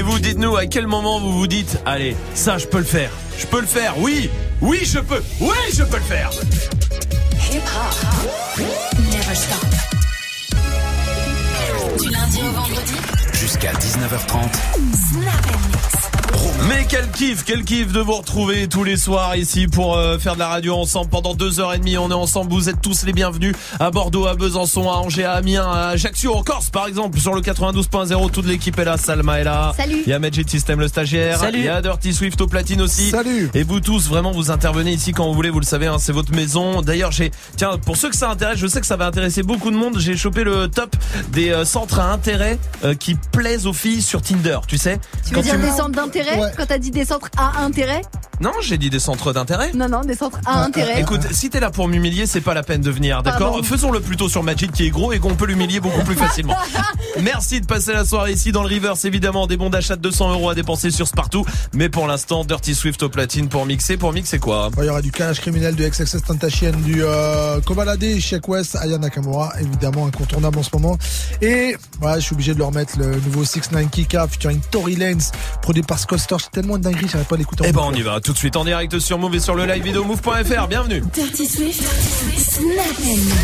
Et vous, dites-nous à quel moment vous vous dites, allez, ça je peux le faire. Je peux le faire, oui, je peux. Oui, je peux le faire. Hip Hop, never stop. Du lundi au vendredi, jusqu'à 19h30. Snap & Mix. Mais quel kiff de vous retrouver tous les soirs ici pour faire de la radio ensemble pendant 2h30. On est ensemble, vous êtes tous les bienvenus à Bordeaux, à Besançon, à Angers, à Amiens, à Ajaccio, en Corse par exemple, sur le 92.0. Toute l'équipe est là, Salma est là. Salut. Il y a Magic System le stagiaire. Salut. Il y a Dirty Swift au platine aussi. Salut. Et vous tous, vraiment, vous intervenez ici quand vous voulez, vous le savez, hein, c'est votre maison. D'ailleurs, tiens, pour ceux que ça intéresse, je sais que ça va intéresser beaucoup de monde, j'ai chopé le top des centres à intérêt qui plaisent aux filles sur Tinder, tu sais. Tu veux dire des centres d'intérêt? Ouais. Quand t'as dit des centres à intérêt? Non, j'ai dit des centres d'intérêt. Non, des centres à intérêt. Écoute, si t'es là pour m'humilier, c'est pas la peine de venir, d'accord? Pardon. Faisons-le plutôt sur Magic qui est gros et qu'on peut l'humilier beaucoup plus facilement. Merci de passer la soirée ici dans le Reverse, évidemment, des bons d'achat de 200 € à dépenser sur Spartoo. Mais pour l'instant, Dirty Swift au platine pour mixer. Pour mixer quoi? Il y aura du Kalash criminel, du XXXTentacion, du Kobalade, Sheik West, Aya Nakamura, évidemment incontournable en ce moment. Et voilà, je suis obligé de leur mettre le nouveau 6ix9ine Kika featuring Tory Lanez, produit par Scott Storch. C'est tellement de dinguerie, j'arrive pas à l'écouter. Eh ben on y va tout de suite en direct sur Move et sur le live vidéo move.fr. Bienvenue. Dirty Swift, Snap &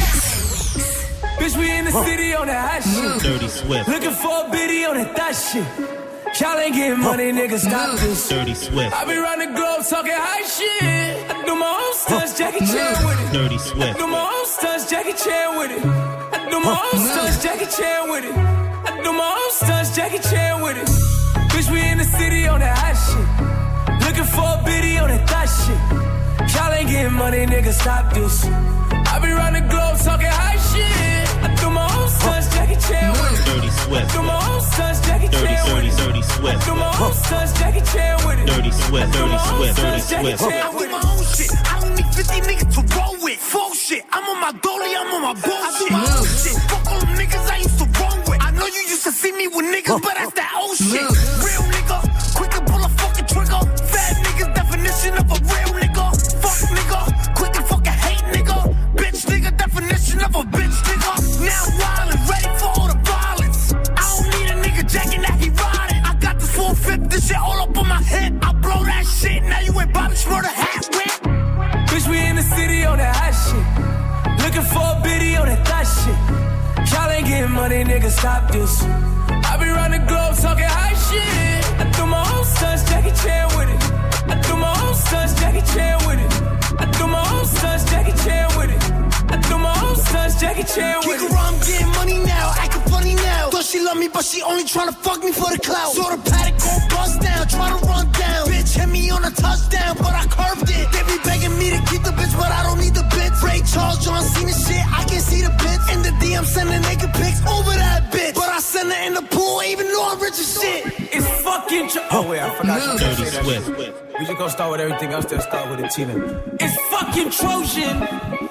Mix. Bitch, we in the city on that hot shit. Dirty Swift. Looking for a biddy on that thot shit. Y'all ain't getting money, nigga, stop this. Dirty Swift. I be round the globe talking high shit. I do my own stunts, Jackie Chan with it. Dirty I Swift. do my own stunts, Jackie Chan with it. I do my own stunts, Jackie Chan with it. I do my own stunts, Jackie Chan with it. Bitch, we in the city on that hot shit. Looking for a biddy on that thot shit. Y'all ain't getting money, nigga, stop this. I be round the globe talking high shit. I do my own stunts, Jackie Chan with it. Dirty I Swift. do my own stunts, Jackie Chan with it. Dirty I Swift. do my own stunts, Jackie Chan with it. Dirty Swift. I do my own Dirty stunts, Swift. Jackie Dirty Chan Swift. with it. my own shit. I don't need 50 niggas to roll with. Full shit. I'm on my dolly, I'm on my bullshit. I do my own shit. Fuck all them niggas I used to roll with. I know you used to see me with niggas, but that's that old shit. Real nigga, quick to pull a fucking trigger. Fat niggas, definition of a real nigga. Fuck nigga, quick to fucking hate nigga. Bitch nigga, definition of a bitch nigga. Now wild and ready for all the violence. I don't need a nigga jacking that he riding. I got this 450, this shit all up on my hip. I blow that shit, now you ain't Bobby Schmurder hat whip. Bitch, we in the city on that hot shit. Looking for a biddy on that thot shit. Y'all ain't getting money, nigga, stop this. I be round the globe talking high shit. I do my own stunts, Jackie Chan with it. I do my own stunts, Jackie Chan with it. I do my own stunts, Jackie Chan with it. I do my own stunts, Jackie Chan with Kick it. around, I'm getting money now, acting funny now. Thought she love me, but she only tryna fuck me for the clout. Saw the paddock gon' bust down, tryna run down. Bitch hit me on a touchdown, but I curved it. They be begging me to keep the bitch, but I don't need the bitch. Ray Charles, John Cena shit, I can see the bitch. In the DM, sending naked pics over that bitch. But I send her in the pool, even though I'm rich as shit. It's fucking oh wait, I forgot. Dirty Swift. We just gonna start with everything else, then start with the Tina. It's fucking Trojan.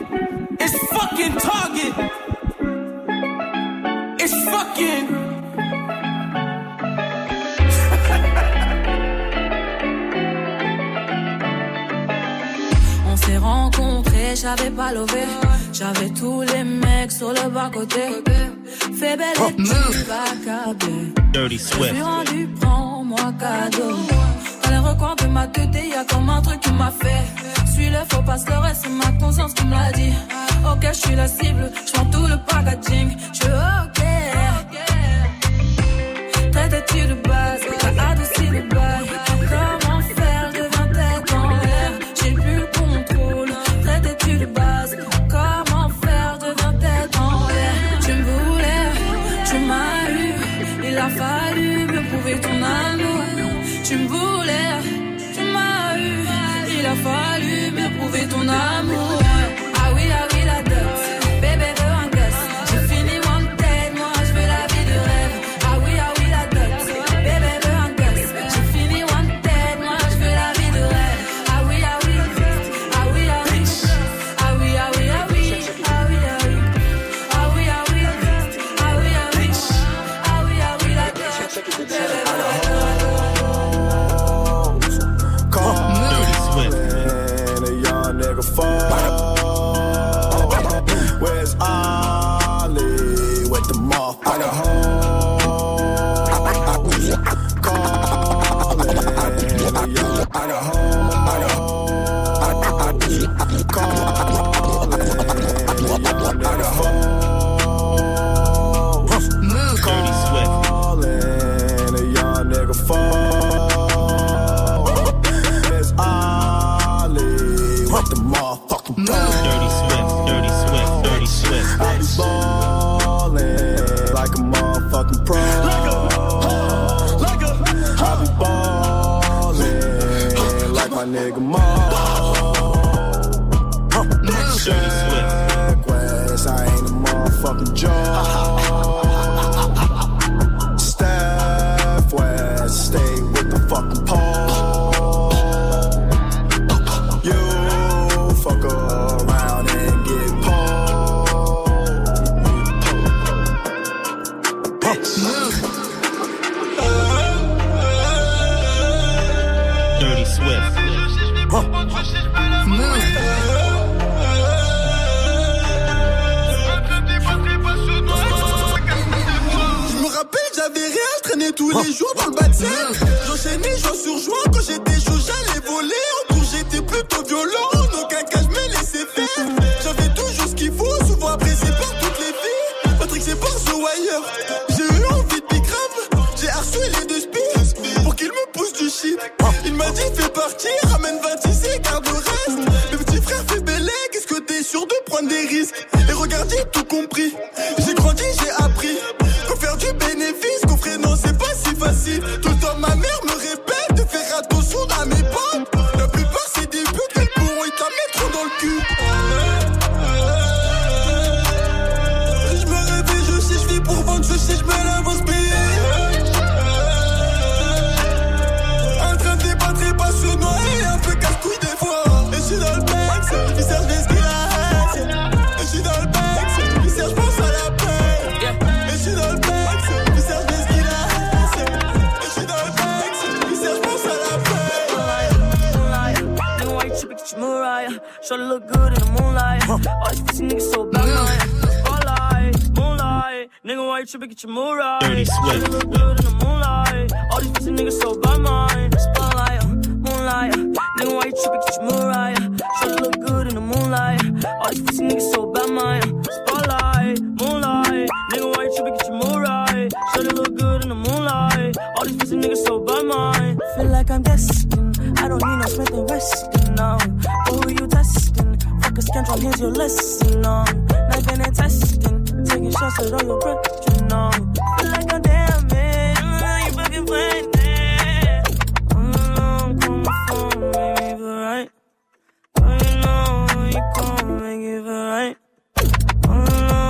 It's fucking Target. It's fucking. On s'est rencontrés, j'avais pas levé. J'avais tous les mecs sur le bas-côté. Fais belle et tu vas câbler. Dirty Je Swift. suis rendu, prends-moi cadeau. Dans les recoins de ma tête, y'a comme un truc qui m'a fait. Suis-le, faut pas se leurrer, c'est ma conscience qui me l'a dit. Ok, je suis la cible, je prends tout le packaging. Je suis ok. Traite-tu de base, t'as adouci le bail. Comment faire, devant tête en l'air. J'ai plus le contrôle. Traite-tu de base, comment faire, devant tête en l'air. Tu me voulais, tu m'as eu. Il a fallu me prouver ton amour. Tu me voulais, tu m'as eu. Il a fallu me prouver ton amour. Ah oui, la dot. Bébé veut un gosse. J'ai fini wanted, moi je veux la vie de rêve. Ah oui, la dot. Bébé veut un gosse. J'ai fini wanted, moi je veux la vie de rêve. Ah oui, ah oui. Ah oui, ah oui. Ah oui, ah oui, ah oui. Ah oui, ah oui. Ah oui, ah oui. Ah oui, ah oui. Ah oui, ah oui, la dot. Bébé veut un gosse. Dirty Swift. And a young nigga fall. Where's Ollie with the motherfucker? Call Dirty Swift. Calling a young nigga fall. It's Ali with the motherfucking ball. Dirty Swift. Dirty Swift. Dirty Swift. I be ballin' like a motherfucking pro. I be ballin' like my nigga Mo. Dirty Swift. West, I ain't a motherfucking joke. Steph West, stay with the fucking pole. You fuck around and get pulled. Dirty Swift. Je me rappelle, j'avais rien, je traînais tous les jours dans le bassin. J'enchaînais jour sur jour, quand j'étais chaud, j'allais voler. En cours, j'étais plutôt violent, en aucun cas, je me laissais faire. J'avais toujours ce qu'il faut, souvent apprécié par toutes les filles. Patrick, c'est par The Wire. J'ai eu envie de grave, j'ai harcelé les deux spies pour qu'il me pousse du shit. Il m'a dit, fais partir, ramène 26 et garde le reste. Le petit frère fait belle, qu'est-ce que t'es sûr de prendre des risques? Et regarde, j'ai tout compris. J'ai grandi, j'ai appris. Faut faire du bénéfice, coffrer, non, c'est pas si facile. Tout le temps, ma mère me répète de faire attention à mes potes. La plupart, c'est des putes, elles pourront y t'en mettre dans le cul. Je me réveille, je sais, je vis pour vendre, je sais, je me lève en payer. Un train de débattre et passionnant et un peu casse-couille des fois. Et je suis dans le bac, il serge les skis là. Et je suis dans le bac, il serge, je pense à la paix. Et je suis dans le bac, il serge les skis là. Et je suis dans le bac, il serge, je pense à la paix. Moonlight, nigga, why you tripping, get your Mariah? Shorty look good in the moonlight. All these pussy niggas so bad, spotlight, moonlight. Nigga, why you tripping, get your Mariah? Dirty Swift. Shorty look good in the moonlight. All these pussy niggas so bad, spotlight, moonlight. Nigga, why you tripping, get your Mariah? Shorty look good in the moonlight. All these pussy niggas so bad, spotlight, moonlight. Nigga, why you tripping, get your Mariah? Shorty look good in the moonlight. All these pussy niggas so bad, feel like I'm destined. I don't need no Smith and Weston, no. But who you testing? Fuck a scantron, here's your lesson, no. Knifing and testing, taking shots at all your breath, you know. Feel like I'm damn man, you fucking playing that. Call my phone, make me feel right. Oh, you know, you call, make it feel right. Call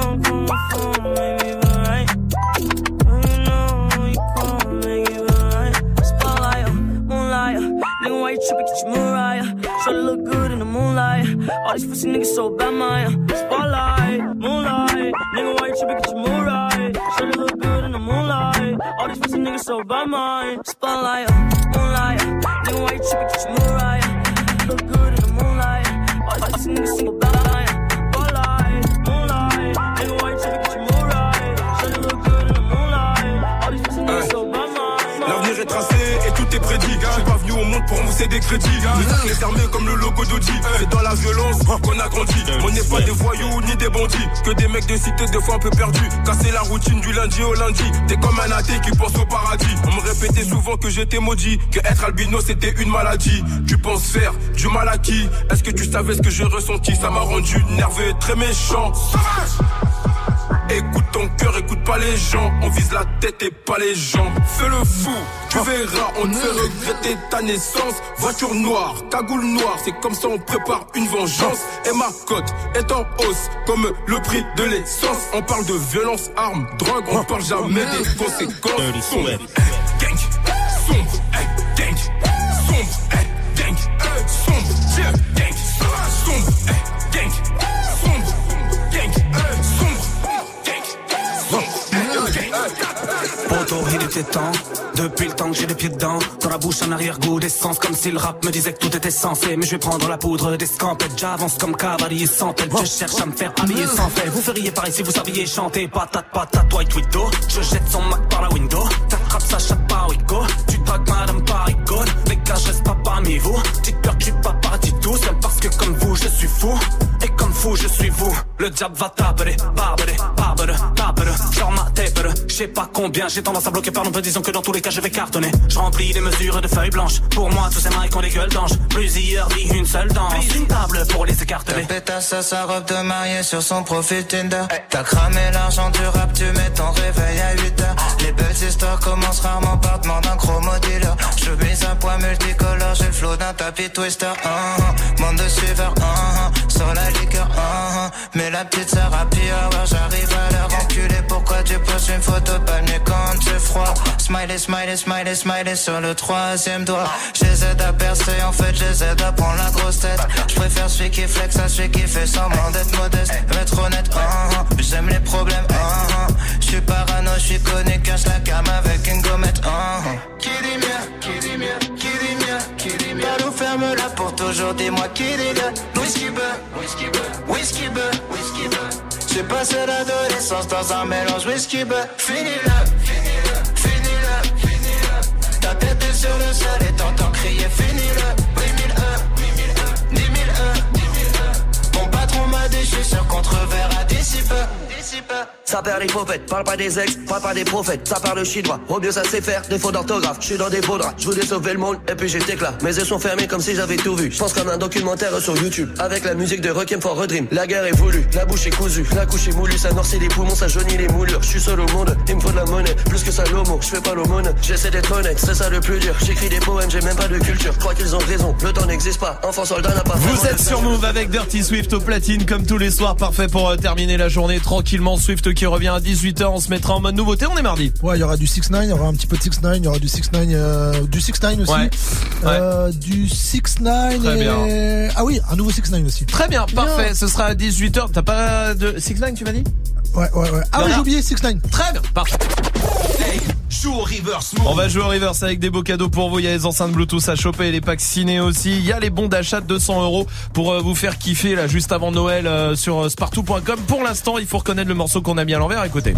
my phone, make me feel right. Oh, you know, you call, make it feel right. Spotlight, moonlight, nigga, why you tripping, get your Mariah? Shorty look good in the moonlight. All these pussy niggas so bad, spotlight, moonlight, nigga, why you tripping, get your Mariah? Shorty look good in the moonlight. All these pussy niggas so bad, spotlight, moonlight, nigga, why you tripping, get your Mariah? Look good in the moonlight. All these pussy niggas so bad, spotlight, moonlight, nigga, why you tripping, get your Mariah? Shorty look good in the moonlight. All these pussy niggas so bad, l'avenir est tracé et tout est prédit. Je suis pas venu au monde pour mousser des crédits. Les armées comme le logo d'Audi. C'est dans la violence qu'on a grandi. On n'est pas des voyous ni des bandits. Que des mecs de cité des fois un peu perdus. Casser la routine du lundi au lundi. T'es comme un athée qui pense au paradis. On me répétait souvent que j'étais maudit. Que être albino c'était une maladie. Tu penses faire du mal à qui? Est-ce que tu savais ce que j'ai ressenti? Ça m'a rendu nerveux, très méchant. Sauvage! Écoute ton cœur, écoute pas les gens. On vise la tête et pas les jambes. Fais le fou, tu verras, on te fait regretter ta naissance. Voiture noire, cagoule noire, c'est comme ça on prépare une vengeance. Et ma cote est en hausse, comme le prix de l'essence. On parle de violence, armes, drogue, on parle jamais des conséquences. Sombre, gang, sombre, gang, sombre, gang, sombre, gang, sombre, gang, sombre, gang, sombre. Poto, il était temps, depuis le temps que j'ai les pieds dedans. Dans la bouche un arrière-goût d'essence, comme si le rap me disait que tout était censé. Mais je vais prendre la poudre d'escampette, j'avance comme cavalier sans tête. Je cherche à me faire habiller sans fait. Vous feriez pareil si vous saviez chanter. Patate, patate, white widow. Je jette son Mac par la window. T'attrapes sa chatte par Wigo. Tu dragues madame par icône. Les gars, je reste pas parmi vous. Dites peur que je suis pas parti tout seul parce que comme vous, je suis diable va taper, barbere, genre ma tape, je sais pas combien, j'ai tendance à bloquer par nombre, disons que dans tous les cas je vais cartonner. Je remplis des mesures de feuilles blanches, pour moi tous ces mics ont des gueules d'ange. Plusieurs vies, une seule danse, une table pour les écarteler. Ta pétasse à sa robe de mariée sur son profil Tinder. T'as cramé l'argent du rap, tu mets ton réveil à 8h. Les belles histoires commencent rarement par demande d'un chromo dealer. Je mise un poids multicolore, j'ai le flow d'un tapis twister. Monde de suiveurs, sur la liqueur, mais la petite sœur à pire, alors j'arrive à leur enculer. Pourquoi tu poses une photo de palmier quand c'est froid? Smiley, smiley, smiley, smiley sur le 3e doigt. Je les aide à percer, en fait je les aide à prendre la grosse tête. Je préfère celui qui flex à celui qui fait semblant d'être modeste. Être honnête, j'aime les problèmes, je suis parano, je suis connu, cache la cam avec une gommette, Qui dit mieux, qui dit mieux, qui dit mieux, qui dit mieux. Balou ferme la porte toujours, dis-moi qui dit le whisky beurre, whisky beurre, whisky beurre, whisky beurre. J'ai passé l'adolescence dans un mélange whisky beurre. Finis-le, finis-le, finis-le, finis-le. Ta tête est sur le sol et t'entends crier finis-le. 8000 E, 10 000 E, 10 000 E. Mon patron m'a dit je suis sûr qu'on te reverra d'ici peu. Ça perd les prophètes, parle pas des ex, parle pas des prophètes. Ça parle chinois, au mieux ça sait faire des fautes d'orthographe. Je suis dans des beaux draps, je voulais sauver le monde et puis j'ai là. Mes yeux sont fermés comme si j'avais tout vu. Je pense comme un documentaire sur YouTube, avec la musique de Requiem for a Dream. La guerre est voulue, la bouche est cousue, la couche est moulue, ça noircit les poumons, ça jaunit les moulures. Je suis seul au monde, il me faut de la monnaie, plus que ça l'homo. Je fais pas l'aumône, j'essaie d'être honnête, c'est ça le plus dur. J'écris des poèmes, j'ai même pas de culture. Je crois qu'ils ont raison, le temps n'existe pas, enfant soldat n'a pas. Vous êtes sur Move avec Dirty Swift au platine comme tous les soirs, parfait pour terminer la journée tranquillement. Swift qui revient à 18h, on se mettra en mode nouveauté, on est mardi. Ouais, il y aura du 6ix9ine, il y aura un petit peu de 6ix9ine, il y aura du 6ix9ine, du 6ix9ine aussi. Ouais. Du 6ix9ine Très et... bien. Ah oui, un nouveau 6ix9ine aussi. Très bien, parfait, ce sera à 18h. T'as pas de 6ix9ine, tu m'as dit? Ouais. Ah oui, j'ai oublié 6ix9ine. Très bien, parfait. Joue au reverse. On va jouer au reverse avec des beaux cadeaux pour vous. Il y a les enceintes Bluetooth à choper et les packs ciné aussi. Il y a les bons d'achat de 200€ pour vous faire kiffer là juste avant Noël sur spartou.com. Pour l'instant, il faut reconnaître le morceau qu'on a mis à l'envers. Écoutez.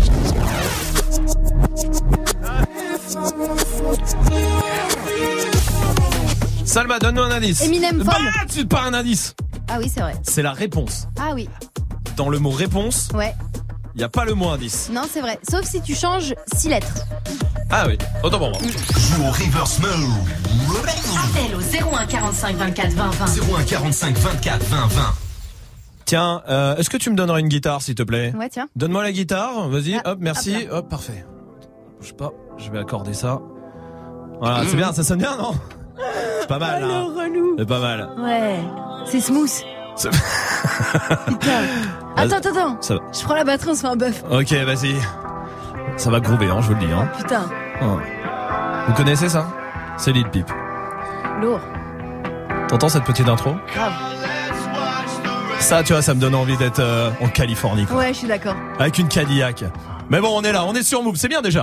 Salma, donne-nous un indice. Eminem Fall. C'est pas un indice. Ah oui, c'est vrai. C'est la réponse. Ah oui. Dans le mot réponse, ouais. Il y a pas le mot indice. Non, c'est vrai. Sauf si tu changes 6 lettres. Ah oui, autant pour moi. Joue au reverse mode. Appel au 01 45 24 20 20. 01 45 24 20 20. Tiens, est-ce que tu me donneras une guitare s'il te plaît? Ouais, tiens. Donne-moi la guitare, vas-y, hop, merci, hop, hop, parfait. Bouge pas, je vais accorder ça. Voilà, c'est bien, ça sonne bien, non? C'est pas mal, là. Relou. C'est pas mal. Ouais, c'est smooth. Putain. Attends. Ça va. Je prends la batterie, on se fait un bœuf. Ok, vas-y. Ça va groover, hein, je vous le dis. Hein. Putain. Vous connaissez ça? C'est Lil Peep. Lourd. T'entends cette petite intro? Grave. Ça, tu vois, ça me donne envie d'être en Californie, quoi. Ouais, je suis d'accord. Avec une Cadillac. Mais bon, on est là, on est sur Move, c'est bien déjà.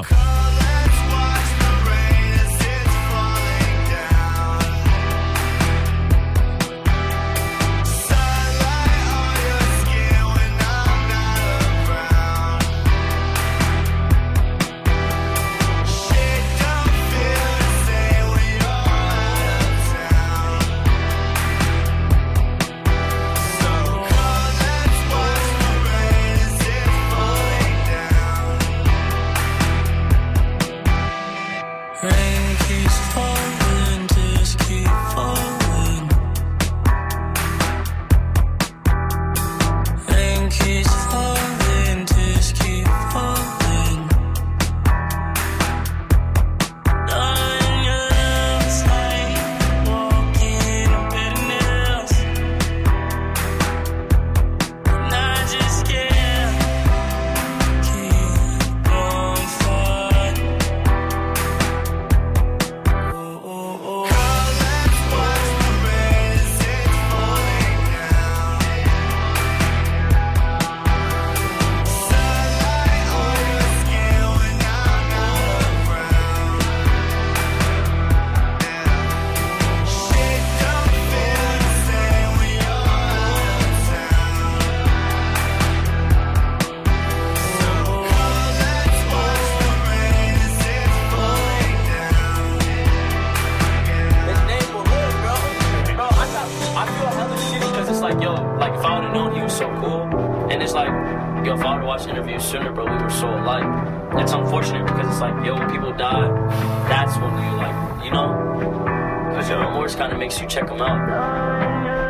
interview sooner, but we were so alike. It's unfortunate because it's like, yo, when people die, that's when you like, you know? Because your remorse kind of makes you check them out.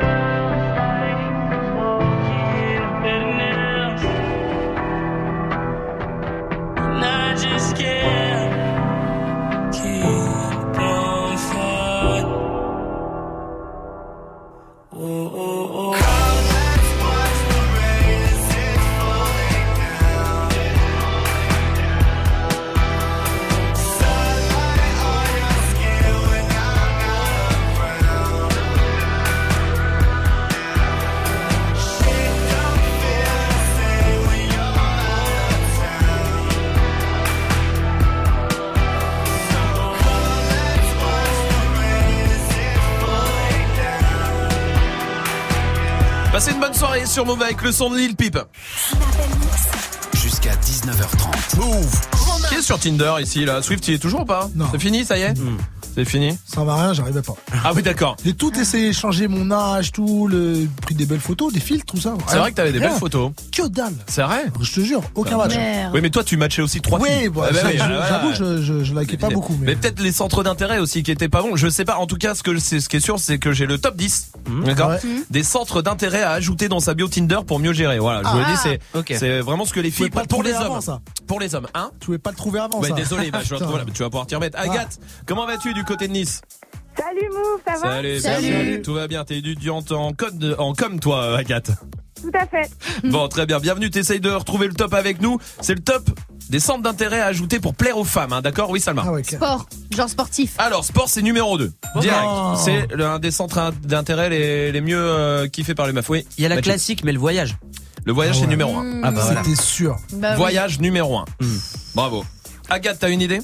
I just can't keep on fighting. Oh, oh, oh. Come, let's watch the rain as it's falling down. Sunlight on your skin when I'm not around. Shit don't feel the same when you're out of town. Passez une bonne soirée sur Move avec le son de Lil Peep. Jusqu'à 19h30. Move. Qui est sur Tinder ici là? Swift, il est toujours ou pas? Non. C'est fini, ça y est? C'est fini? Ça va rien, j'arrivais pas. Ah oui, d'accord. J'ai tout essayé, changer mon âge, tout, pris des belles photos, des filtres, tout ça. C'est vrai que t'avais des Rien. belles photos. Que dalle. C'est vrai? Je te jure, aucun match. Oui, mais toi, tu matchais aussi 3 filles. Oui, bah, Ah bah oui, j'avoue, je likais pas beaucoup. Mais peut-être les centres d'intérêt aussi qui étaient pas bons. Je sais pas. En tout cas, ce qui est sûr, c'est que j'ai le top 10. D'accord? Ouais. Des centres d'intérêt à ajouter dans sa bio Tinder pour mieux gérer. Voilà. Je vous l'ai dit, c'est vraiment ce que les filles, pas le pour les trouver hommes. avant, ça. Pour les hommes, hein? Tu pouvais pas le trouver avant, Ouais, ça. désolé, bah, Putain. voilà, tu vas pouvoir t'y remettre. Agathe, comment vas-tu du côté de Nice? Salut Move, ça va? Salut, Salut. bienvenue. Tout va bien, t'es étudiante en com toi, Agathe. Tout à fait. Bon, très bien, bienvenue, t'essayes de retrouver le top avec nous. C'est le top des centres d'intérêt à ajouter pour plaire aux femmes, hein, d'accord? Oui, Salma. Ah ouais, Sport, genre sportif. Alors, sport, c'est numéro 2. Direct. Non. C'est un des centres d'intérêt les mieux kiffés par les meufs. Oui. Il y a la Magic. classique, mais le voyage. Le voyage, Ah c'est ouais. numéro 1. Ah bah voilà. C'était sûr. Bah oui. Voyage numéro 1. Bravo. Agathe, t'as une idée?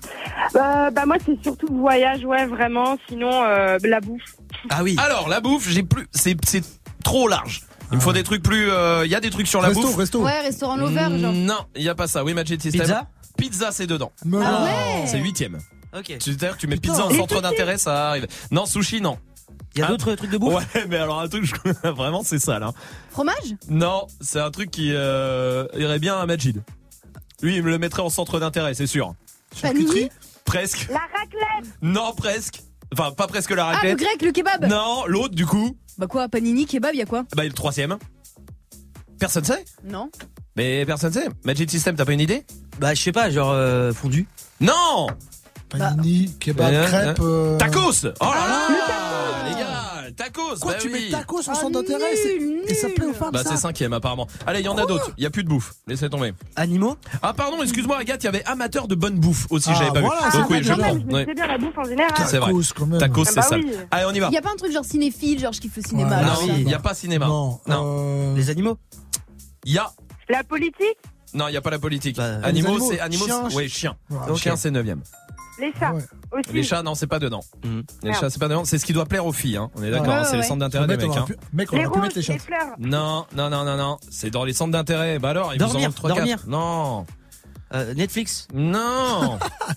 Bah moi c'est surtout le voyage, ouais, vraiment. Sinon la bouffe. Ah oui. Alors, la bouffe, c'est trop large. Il me faut des trucs plus, il y a des trucs sur la bouffe. Resto. Ouais, restaurant Lover, genre. Non, il y a pas ça. Oui, Magic System. Pizza. Pizza, c'est dedans. Mais Ah non. ouais. C'est 8ème. Ok. C'est-à-dire que tu mets Putain. pizza en Les centre sushis. d'intérêt, ça arrive. Non, sushi, non. Il y a Hein? d'autres trucs de bouffe. Ouais, mais alors un truc, vraiment, c'est ça, là. Fromage? Non, c'est un truc qui irait bien à Majid. Lui, il me le mettrait en centre d'intérêt, c'est sûr. Panini? Presque. La raclette. Non, presque. Enfin, pas presque la Ah, le raclette. grec, le kebab? Non, l'autre, du coup. Bah quoi, panini, kebab, y a quoi? Bah, le 3ème. Personne sait? Non. Mais personne sait. Magic System, t'as pas une idée? Bah je sais pas, genre fondu. Non! Panini, kebab, crêpes. Tacos! Oh là là! Les gars, tacos! Quoi, bah tu oui. mets tacos en centre d'intérêt et ça plaît aux femmes, Bah, ça? c'est 5ème, apparemment. Allez, il y en a d'autres. Il y a plus de bouffe. Laissez tomber. Animaux. Ah, pardon, excuse-moi, Agathe, il y avait amateur de bonne bouffe aussi, Ah, j'avais pas voilà, vu. c'est Donc, oui, vrai, je Quand prends. même, je Ouais. sais bien la bouffe en général. C'est vrai. Tacos, quand même. Tacos, Ah c'est bah ça. oui. Allez, on y va. Y a pas un truc genre cinéphile, genre je kiffe le cinéma. Ouais, Non, tout ça. il y a pas cinéma. Non. Les animaux. Il y a. La politique. Non, il y a pas la politique. Bah, Animaux, les c'est animaux. animaux, Ouais, chien. Ouais, Chien, ok. c'est 9ème. Les chats. Ouais. Aussi. Les chats, non, c'est pas dedans. Les Merde. chats, c'est pas dedans. C'est ce qui doit plaire aux filles, hein. On est d'accord, Ouais, hein, c'est les ouais. centres d'intérêt des mecs, hein. Mec, on Les aurait pu roses, mettre les chats. les fleurs. Non, non, non, non, non. C'est dans les centres d'intérêt. Bah alors, ils vous en Dormir, vendent 3-4. dormir. Non. Netflix. Non.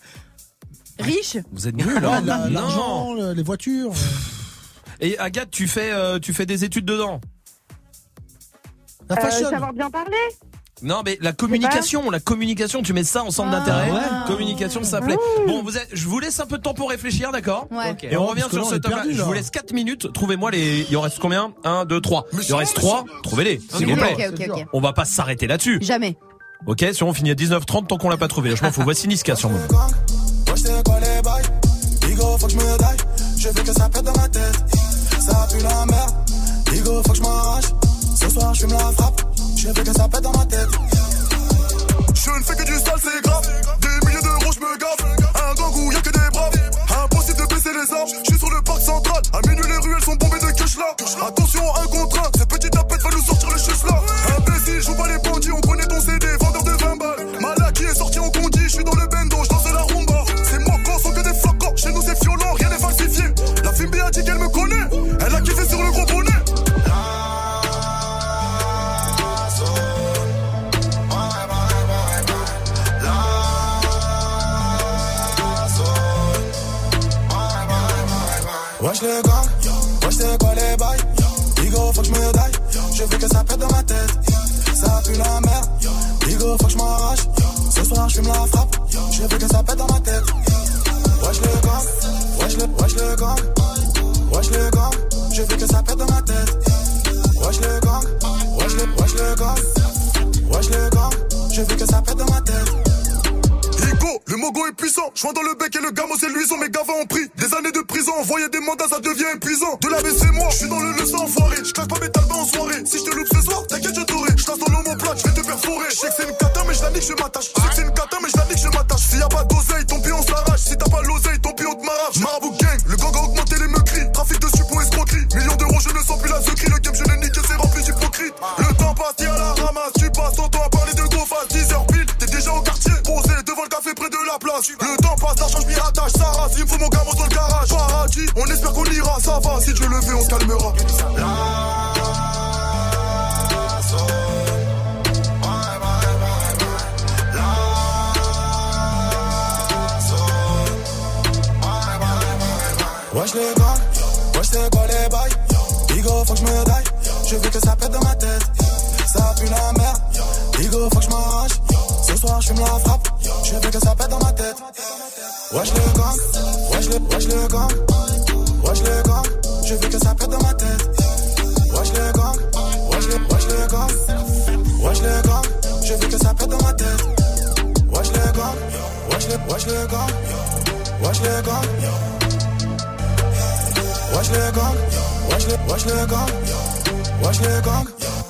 Riche? Vous êtes nuls, Ouais, là. l'argent, les voitures. Et Agathe, tu fais des études dedans. La fashion. Savoir bien parler. Non, mais la communication, tu mets ça en centre d'intérêt. ouais. Communication, ça plaît. Bon, je vous laisse un peu de temps pour réfléchir, d'accord? Ouais. Ok. Et on revient parce que sur là, ce on est top-là. perdu, Je là. vous laisse 4 minutes. Trouvez-moi les. Il en reste combien? 1, 2, 3. Il en reste 3. Trouvez-les, s'il vous plaît. Ok. On va pas s'arrêter là-dessus. Jamais. Ok, si on finit à 19h30 tant qu'on l'a pas trouvé. Je m'en fous. Voici Niska sur moi. Moi je sais quoi les bails. Digo, faut que je me daille. Je veux que ça pète dans ma tête. Ça pue la merde. Digo, faut que je m'arrache. Ce soir, je fume la frappe. Je veux que ça pète dans ma tête. Je ne fais que du sale, c'est grave. Des milliers d'euros, je me gaffe. Un gang où y'a que des braves. Impossible de baisser les armes. Je suis sur le parc central. À minuit, les ruelles sont bombées de cash là. Attention, un contre un. Ce petit tapette va nous sortir le chef là. Imbécile, joue pas les bandits. On connaît ton CD, vendeur de 20 balles. Malak qui est sorti en condi. Je suis dans le bendo, je danse la rumba. C'est moi quand sont que des flocons. Chez nous, c'est violent, rien n'est falsifié. La Fimbi a dit qu'elle me connaît. Elle a kiffé sur le gros bonnet. Wesh le gang, wesh c'est quoi les bails. Digo faut que je me daille. Je veux que ça pète dans ma tête. ça pue la merde. Digo, faut que je m'arrache. Ce soir, je fume la frappe. Je veux que ça pète dans ma tête. Wesh le gang, wesh le gang. Wesh le gang, je veux que ça pète dans ma tête. Wesh le gang, wesh le gang. Wesh le gang, je veux que ça pète dans ma tête. Higo, le mogo est puissant. Joint dans le bec et le gamo c'est luisant. Mes gavas ont pris des années de prison. Envoyer des mandats ça devient épuisant. De la c'est moi, je suis dans le leçon enfoiré. Je claque pas mes talbans en soirée. Si je te loupe ce soir, t'inquiète je t'aurai. Je lance dans l'homoplate, je vais te perforer. Je sais que c'est une cata mais je la nique, je m'attache. Je sais que c'est une cata mais je la nique, je m'attache. Si y'a pas d'oseille, ton pied on s'arrache. Si t'as pas l'oseille, ton pied on te m'arrache. Marabout gang, le gang a augmenté les meurtris. Trafic de suppos escroquerie. Millions d'euros, je ne sens plus la secrie. Le game je l'ai niqué, c'est rempli d'hypocrite. Le temps passe, t'y à la ramasse. Tu passes ton temps à parler de gros face. 10h pile, t'es déjà au quartier. Posé devant le café près de la place. Le temps passe, l'argent je m'y rattache. Ça rase, il me faut mon gamin dans le garage. Paradis, on espère qu'on ira, ça va. Si Dieu le veut, on se calmera. Wesh les gars, wesh c'est quoi les bails? Digo faut que je me daille, je veux que ça pète dans ma tête. Ça pue la merde, Digo faut que je m'arrache. Ce soir je fume la frappe, je veux que ça pète dans ma tête. Wesh le gang, wesh le gang. Wesh le gang, je veux que ça pète dans ma tête. Wesh le gang, wesh le gang. Wesh le gang, je veux que ça pète dans ma tête. Wesh le gang, wesh le gang. Wesh le gang. Wesh le gang, wesh le gang, wesh le gang.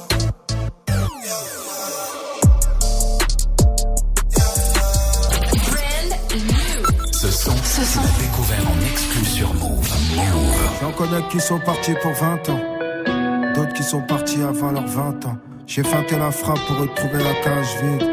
Ce son, tu l'as découvert en exclu sur Move. J'en connais qui sont partis pour 20 ans, d'autres qui sont partis avant leurs 20 ans. J'ai feinté la frappe pour retrouver la cage vide.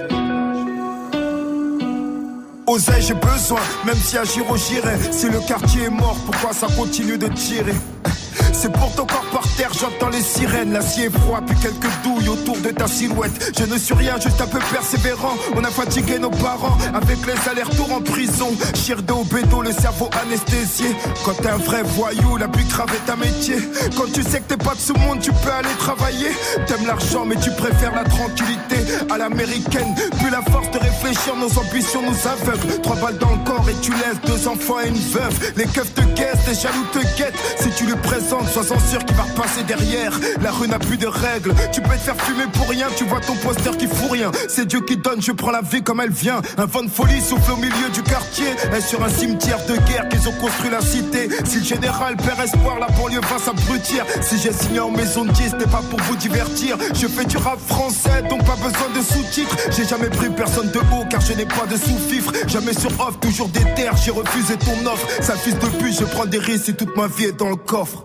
Oseille, j'ai besoin, même si agir j'irai. Si le quartier est mort, pourquoi ça continue de tirer? C'est pour ton corps par terre, j'entends les sirènes. L'acier est froid, puis quelques douilles autour de ta silhouette. Je ne suis rien, juste un peu persévérant. On a fatigué nos parents avec les allers-retours en prison. Chirde au bédo, le cerveau anesthésié. Quand t'es un vrai voyou, la plus grave est un métier. Quand tu sais que t'es pas de ce monde, tu peux aller travailler. T'aimes l'argent, mais tu préfères la tranquillité à l'américaine. Plus la force de réfléchir, nos ambitions nous aveuglent. 3 balles dans le corps et tu laisses 2 enfants et une veuve. Les keufs te guettent, les jaloux te guettent. Si tu lui présentes, sois-en sûr qu'il va repasser derrière. La rue n'a plus de règles, tu peux te faire fumer pour rien. Tu vois ton poster qui fout rien. C'est Dieu qui donne, je prends la vie comme elle vient. Un vent de folie souffle au milieu du quartier. Et sur un cimetière de guerre qu'ils ont construit la cité. Si le général perd espoir, la banlieue va s'abrutir. Si j'ai signé en maison de 10, ce n'est pas pour vous divertir. Je fais du rap français, donc pas besoin de sous-titres. J'ai jamais pris personne de haut car je n'ai pas de sous-fifre. Jamais sur off, toujours des terres, j'ai refusé ton offre. Sale fils de pute, je prends des risques si toute ma vie est dans le coffre.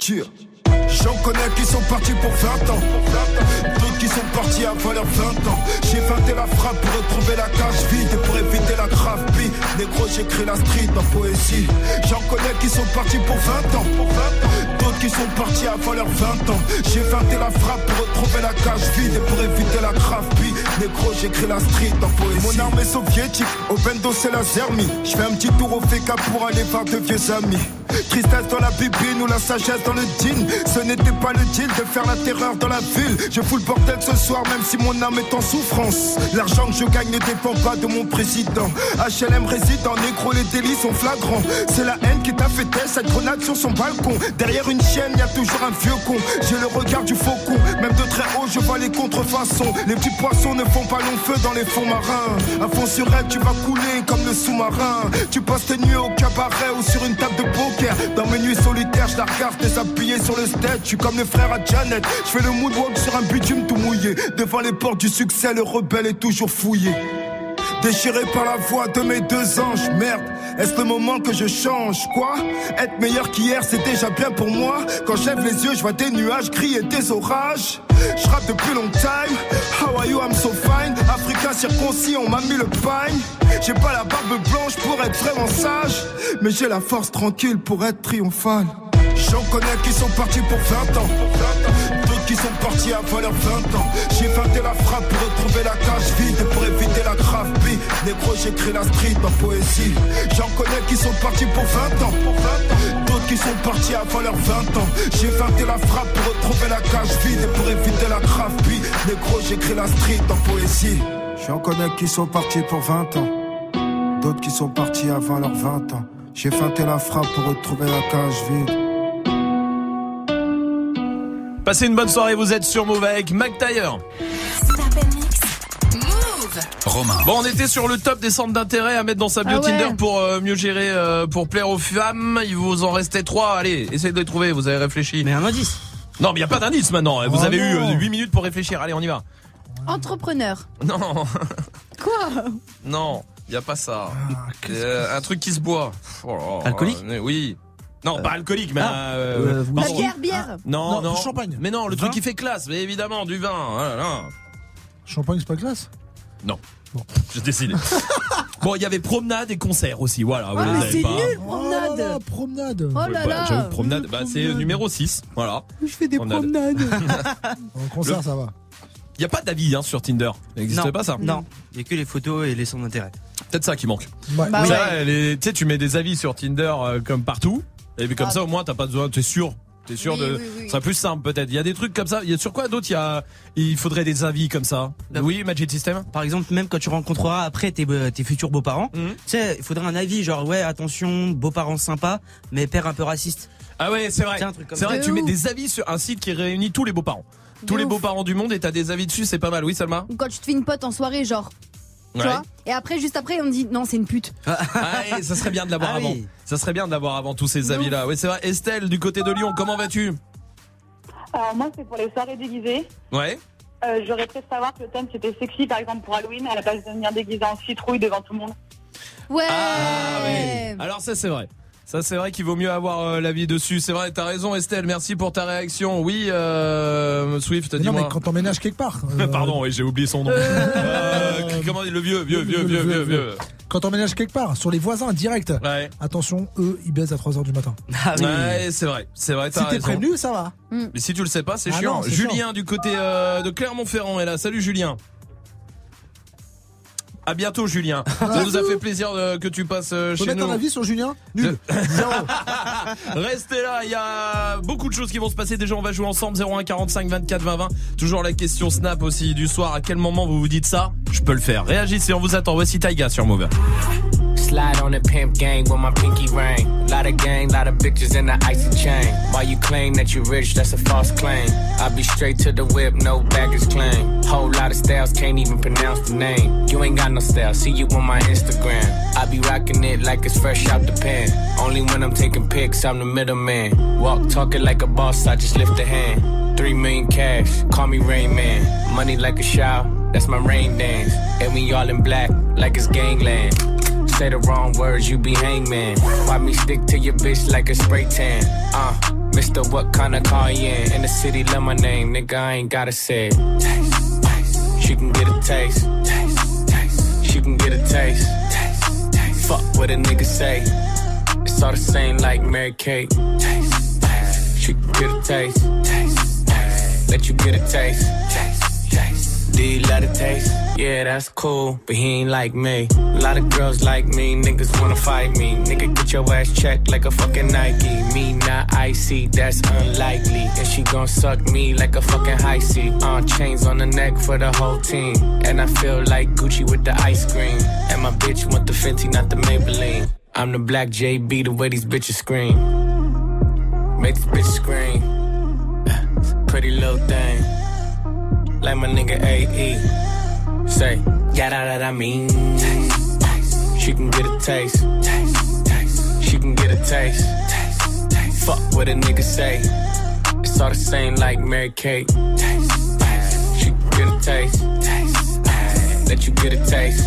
J'en connais qui sont partis pour 20 ans, d'autres qui sont partis avant leurs 20 ans. J'ai feinté la frappe pour retrouver la cage vide et pour éviter la grave bille. Négro, j'écris la street en poésie. J'en connais qui sont partis pour 20 ans, d'autres qui sont partis avant leurs 20 ans. J'ai feinté la frappe pour retrouver la cage vide et pour éviter la grave bille. Négro, j'écris la street en poésie. Mon arme est soviétique, au bendo c'est la zermie. J'fais un petit tour au FK pour aller voir de vieux amis. Tristesse dans la bibine ou la sagesse dans le jean. Ce n'était pas le deal de faire la terreur dans la ville. Je fous le bordel ce soir même si mon âme est en souffrance. L'argent que je gagne ne dépend pas de mon président. HLM réside en négro, les délits sont flagrants. C'est la haine qui t'a fait taire cette grenade sur son balcon. Derrière une chienne, y a toujours un vieux con. J'ai le regard du faucon, même de très haut je vois les contrefaçons. Les petits poissons ne font pas long feu dans les fonds marins. À fond sur elle, tu vas couler comme le sous-marin. Tu passes tes nuits au cabaret ou sur une table de poker. Dans mes nuits solitaires, je la regarde déshabillée sur le stage. Je suis comme le frère à Janet. Je fais le moonwalk sur un bitume tout mouillé. Devant les portes du succès, le rebelle est toujours fouillé. Déchiré par la voix de mes 2 anges. Merde, est-ce le moment que je change? Quoi? Être meilleur qu'hier, c'est déjà bien pour moi. Quand je lève les yeux, je vois des nuages gris et des orages. Je rappe depuis long time. How are you, I'm so fine. Africain circoncis, on m'a mis le pagne. J'ai pas la barbe blanche pour être vraiment sage, mais j'ai la force tranquille pour être triomphale. J'en connais qui sont partis pour 20 ans, d'autres d'autres qui sont partis avant leurs 20 ans. J'ai feinté la frappe pour retrouver la cage vide et pour éviter la grave bille. Négro, j'écris la street en poésie. J'en connais qui sont partis pour 20 ans. D'autres qui sont partis avant leurs 20 ans. J'ai feinté la frappe pour retrouver la cage vide et pour éviter la grave bille. Négro, j'écris la street en poésie. J'en connais qui sont partis pour 20 ans. D'autres qui sont partis avant leurs 20 ans. J'ai feinté la frappe pour retrouver la cage vide. Passez une bonne soirée, vous êtes sur Move avec McTyre. Romain. Bon, on était sur le top des centres d'intérêt à mettre dans sa bio Tinder pour mieux gérer, pour plaire aux femmes. Il vous en restait 3. Allez, essayez de les trouver, vous avez réfléchi. Mais un indice. Non, mais il n'y a pas d'indice maintenant. Vous avez eu 8 minutes pour réfléchir. Allez, on y va. Entrepreneur. Non. Quoi? Non, il n'y a pas ça. Un truc qui se boit. Alcoolique? Oui. Non, pas alcoolique, mais... La bière. Non. Champagne. Mais non, le truc qui fait classe, mais évidemment, du vin. Voilà. Champagne, c'est pas classe? Non. Bon, j'ai décidé. Bon, il y avait promenade et concert aussi, voilà. Ah, mais c'est nul, promenade. Promenade. Oh là là. J'avoue, promenade, c'est numéro 6, voilà. Je fais des promenades. En concert, ça va. Il n'y a pas d'avis sur Tinder. Il n'existe pas ça? Non, il n'y a que les photos et les centres d'intérêt. Peut-être ça qui manque. Ouais. Bah Tu sais, tu mets des avis sur Tinder comme partout. Et puis comme ça, au moins, t'as pas besoin, t'es sûr de. Oui. C'est plus simple peut-être. Il y a des trucs comme ça. Il y a sur quoi d'autre il faudrait des avis comme ça. Oui, Magic System. Par exemple, même quand tu rencontreras après tes futurs beaux-parents, tu sais, il faudrait un avis genre ouais, attention, beaux-parents sympas, mais père un peu raciste. Ah ouais, c'est vrai. C'est vrai, tu mets des avis sur un site qui réunit tous les beaux-parents. Tous les beaux-parents du monde et t'as des avis dessus, c'est pas mal. Oui, Salma. Ou quand tu te fais une pote en soirée, genre. Tu vois, et après, juste après, on me dit non, c'est une pute. Ça serait bien de l'avoir avant. Oui. Ça serait bien de l'avoir avant tous ces avis-là. Oui, c'est vrai. Estelle, du côté de Lyon, comment vas-tu? Alors moi, c'est pour les soirées déguisées. Ouais. J'aurais préféré savoir que le thème c'était sexy, par exemple pour Halloween, à la place de venir déguisé en citrouille devant tout le monde. Ouais. Ah oui. Alors ça, c'est vrai. Ça, c'est vrai qu'il vaut mieux avoir l'avis dessus. C'est vrai, t'as raison, Estelle. Merci pour ta réaction. Oui, Swift, dis-moi. Non, mais quand t'emménages quelque part. Pardon, oui, j'ai oublié son nom. Comment le vieux. Quand t'emménages quelque part, sur les voisins, direct. Ouais. Attention, eux, ils baisent à 3h du matin. Ah oui. Ouais, c'est vrai, t'as si t'es raison. prévenu, ça va. Mais si tu le sais pas, c'est Ah chiant. non, c'est Julien, chiant. du côté de Clermont-Ferrand est là. Salut, Julien. À bientôt, Julien. Ça nous a fait plaisir que tu passes Faut chez mettre nous. un avis sur Julien? Nul. Zéro. Restez là, il y a beaucoup de choses qui vont se passer. Déjà, on va jouer ensemble 01 45 24 20 20. Toujours la question Snap aussi du soir. À quel moment vous vous dites ça? Je peux le faire. Réagissez, on vous attend. Voici Taiga sur Move. Slide on the pimp gang with my pinky ring. Lot of gang, lot of bitches in the icy chain. While you claim that you rich, that's a false claim. I be straight to the whip, no baggage claim. Whole lot of styles, can't even pronounce the name. You ain't got no style, see you on my Instagram. I be rocking it like it's fresh out the pan. Only when I'm taking pics, I'm the middleman. Walk talking like a boss, I just lift a hand. 3 million cash, call me Rain Man. Money like a shower, that's my rain dance. And we all in black, like it's gangland. Say the wrong words, you be hangman. Why me stick to your bitch like a spray tan? Mister, what kind of car you in the city, love my name, nigga, I ain't gotta say it. Taste, taste. She can get a taste. Taste, taste. She can get a taste. Taste, taste. Fuck what a nigga say. It's all the same like Mary Kate. Taste, taste. She can get a taste. Taste, taste. Let you get a taste. Taste, taste. Do you love the taste? Yeah, that's cool, but he ain't like me. A lot of girls like me, niggas wanna fight me. Nigga, get your ass checked like a fucking Nike. Me not icy, that's unlikely. And she gon' suck me like a fucking high C. Chains on the neck for the whole team. And I feel like Gucci with the ice cream. And my bitch want the Fenty, not the Maybelline. I'm the black JB, the way these bitches scream. Make this bitch scream. Pretty little thing. Like my nigga AE. Say, yada that I mean. Taste, taste. She can get a taste. Taste, taste. She can get a taste. Taste, taste. Fuck what a nigga say. It's all the same like Mary Kate. Taste, taste. She can get a taste. Taste, taste. Let you get a taste.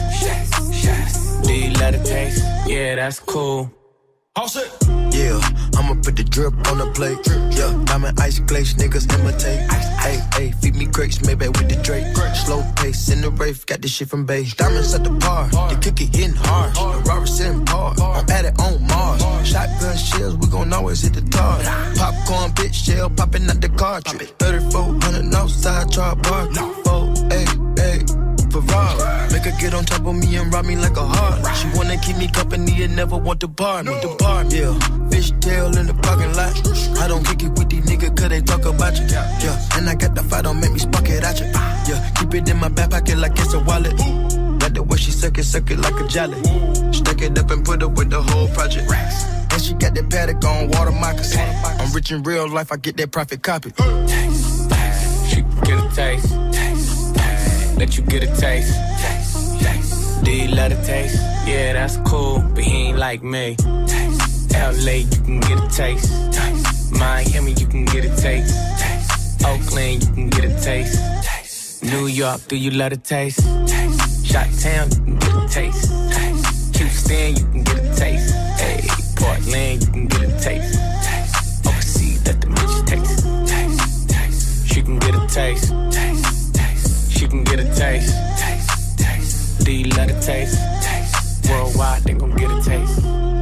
Do you love the taste? Yeah, that's cool. All set. Yeah, I'ma put the drip on the plate. Yeah, diamond ice glaze, niggas imitate. Hey, hey, feed me grapes, maybe with the Drake. Slow pace in the Wraith, got this shit from Bay. Diamonds at the bar, the cookie hitting hard. The Robert sitting hard, I'm at it on Mars. Shotgun shells, we gon' always always hit the target. Popcorn, bitch, shell popping out the cartridge. 3400 outside, char bar. 488 Ferrari. Make her get on top of me and ride me like a heart. She wanna keep me company and never want to bar me. Yeah, fishtail in the parking lot. I don't kick it with these niggas cause they talk about you. Yeah, and I got the fight, don't make me spark it at you. Yeah, keep it in my back pocket like it's a wallet. Like the way she suck it like a jelly. Stack it up and put it with the whole project. And she got that paddock on water moccasins. I'm rich in real life, I get that profit copy. Taste, she can get a taste. Let you get a taste. Do you love the taste? Yeah, that's cool, but he ain't like me. LA, you can get a taste. Miami, you can get a taste. Oakland, you can get a taste. New York, do you love the taste? Chi-Town, you can get a taste. Houston, you can get a taste. Hey, Portland, you can get a taste. Overseas, let the bitch taste. She can get a taste. She can get a taste. Do you love the taste? Worldwide, they gon' get a taste.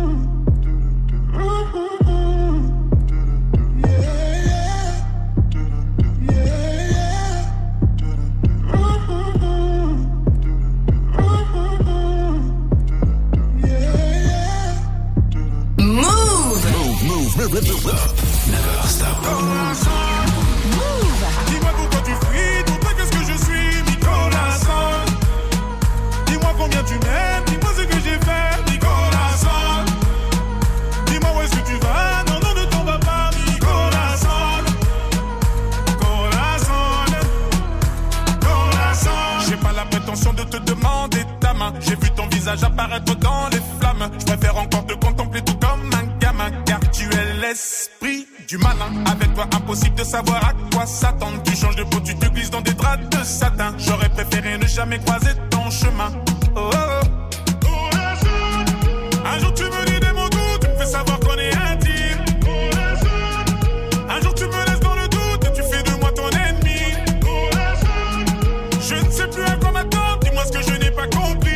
Never stop. Dis-moi pourquoi tu fuis, pour toi qu'est-ce que je suis, Nicolas Sand. Dis-moi combien tu m'aimes, dis-moi ce que j'ai fait, Nicolas Sand. Dis-moi où est-ce que tu vas, non, non, ne t'en vas pas, Nicolas Sand. Nicolas Sand. Nicolas Sand. J'ai pas la prétention de te demander ta main. J'ai vu ton visage apparaître dans les flammes. Je préfère encore te contempler tout comme un gamin, car tu es l'esprit du malin. Avec toi impossible de savoir à quoi s'attendre. Tu changes de peau, tu te glisses dans des draps de satin. J'aurais préféré ne jamais croiser ton chemin. Oh, oh, oh. Un jour tu me dis des mots doux, tu me fais savoir qu'on est intime. Un jour tu me laisses dans le doute et tu fais de moi ton ennemi. Je ne sais plus à quoi m'attendre, dis-moi ce que je n'ai pas compris.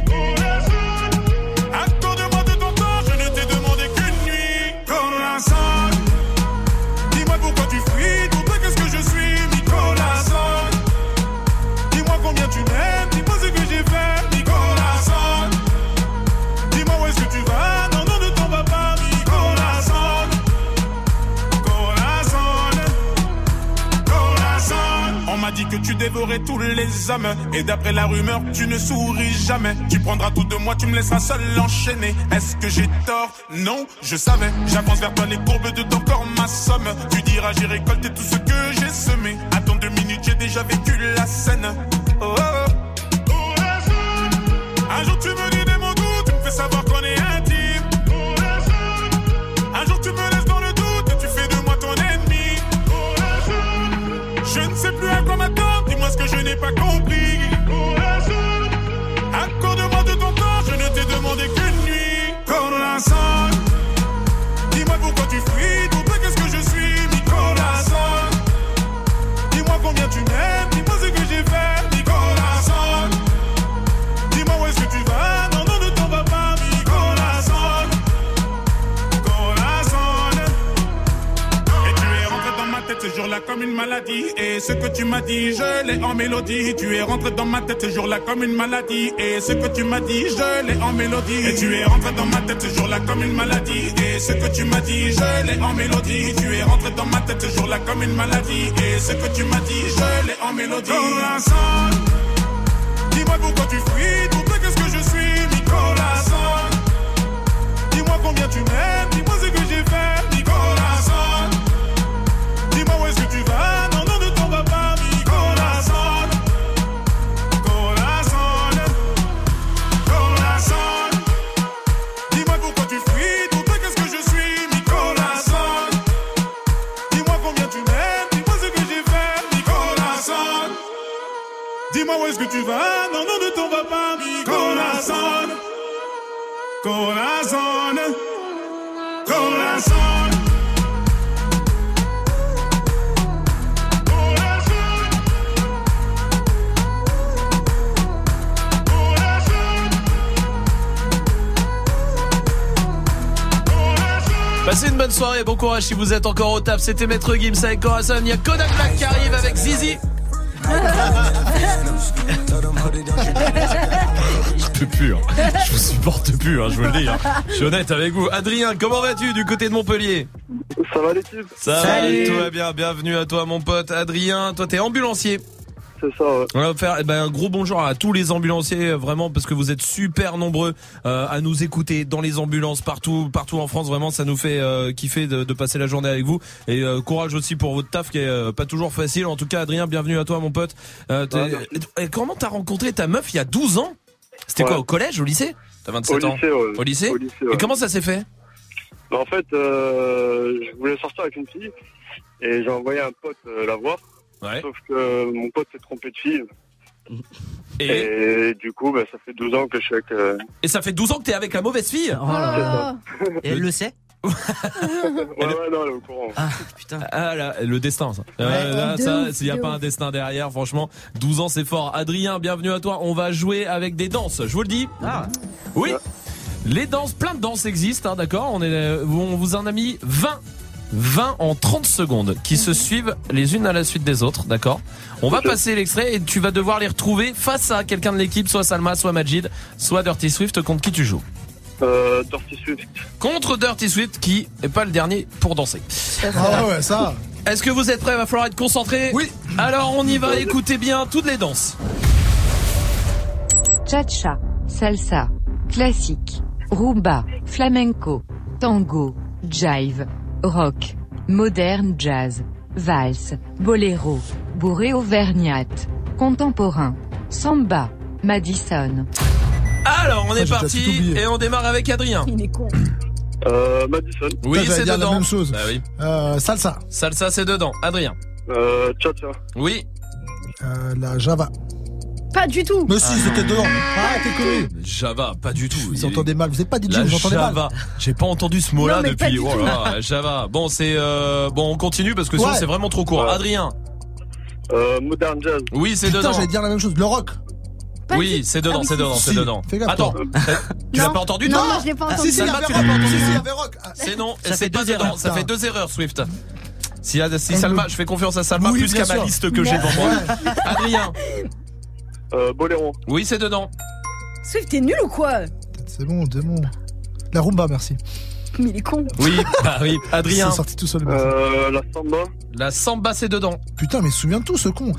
Accorde-moi de ton temps, je ne t'ai demandé qu'une nuit. Nicolas Sand. Dis-moi pourquoi tu fuis, pour toi qu'est-ce que je suis, Nicolas Sand. Dis-moi combien tu m'aimes, dis-moi ce que j'ai fait, Nicolas Sand. Dis-moi où est-ce que tu vas, non, non, ne t'en vas pas, Nicolas Sand. Nicolas Sand. Nicolas Sand. On m'a dit que tu dévorais tous les hommes. Et d'après la rumeur, tu ne souris jamais. Tu prendras tout de moi, tu me laisseras seul enchaîner. Est-ce que j'ai tort? Non, je savais. J'avance vers toi, les courbes de ton corps m'assomment. Tu diras, j'ai récolté tout ce que j'ai semé. Attends 2 minutes, j'ai déjà vécu la scène. Oh, oh, oh. Un jour tu me dis des mots doux, tu me fais savoir qu'on est intime. Un jour tu me laisses dans le doute et tu fais de moi ton ennemi. Je ne sais plus à quoi m'attendre, dis-moi ce que je n'ai pas compris. Accorde-moi de ton temps, je ne t'ai demandé qu'une nuit. Nicolas Sand. Dis-moi pourquoi tu fuis, pour toi qu'est-ce que je suis, Nicolas Sand. Dis-moi combien tu m'aimes, dis-moi ce que j'ai fait, Nicolas Sand. Dis-moi où est-ce que tu vas, non, non, ne t'en vas pas, Nicolas Sand. Nicolas Sand. Et tu es rentré dans ma tête ce jour-là comme une maladie. Et ce que tu m'as dit, je l'ai en mélodie. Tu es rentré dans ma tête ce jour-là comme une maladie. Et ce que tu m'as dit, je l'ai en mélodie. Et tu es rentré dans ma tête ce jour-là comme une maladie. Et ce que tu m'as dit, je l'ai en mélodie. Tu es rentré dans ma tête ce jour-là comme une maladie. Et ce que tu m'as dit, je l'ai en mélodie. Nicolas Sand. Dis-moi pourquoi tu fuis, pour toi qu'est-ce que je suis, Nicolas Sand. Dis-moi combien tu m'aimes, dis-moi ce que j'ai fait, Nicolas Sand. Dis-moi où est-ce que tu vas, non, non, ne t'en vas pas, Nicolas Sand. Nicolas Sand. Nicolas Sand. Dis-moi pourquoi tu fuis, pour toi qu'est-ce que je suis, Nicolas Sand. Dis-moi combien tu m'aimes, dis-moi ce que j'ai fait, Nicolas Sand. Dis-moi où est-ce que tu vas, non, non, ne t'en vas pas, Nicolas Sand. Nicolas Sand. Nicolas Sand. Passez une bonne soirée, bon courage si vous êtes encore au taf. C'était Maître Gims avec Corazon. Il y a Kodak Black qui arrive avec Zizi. Je peux plus, hein. Je vous supporte plus, hein, je vous le dis. Hein. Je suis honnête avec vous. Adrien, comment vas-tu du côté de Montpellier? Ça va l'équipe? Salut, tout va bien, bienvenue à toi mon pote. Adrien, toi t'es ambulancier. C'est ça, ouais. On va faire un gros bonjour à tous les ambulanciers, vraiment, parce que vous êtes super nombreux à nous écouter dans les ambulances partout en France. Vraiment, ça nous fait kiffer de passer la journée avec vous. Et courage aussi pour votre taf qui est pas toujours facile. En tout cas, Adrien, bienvenue à toi, mon pote. Comment t'as rencontré ta meuf il y a 12 ans? C'était quoi, au collège, au lycée? T'as 27 ans. Au lycée, ouais. Et comment ça s'est fait? En fait, je voulais sortir avec une fille et j'ai envoyé un pote la voir. Ouais. Sauf que mon pote s'est trompé de fille. Et du coup, ça fait 12 ans que je suis avec... Et ça fait 12 ans que t'es avec la mauvaise fille? C'est ça. Et elle le sait? Ouais, non, elle est au courant. Ah, putain. Ah là, le destin, ça. Là, ça, s'il n'y a pas un destin derrière, franchement, 12 ans, c'est fort. Adrien, bienvenue à toi. On va jouer avec des danses. Je vous le dis. Ah. Oui. Les danses, plein de danses existent, hein, d'accord? On vous en a mis 20 en 30 secondes qui se suivent les unes à la suite des autres, d'accord? On va passer l'extrait et tu vas devoir les retrouver face à quelqu'un de l'équipe, soit Salma, soit Majid, soit Dirty Swift. Contre qui tu joues? Dirty Swift. Contre Dirty Swift qui est pas le dernier pour danser. Ah ouais, ça. Est-ce que vous êtes prêts? Va falloir être concentré. Oui. Alors on y va, écoutez bien toutes les danses. Cha-cha, salsa, classique, rumba, flamenco, tango, jive, rock, moderne jazz, valse, boléro, bourré auvergnate, contemporain, samba, Madison. Alors on est parti et on démarre avec Adrien. Il est con. Madison. Oui, c'est dedans. La même chose. Bah oui. Salsa. Salsa, c'est dedans. Adrien. Cha-cha. Oui. La Java. Pas du tout. Mais si, c'était dedans. Ah, t'es connu. Java, pas du tout. Vous entendez mal. Vous êtes pas DJ, la vous entendez mal. Java. J'ai pas entendu ce mot-là Non, mais depuis. pas du tout. La Java. Bon, c'est bon, on continue parce que sinon c'est vraiment trop court. Adrien. Modern jazz. Oui, c'est Putain, dedans. j'allais dire la même chose. Le rock. Oui, c'est dedans, c'est dedans, c'est dedans. Fais gaffe. Attends, tu l'as pas entendu toi? Non, je l'ai pas entendu. Si, Salma, il y tu avait l'as pas rock. entendu? Si, il y avait rock. C'est non, Ça c'est fait pas deux dedans. erreurs. Ça fait 2 erreurs, Swift. Si Salma, je fais confiance à Salma Oui, plus bien qu'à ma sûr. liste que j'ai devant moi. Adrien. Boléro. Oui, c'est dedans. Swift, t'es nul ou quoi? C'est bon, démon. La rumba, merci. Mais il est con. Oui, bah oui. Adrien. C'est sorti tout seul. La samba. La samba, c'est dedans. Putain, mais souviens de tout ce con.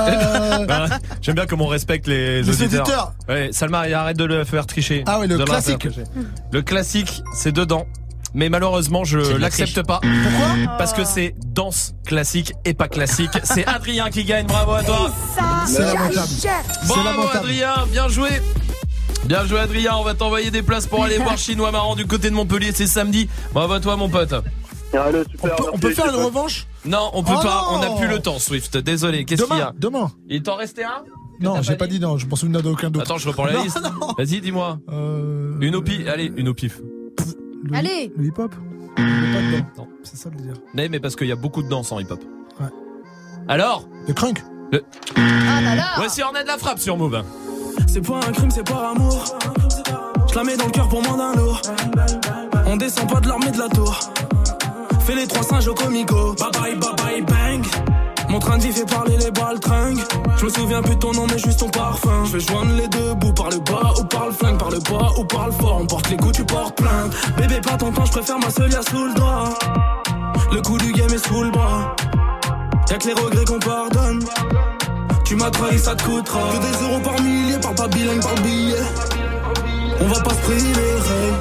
J'aime bien comment on respecte les auditeurs. Ouais, Salma, arrête de le faire tricher. Ah ouais, le De classique. Le classique, c'est dedans. Mais malheureusement, je l'accepte pas. Pourquoi? Parce que c'est danse classique et pas classique. C'est Adrien qui gagne. Bravo à toi. C'est lamentable. Bravo Adrien, bien joué. Bien joué Adrien, on va t'envoyer des places pour aller voir Chinois Marrant du côté de Montpellier, c'est samedi. Bravo à toi mon pote. Allez, super, On peut faire une revanche? Non, on peut pas, non. on n'a plus le temps Swift, désolé. Qu'est-ce qu'il y a? Demain. Il t'en restait un? Non, j'ai pas dit non, je m'en souviens d'aucun d'autre. Attends, je reprends la liste. Vas-y, dis-moi. Une au pif, allez, une au pif. Allez. Le hip-hop? Il est pas dedans. Non, c'est ça le dire. Mais parce qu'il y a beaucoup de danse en hip-hop. Ouais. Alors? Le crunk? Ah là là. Voici Ornette la frappe sur Move. C'est pas un crime, c'est par amour. Je la mets dans le cœur pour moins d'un lourd. On descend pas de l'armée de la tour. Fais les 3 singes au comico. Bye bye, bye bye, bang. Mon train de vie fait parler les baltringues. Je me souviens plus de ton nom mais juste ton parfum. Je vais joindre les deux bouts par le bas ou par le flingue. Par le bas ou par le fort. On porte les coups, tu portes plainte. Bébé pas ton temps, je préfère ma seule, y'a sous le doigt. Le coup du game est sous le bras. Y'a que les regrets qu'on pardonne. Tu m'as trahi, ça te coûtera. Que des euros par millier, parle pas bilingue, par billet. On va pas se priver,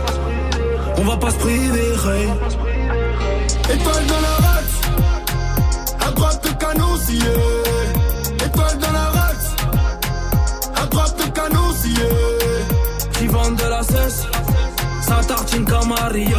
on va pas se priver. Étoile dans la race, à droite le canon scié. Étoile dans la race, à droite le canon scié. Qui vendent de la cesse, ça tartine comme Mario.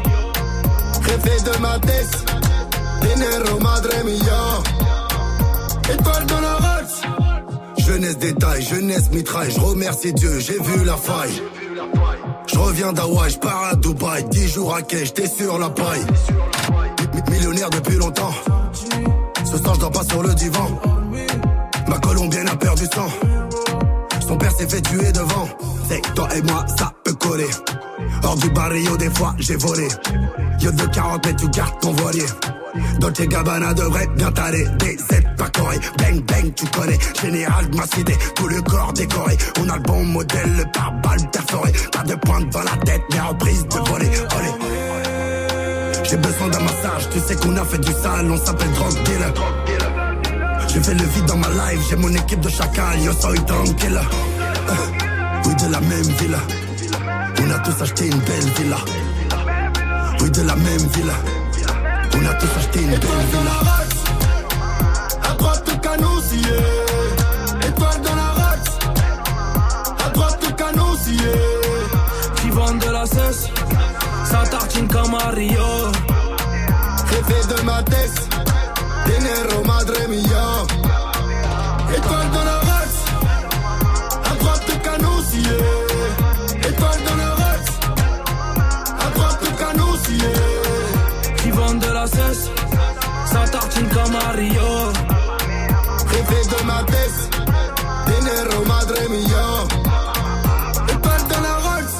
Jefe de ma tête, dinero madre mia. Étoile dans la race. Jeunesse détail, jeunesse mitraille. Je remercie Dieu, j'ai vu la faille. Je reviens d'Hawaï, je pars à Dubaï. 10 jours à quai, j'étais sur la paille. Millionnaire depuis longtemps. Ce soir je dors pas sur le divan. Ma colombienne a perdu sang. Son père s'est fait tuer devant. C'est toi et moi, ça peut coller. Hors du barrio, des fois j'ai volé. Yo de 40 mètres, tu gardes ton voilier. Dolce Gabbana devrait bien t'aller. DZ pas coré, bang bang tu connais. Général de ma cité, tout le corps décoré. On a le bon modèle, le pare-balles perforé. Pas de pointe dans la tête, mais en prise de voler. Olé. J'ai besoin d'un massage, tu sais qu'on a fait du sale, on s'appelle drug dealer. J'ai fait le vide dans ma life, j'ai mon équipe de chacal, yo soy tranquille. Oui de la même villa, on a tous acheté une belle villa. Oui de la même villa, on a tous acheté une belle villa. À droite le canousier, étoile dans la race. À droite le canousier, qui vendent de la cesse, ça tartine comme à Rio. Jefe de ma tête, dinero madre mia. Étoile dans la race, à droite le canousier. Étoile dans la race, à droite le canousier. Qui vendent de la cesse, ça tartine comme à Rio. Jefe de ma tête, dinero madre mia. Étoile dans la race.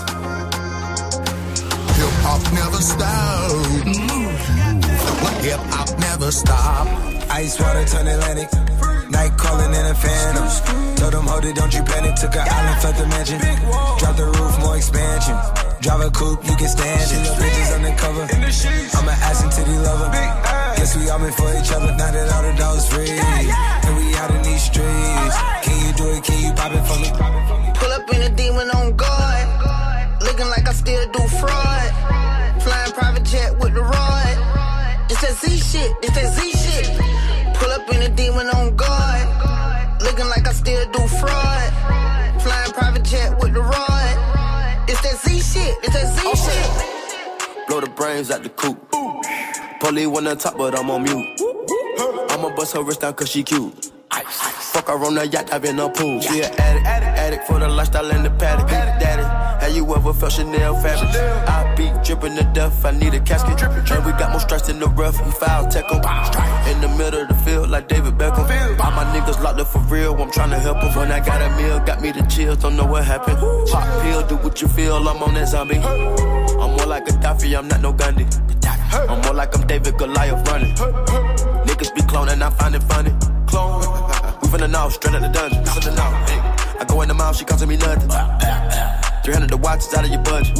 Hip hop never stop. Hip hop never stop. Ice water turn Atlantic. Night calling in a phantom. Told them, hold it, don't you panic. Took an island, felt the mansion. Drop the roof, more expansion. Drive a coupe, you can stand it. Bitches undercover. I'm an ass and titty lover. Guess we all meant for each other. Now that all the dogs free, and we out in these streets. Can you do it? Can you pop it for me? Pull up in a demon on guard. Looking like I still do fraud. Flying private jet with the rod. It's that Z shit, it's that Z shit. Pull up in a demon on guard. Looking like I still do fraud. Flying private jet with the rod. It's that Z shit, it's that Z shit. Blow the brains out the coop. Polly one on top, but I'm on mute. I'ma bust her wrist down cause she cute. Fuck her on the yacht, I've been on pool. She an addict for the lifestyle and the paddock. Daddy, have you ever felt Chanel fabric? I be dripping to death, I need a casket. And we got more strikes in the rough, we foul tech em. In the middle of the field like David Beckham. All my niggas locked up for real, I'm tryna help them. When I got a meal, got me the chills, don't know what happened. Pop pill, do what you feel, I'm on that zombie. I'm more like Gaddafi, I'm not no Gandhi. I'm more like I'm David Goliath running. Niggas be cloning, I find it funny. Clone. We finna know, straight out the dungeon. I go in the mouth, she costing me nothing. 300 the watch is out of your budget.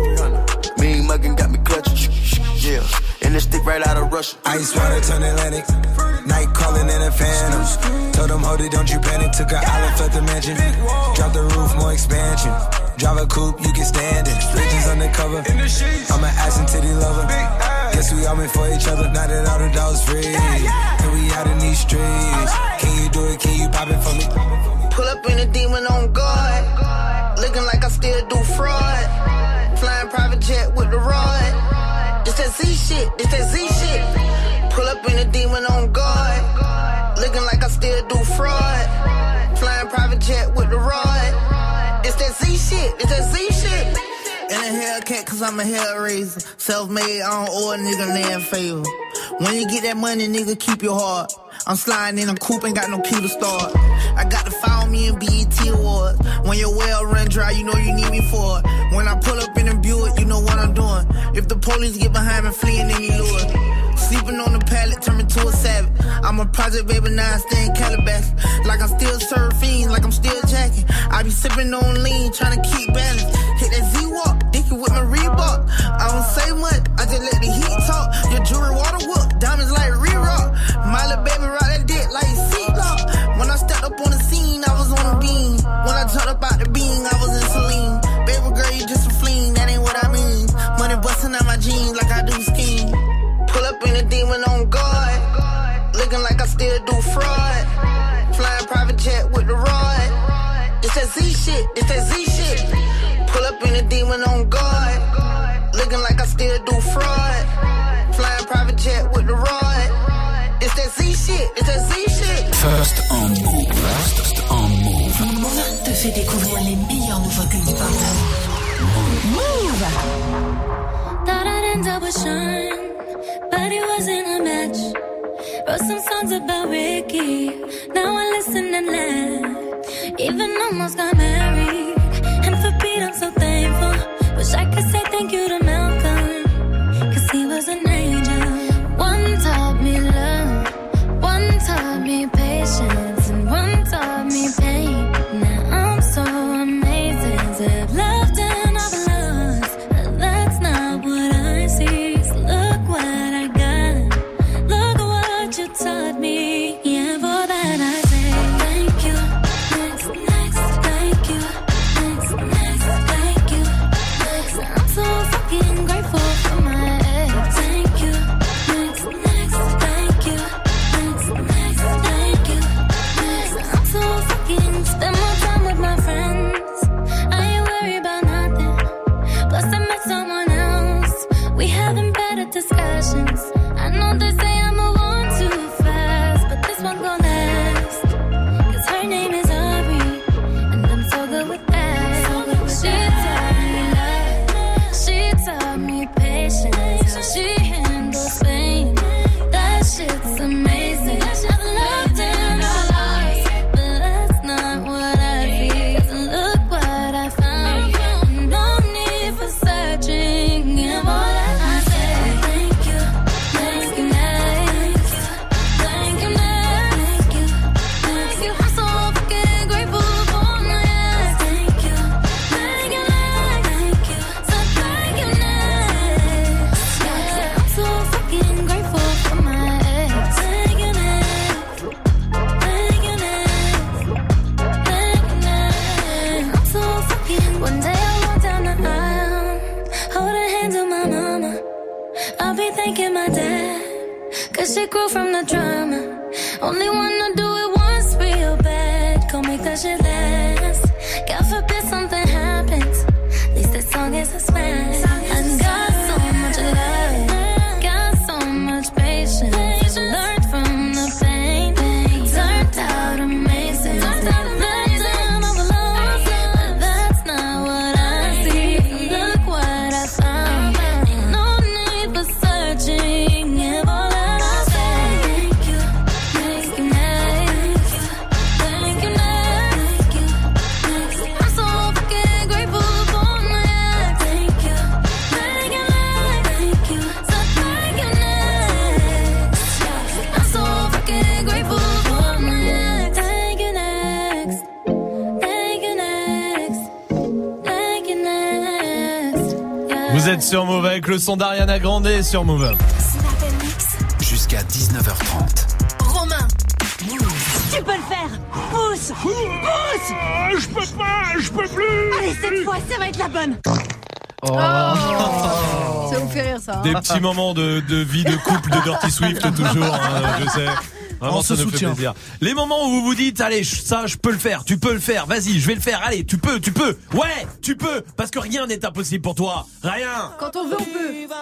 Mean muggin' got me clutching. Yeah, and this stick right out of Russia. Ice water turn Atlantic. Night calling in a phantom. Told them, hold it, don't you panic. Took an island, felt the mansion. Drop the roof, more expansion. Drive a coupe, you can stand it. Bridges undercover. I'm an ass and titty lover. Guess we all meant for each other. Now that all the dogs free, and we out in these streets. Can you do it? Can you pop it for me? Pull up in a demon on guard. Looking like I still do fraud. Flying private jet with the rod. It's that Z shit, it's that Z shit. Pull up in a demon on guard. Looking like I still do fraud. Flying private jet with the rod. It's that Z shit, it's that Z shit. In a Hellcat cause I'm a hellraiser. Self-made, I don't owe a nigga land favor. When you get that money, nigga, keep your heart. I'm sliding in a coupe, ain't got no key to start. I got to follow me in BET Awards. When your well run dry, you know you need me for it. When I pull up in a Buick, you know what I'm doing. If the police get behind me, fleeing any lure. Sleeping on the pallet, turn me to a savage. I'm a project baby, now I stay in Calabash. Like I'm still surfing, like I'm still jacking. I be sipping on lean, trying to keep balance. Hit that Z-Walk, dicky with my Reebok. I don't say much, I just let the heat talk. Your jewelry water whoop, diamonds like re-rock. My little baby rock that dick like seatlock. When I stepped up on the scene, I was on a beam. When I jumped up out the beam, I was in Celine. Baby girl, you just a fleen, that ain't what I mean. Money busting out my jeans like I do skiing. Pull up in a demon on guard. Looking like I still do fraud. Flying private jet with the rod. It's that Z shit, it's that Z shit. Pull up in a demon on guard. Looking like I still do fraud. Flying private jet with the rod. It's that Z shit, it's that Z shit. First on Move. First on Move. Move te fait découvrir les meilleures nouveautés du partage. Move. Thought I'd end up with Sean, but it wasn't a match. Wrote some songs about Ricky, now I listen and laugh. Even almost got married, and for Pete I'm so thankful. Wish I could say thank you to Malcolm, 'cause he was an angel. One taught me love, one taught me patience, and one taught me pain. Now I'm so amazing to have loved and I've lost, but that's not what I see. So look what I got, look what you taught me. Yeah, for that I say thank you. Next, thank you. Next, thank you. Next, I'm so fucking grateful for my ex. Thank you. Next, thank you. Next, thank you. Next, I'm so fucking spend more time with my friends. I ain't worried about nothing. Plus I met someone else. We having better discussions. I know they say I move on too fast, but this one gon' last. 'Cause her name is Ari, and I'm so good with that. She taught me love, she taught me patience, how she handles pain. That shit's amazing. I've loved and I've lost, but that's not what I see. 'Cause look what I found. No need for searching. Yeah, boy, I say thank you. Thank you, next. Thank you, next. Thank you. I'm so fucking grateful for my ex. Thank you. Thank you, next. Thank you. So thank you, next. Yeah, I'm so fucking grateful for my ex. Thank you, next. Thank you, next. Thank you, next. I'm so fucking. One day I walk down the aisle, holding hands with my mama. I'll be thanking my dad, 'cause she grew from the drama. Only wanna do it once real bad. Go make that shit last. God forbid something happens. At least this song is a smash. I got so much love, got so much patience. Learned from the pain. Turned out amazing. Let them all alone, but that's not what I see. Look what I found. Ain't no need for searching. Yeah, all that I say. Thank you. Thank you, next. Thank you, next. I'm so fucking grateful for my ex. Thank you. Thank you, next. Thank you. So thank you, next. I'm so fucking grateful for my ex. Thank you, next. Thank you, next. Thank you, next. Yeah. Vous êtes sur Move avec le son d'Ariana Grande sur Move. Jusqu'à 19h30. Romain. Tu peux le faire. Pousse. Pousse. Je peux pas, je peux plus. Allez, cette fois, ça va être la bonne. Ça vous fait rire ça. Des petits moments de vie de couple de Dirty Swift toujours, hein, je sais. Vraiment, On ça se nous fait soutient. plaisir. Les moments où vous vous dites, allez, ça, je peux le faire, tu peux le faire, vas-y, je vais le faire, allez, tu peux, ouais, tu peux, parce que rien n'est impossible pour toi, rien. Quand on veut, on peut.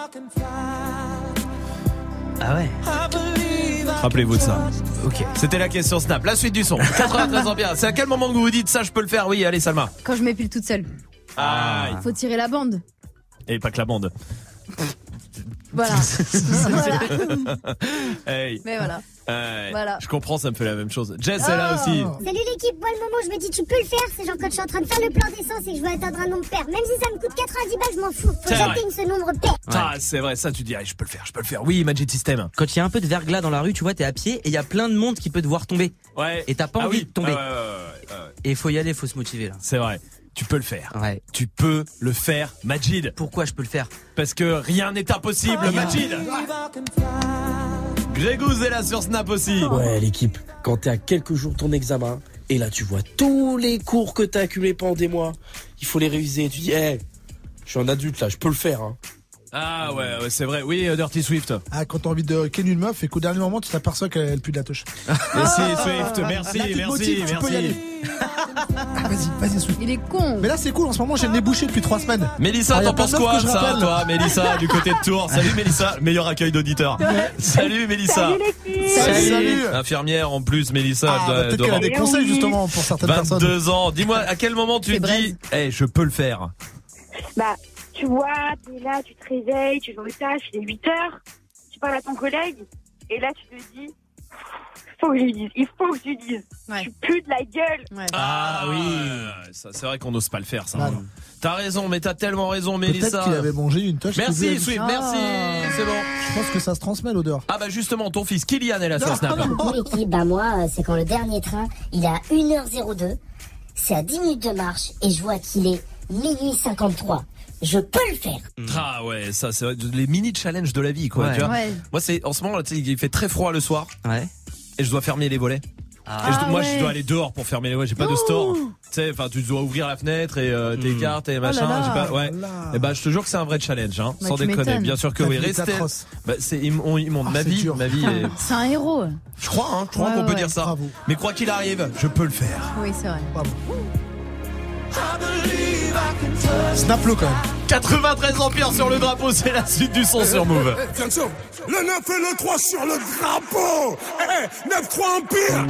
Ah ouais. Rappelez-vous de ça. Ok. C'était la question Snap, la suite du son. 93 ans bien. C'est à quel moment que vous vous dites, ça, je peux le faire? Oui, allez, Salma. Quand je m'épile toute seule. Aïe. Faut tirer la bande. Et pas que la bande. Voilà. Voilà. Hey. Mais voilà. Voilà. Je comprends, ça me fait la même chose. Jess est là aussi. Salut l'équipe, moi le moment où je me dis tu peux le faire, c'est genre quand je suis en train de faire le plein d'essence et que je veux atteindre un nombre pair. Même si ça me coûte 90 balles, je m'en fous. Faut que j'atteigne ce nombre pair. Ah, c'est vrai, ça tu dis, allez, je peux le faire. Oui, Magic System. Quand il y a un peu de verglas dans la rue, tu vois, t'es à pied et il y a plein de monde qui peut te voir tomber. Ouais. Et t'as pas envie de tomber. Ouais. Et il faut y aller, faut se motiver là. C'est vrai. Tu peux le faire. Ouais. Tu peux le faire, Majid. Pourquoi je peux le faire? Parce que rien n'est impossible, Majid. Grégouze est là sur Snap aussi. Ouais, l'équipe, quand t'es à quelques jours de ton examen, et là tu vois tous les cours que t'as accumulés pendant des mois, il faut les réviser, tu dis, je suis un adulte là, je peux le faire. Hein. Ah ouais, c'est vrai. Oui, Dirty Swift. Ah, quand t'as envie de ken une meuf et qu'au dernier moment tu t'aperçois qu'elle pue de la touche. Merci Swift, merci. Vas-y Swift. Il est con. Mais là c'est cool, en ce moment j'ai le nez bouché depuis 3 semaines. Mélissa, t'en penses quoi ça, toi, Mélissa, du côté de Tours? Salut Mélissa, meilleur accueil d'auditeur. Salut Mélissa. Salut. Infirmière en plus, Mélissa. Peut-être qu'elle a des conseils justement pour certaines personnes. 22 ans. Dis-moi, à quel moment tu te dis, je peux le faire? Bah, tu vois, t'es là, tu te réveilles, tu vas au taf, il est 8h, tu parles à ton collègue, et là tu te dis, faut que je lui dise. Il faut que je lui dise. Tu pues de la gueule. Ah oui, ça, c'est vrai qu'on n'ose pas le faire, ça. T'as raison, mais t'as tellement raison, Mélissa. Peut-être qu'il avait mangé une touche. Merci, Swift, merci, c'est bon. Je pense que ça se transmet l'odeur. Ah bah justement, ton fils Kylian est là sur Snap. Coucou l'équipe, bah moi, c'est quand le dernier train, il est à 1h02, c'est à 10 minutes de marche, et je vois qu'il est minuit 53. Je peux le faire. Ah ouais, ça c'est les mini challenges de la vie, quoi. Ouais. Tu vois. Ouais. Moi, c'est en ce moment, là, tu sais, il fait très froid le soir. Ouais. Et je dois fermer les volets. Et moi, je dois aller dehors pour fermer les volets. J'ai pas de store. Tu sais, enfin, tu dois ouvrir la fenêtre et tes cartes et machin. là. J'ai pas. Ouais. Et bah, je te jure que c'est un vrai challenge, hein, sans tu déconner. m'étonnes. Bien sûr que oui. Restez. Bah, ils montent ma vie. Ma vie. Est... C'est un héros. Je crois qu'on peut dire ça. Bravo. Mais quoi qu'il arrive, je peux le faire. Oui, c'est vrai. Bravo. Snap-le quand même. 93 Empire sur le drapeau, c'est la suite du son sur Move. Attention, le 9 et le 3 sur le drapeau. 9-3 Empire.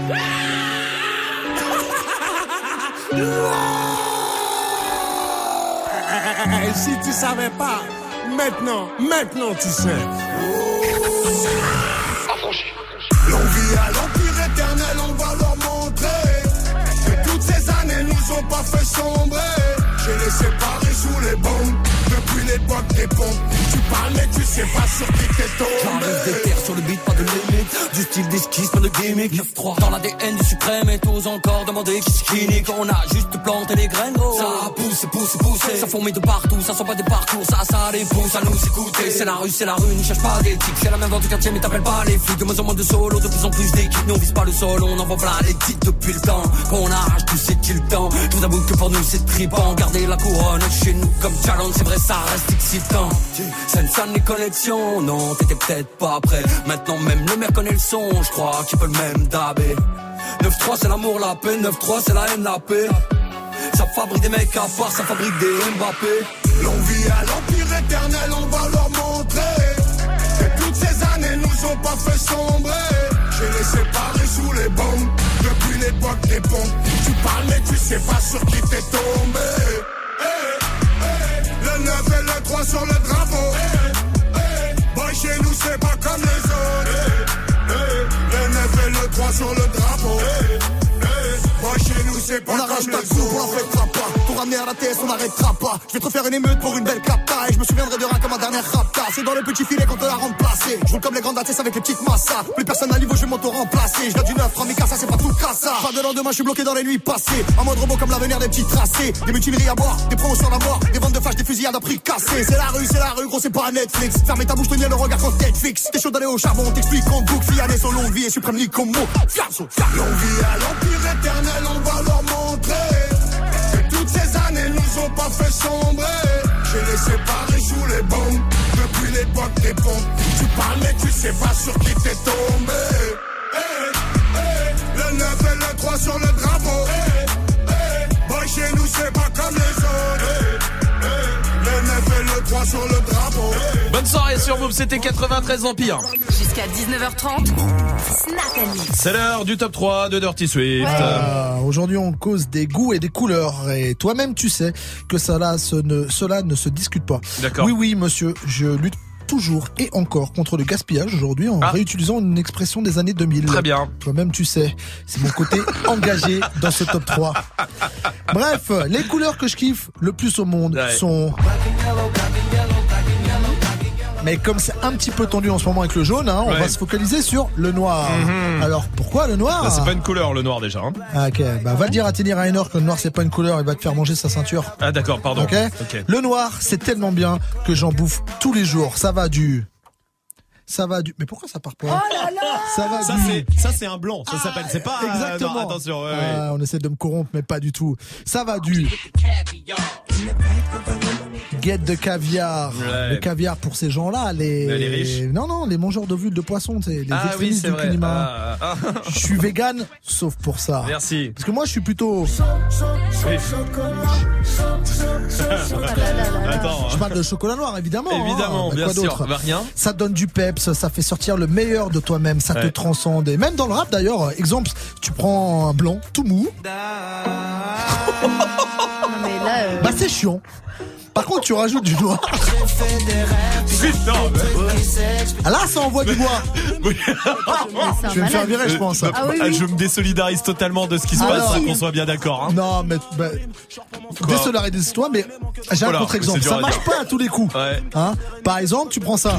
Si tu savais pas, maintenant tu sais. L'envie à l'Empire éternel, on va leur montrer que toutes ces années nous ont pas fait sombrer. J'ai les séparés sous les bombes depuis l'époque des pompes. Tu parles mais tu sais pas sur qui t'es tombé. J'arrive des terres sur le beat, pas de limite. Du style d'esquisse, pas de gimmick. 9-3 dans l'ADN du suprême et t'oses encore demander qui skinny. Quand on a juste planté les graines, gros. Ça pousse, ça fourmille de partout. Ça sent pas des parcours, ça les pousse à nous écouter. C'est la rue, n'y cherche pas d'éthique. C'est la même dans du quartier mais t'appelles pas les flics. De moins en moins de solo, de plus en plus d'équipes. Nous on vise pas le sol, on envoie plein les titres depuis le temps. Qu'on arrache tout c'est-il le temps. Je vous avoue que pour nous c'est trippant. Garder la couronne chez nous comme challenge, c'est vrai ça reste excitant. Sensan les connexions, non t'étais peut-être pas prêt. Maintenant même le maire connaît le son, je crois qu'il peut le même dabé. 9-3 c'est l'amour, la paix, 9-3 c'est la haine, la paix. Ça fabrique des mecs à part, ça fabrique des Mbappé. L'envie à l'Empire éternel, on va leur montrer que toutes ces années nous ont pas fait sombrer. J'ai les séparés sous les bombes depuis l'époque des pompes. Tu parles mais tu sais pas sur qui t'es tombé. Le 9 et le 3 sur le drapeau. Boy chez nous c'est pas comme les autres. Le 9 et le 3 sur le drapeau. Boy chez nous c'est pas comme les autres. On arrache ta coupe, on la fêtera pas. Pour ramener à la TS on n'arrêtera pas. Je vais te refaire une émeute pour une belle capta. Et je me souviendrai de rien comme ma dernière rapta. C'est dans le petit filet qu'on te l'a remplacé. Je roule comme les grandes ATS avec les petites massas. Plus personne à niveau, je vais m'auto-remplacer. Je viens du 9, 3 Mikasa, c'est pas tout cassa. Pas de lendemain, je suis bloqué dans les nuits passées. En mode robot comme l'avenir des petits tracés. Des mutineries à boire, des promotions à mort. Des ventes de flash, des fusillades à prix cassé. C'est la rue, gros, c'est pas Netflix. Fermez ta bouche, tenir le regard contre Netflix. T'es chaud d'aller au charbon, on t'explique en boucle. Fiané, son longue vie et suprême ni comme mot. L'envie à l'Empire éternel, on va leur montrer que toutes ces années nous ont pas fait sombrer. J'ai les séparés sous les bombes depuis l'époque des pompes. Tu parles mais tu sais pas sur qui t'es tombé. Le 9 et le 3 sur le drapeau. Boy chez nous c'est pas comme les autres. Le 9 et le 3 sur le drapeau. Bonne soirée sur Move, c'était 93 Empire. Jusqu'à 19h30, Snap Mix. C'est l'heure du top 3 de Dirty Swift. Aujourd'hui, on cause des goûts et des couleurs. Et toi-même, tu sais que cela ne se discute pas. D'accord. Oui, monsieur, je lutte toujours et encore contre le gaspillage aujourd'hui en réutilisant une expression des années 2000. Très bien. Toi-même, tu sais, c'est mon côté engagé dans ce top 3. Bref, les couleurs que je kiffe le plus au monde sont... Mais comme c'est un petit peu tendu en ce moment avec le jaune, on va se focaliser sur le noir. Alors pourquoi le noir? Bah, c'est pas une couleur le noir déjà. Ok, bah va le dire à Teddy Riner que le noir c'est pas une couleur, il va te faire manger sa ceinture. Ah d'accord, pardon. Ok. Le noir c'est tellement bien que j'en bouffe tous les jours. Ça va du... Mais pourquoi ça part pas? Oh là là! Ça c'est un blanc, ça s'appelle. C'est pas... Exactement. Non, attention, on essaie de me corrompre, mais pas du tout. Ça va du... Guette de caviar. Le caviar pour ces gens-là, les riches. Non, les mangeurs d'ovules de poisson, les extrémistes du climat. Je suis vegan, sauf pour ça. Merci. Parce que moi, je suis plutôt... Attends. Je parle de chocolat noir, évidemment. Évidemment, bien sûr. Bah, rien. Ça donne du peps, ça fait sortir le meilleur de toi-même, ça te transcende. Et même dans le rap, d'ailleurs, exemple, tu prends un blanc tout mou. Mais là, bah, c'est chiant. Par contre, tu rajoutes du noir. Ah là, ça envoie du bois. Je vais me faire virer, je pense. Ah oui, oui. Je me désolidarise totalement de ce qui se passe, qu'on soit bien d'accord. Hein. Non, mais désolidarise-toi, mais j'ai un contre-exemple. Ça marche pas à tous les coups. Ouais. Hein, par exemple, tu prends ça.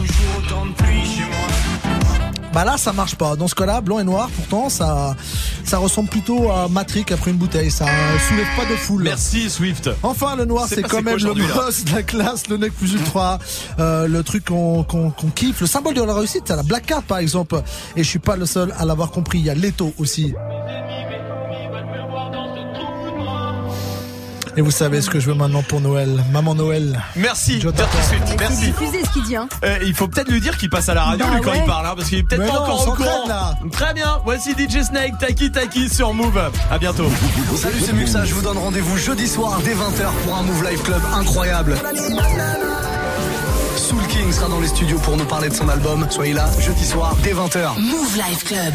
Bah là, ça marche pas. Dans ce cas-là, blanc et noir, pourtant, ça ressemble plutôt à Matrix après une bouteille. Ça soulève pas de foule. Merci, Swift. Enfin, le noir, c'est quand même le boss de la classe, le nec plus ultra, le truc qu'on kiffe. Le symbole de la réussite, c'est la Black Card, par exemple. Et je suis pas le seul à l'avoir compris. Il y a Leto aussi. Et vous savez ce que je veux maintenant pour Noël. Maman Noël. Merci. Merci. C'est diffusé ce qu'il dit, hein. Il faut peut-être lui dire qu'il passe à la radio quand il parle, hein, parce qu'il est peut-être pas encore au courant. Là. Très bien. Voici DJ Snake, Taki Taki sur Move. À bientôt. Salut, c'est Muxa. Je vous donne rendez-vous jeudi soir dès 20h pour un Move Live Club incroyable. Soul King sera dans les studios pour nous parler de son album. Soyez là jeudi soir dès 20h. Move Live Club.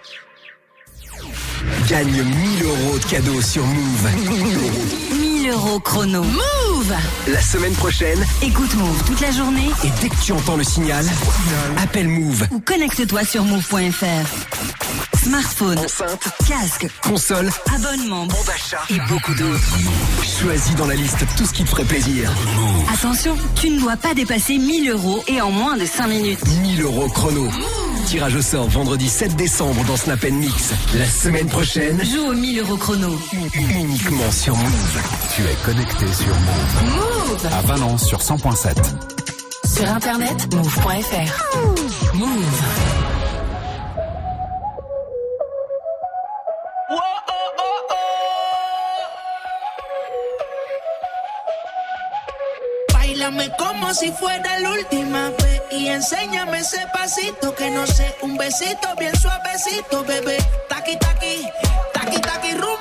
Gagne 1000 € de cadeaux sur Move. 1000 € chrono. Move! La semaine prochaine, écoute Move toute la journée. Et dès que tu entends le signal, appelle Move. Ou connecte-toi sur move.fr. Smartphone, enceinte, casque, console, abonnement, bon d'achat et beaucoup d'autres. Choisis dans la liste tout ce qui te ferait plaisir. Attention, tu ne dois pas dépasser 1000 € et en moins de 5 minutes. 1000 € chrono. Tirage au sort vendredi 7 décembre dans Snap & Mix. La semaine prochaine, joue au 1000 € chrono. Uniquement sur Move. Tu es connecté sur Move. Move! À Valence sur 100.7. Sur internet, move.fr. Move. Báilame como si fuera la última vez y enséñame ese pasito que no sé, un besito bien suavecito, bebé. Taqui taqui, taqui taqui rumba.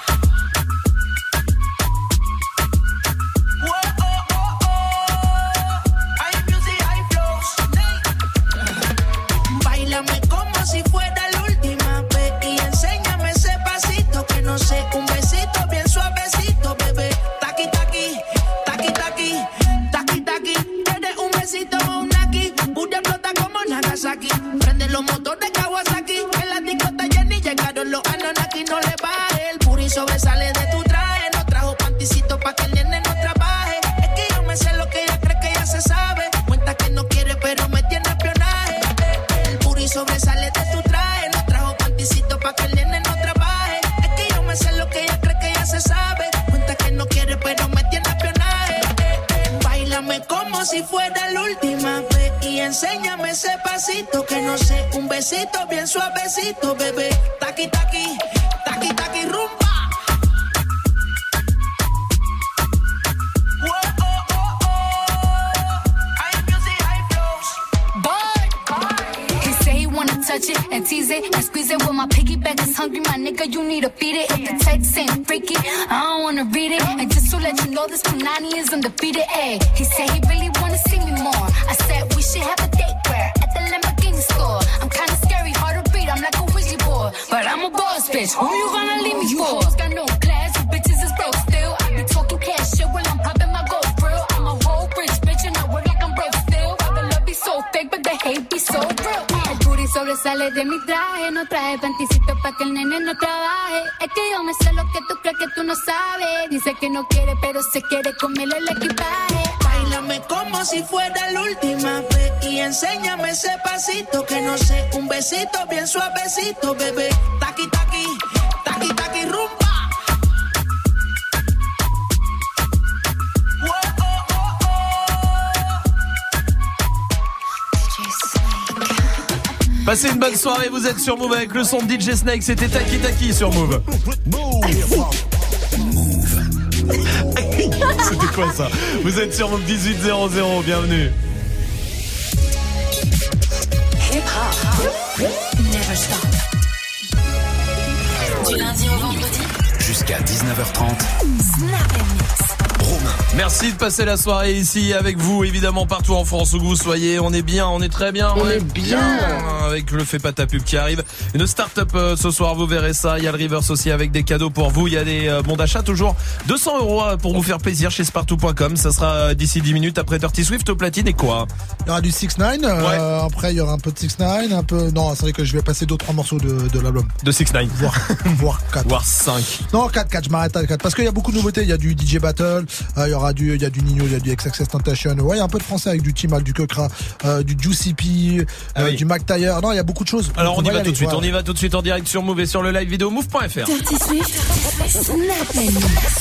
Báilame como si fuera la última vez y enséñame ese pasito que no sé, un besito bien suavecito, bebé. Taqui taqui, taqui taqui, taqui taqui. Quieres un besito o un naki, pura explota como Nagasaki. Prende los motores Kawasaki, en la discota Jenny llegaron los Anunnaki. No le baje, el puri sobresale de tu traje. No trajo panticito pa' que el nene no trabaje. Es que yo me sé lo que ella cree que ya se sabe. Cuenta que no quiere pero me tiene espionaje. El puri sobresale de tu traje. No trajo panticito pa' que el nene no trabaje. Es que yo me sé lo que ella cree que ya se sabe. Cuenta que no quiere pero me tiene espionaje. Báilame como si fuera la última vez y enséñame ese pasito que no sé, un besito bien suavecito, bebé. Taqui taqui, taqui taqui rumba. Touch it and tease it and squeeze it. When my piggyback is hungry, my nigga, you need to feed it. If the text ain't freaky, I don't wanna read it. And just to let you know, this Punani is undefeated. Ay, he said he really wanna see me more. I said we should have a date where at the Lamborghini store. I'm kinda scary, hard to read. I'm like a Ouija board, but I'm a boss bitch. Who you gonna leave me for? You got no class, you bitches is broke still. I be talking cash shit while I'm popping my gold grill. I'm a whole rich bitch and I work like I'm broke still. The love be so fake, but the hate be so real. Sobresale de mi traje, no traje panticito pa' que el nene no trabaje. Es que yo me sé lo que tú crees que tú no sabes. Dice que no quiere, pero se quiere comerle el equipaje. Báilame como si fuera la última vez y enséñame ese pasito que no sé, un besito bien suavecito, bebé. Taqui taqui, taqui taqui rumba. Passez une bonne soirée, vous êtes sur Move avec le son de DJ Snake, c'était Taki Taki sur Move. C'était quoi ça? Vous êtes sur Move 1800, bienvenue. Hip hop, never stop. Du lundi au vendredi, jusqu'à 19h30. Snap & Mix. Merci de passer la soirée ici avec vous, évidemment partout en France où vous soyez. On est bien, on est très bien. On est bien. Avec le Fais pas ta pub qui arrive. Une start-up ce soir, vous verrez ça. Il y a le reverse aussi avec des cadeaux pour vous. Il y a des bons d'achat toujours. 200 € pour vous faire plaisir chez Spartoo.com. Ça sera d'ici 10 minutes après Dirty Swift au platine et quoi? Il y aura du 6ix9ine. Après, il y aura un peu de 6ix9ine. Un peu. Non, c'est vrai que je vais passer 2-3 morceaux de l'album. De 6ix9ine. Voire 4. Voire 5. Non, 4. Je m'arrête à 4. Parce qu'il y a beaucoup de nouveautés. Il y a du DJ Battle. Il y aura il y a du Nino. Il y a du XXXTentacion. Ouais, il y a un peu de français avec du Timal, du Kekra, du Juicy P, du Mac Taylor. Non, il y a beaucoup de choses. Alors on y va tout de suite. On y va tout de suite en direct sur Move et sur le live vidéo move.fr. Dirty Swift, Snap and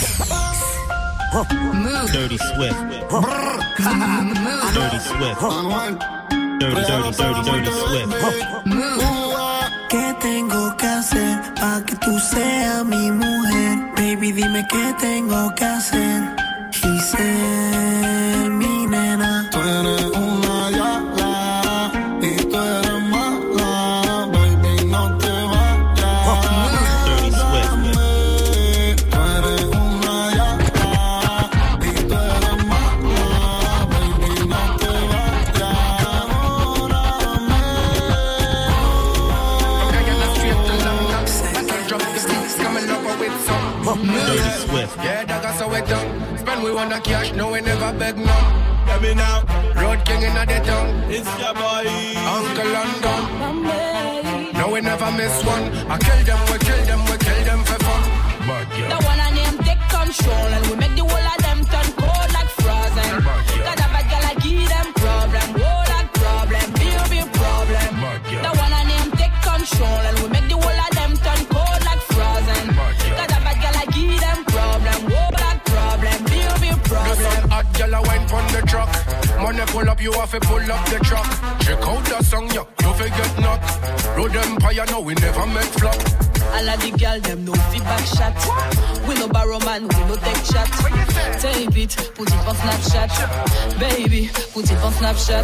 Move. Dirty Swift. Dirty Swift. Dirty Swift. ¿Qué tengo que hacer para que tú seas mi mujer? Baby, dime qué tengo que hacer. Giselle, mi nena. Tú eres una yala y tú eres mala, baby, no te vayas. Dirty Swift. Tú eres una yala y tú eres mala, baby, no te vayas. Dirty Swift. Yeah, that got so wet down. Spend we want the cash, no we never beg none. Let me now, road king in the town. It's your boy, Uncle London. No we never miss one. I kill them, we kill them, we kill them for fun. The one I name take control and we make the whole of them turn cold like frozen. Got a bad girl, I give them problem, whole lot problem, big problem. The one I name take control and we make the whole of them turn cold like frozen. Got a bad girl, I give them problem, whole lot problem, big problem. The sun hot girl, I went on the truck. Money pull up, you have to pull up the truck. Check out the song, yo, you forget not. Road Empire, no, we never make flop. All of the girl, them no feedback shot. We no borrow man, we no take shot. Tape it, put it on Snapchat. Baby, put it on Snapchat.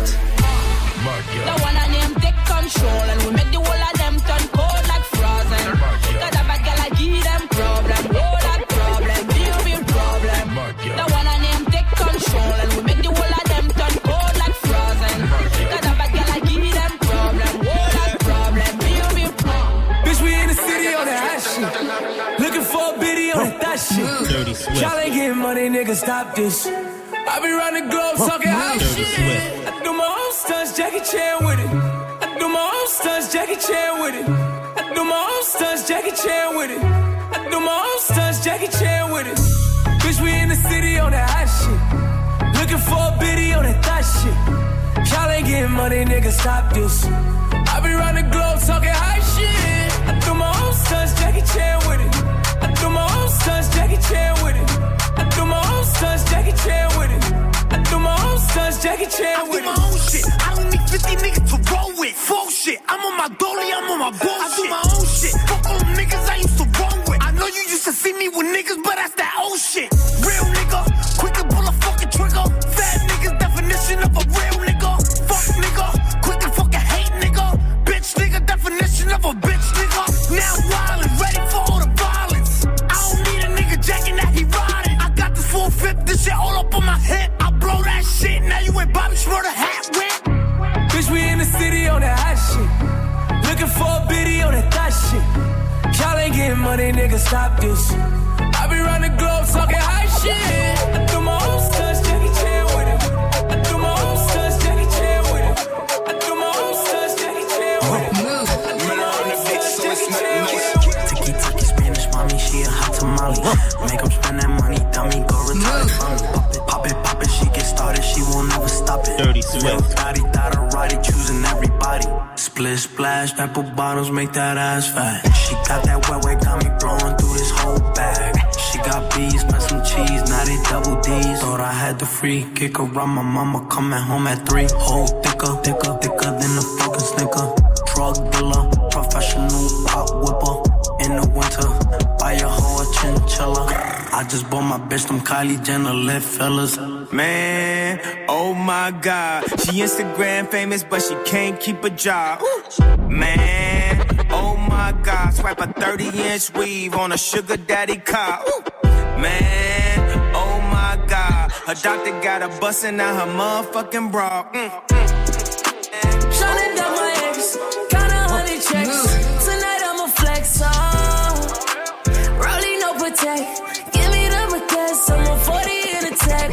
The one I name take control and we make the whole of them turn cold like frozen. Got a bad girl, I give them problem, whole lot problem, big problem. The one I name take control and we make the whole of them turn cold like frozen. Got a bad girl, I give them problem, whole lot problem, big problem. Bitch, we in the city on that hot shit. Looking for a biddy on that shit. Dirty Swift. Y'all ain't getting money, nigga, stop this. I be round the globe talking hot Dirty shit. Swift. I do my own stunts, Jackie Chan with it. I do my own stunts, Jackie Chan with it. I do my own stunts, Jackie Chan with it. I do my own stunts, Jackie Chan with it. Bitch, we in the city on that hot shit. Looking for a biddy on that thot shit. Y'all ain't getting money, nigga, stop this. I be round the globe talking hot shit. I do my own stunts, Jackie Chan with it. I do my own stunts, Jackie Chan with it. I do my own stunts, Jackie Chan with it. I do my own stunts, Jackie Chan with it. I do my own shit. I don't need 50 niggas to roll with. Full shit. I'm on my dolly, I'm on my bullshit. I do my own shit. Fuck all them niggas I used to roll with. I know you used to see me with niggas, but that's that old shit. Real nigga, quick to pull a fucking trigger. Fat niggas, definition of a real nigga. Fuck nigga, quick to fucking hate nigga. Bitch nigga, definition of a bitch nigga. Now wildin', ready for all the violence. I don't need a nigga jacking that he riding. I got this 450, this shit all up on my hip. I blow that shit, now you ain't Bobby Schmurder hat whip. Bitch, we in the city on that hot shit. Looking for a biddy on that thot shit. Y'all ain't getting money, nigga, stop this. I be round the globe talking hot shit. I do my own stunts, Jackie Chan with it. I do my own stunts, Jackie Chan with it. I do my own stunts, Jackie Chan with it. I do my own stunts, Jackie Chan with it. Tiki-taki Spanish, mommy, she a hot tamale. Make 'em spend that money, dummy, go retarded. Pop it, she get started, she won't ever stop it. Dirty Swift. Thotty, choosing everybody. Split splash, apple bottles, make that ass fat. She got that wet, got me blowing through this whole bag. She got bees, spent some cheese, now they double D's. Thought I had the free kick around my mama, coming home at 3. Whole thicker than a fucking Snicker. Drug dealer, professional pop whipper. In the winter, buy a whole chinchilla. I just bought my bitch them Kylie Jenner lip fillers. Man, oh my God. She Instagram famous, but she can't keep a job. Man, oh my God. Swipe a 30-inch weave on a sugar daddy car. Man, oh my God. Her doctor got her busting out her motherfucking bra. Tryna dump my ex, kinda honey checks. Tonight I'ma flex on. Rolling no protect. Give me the baguettes, I'm a 40 in a tech.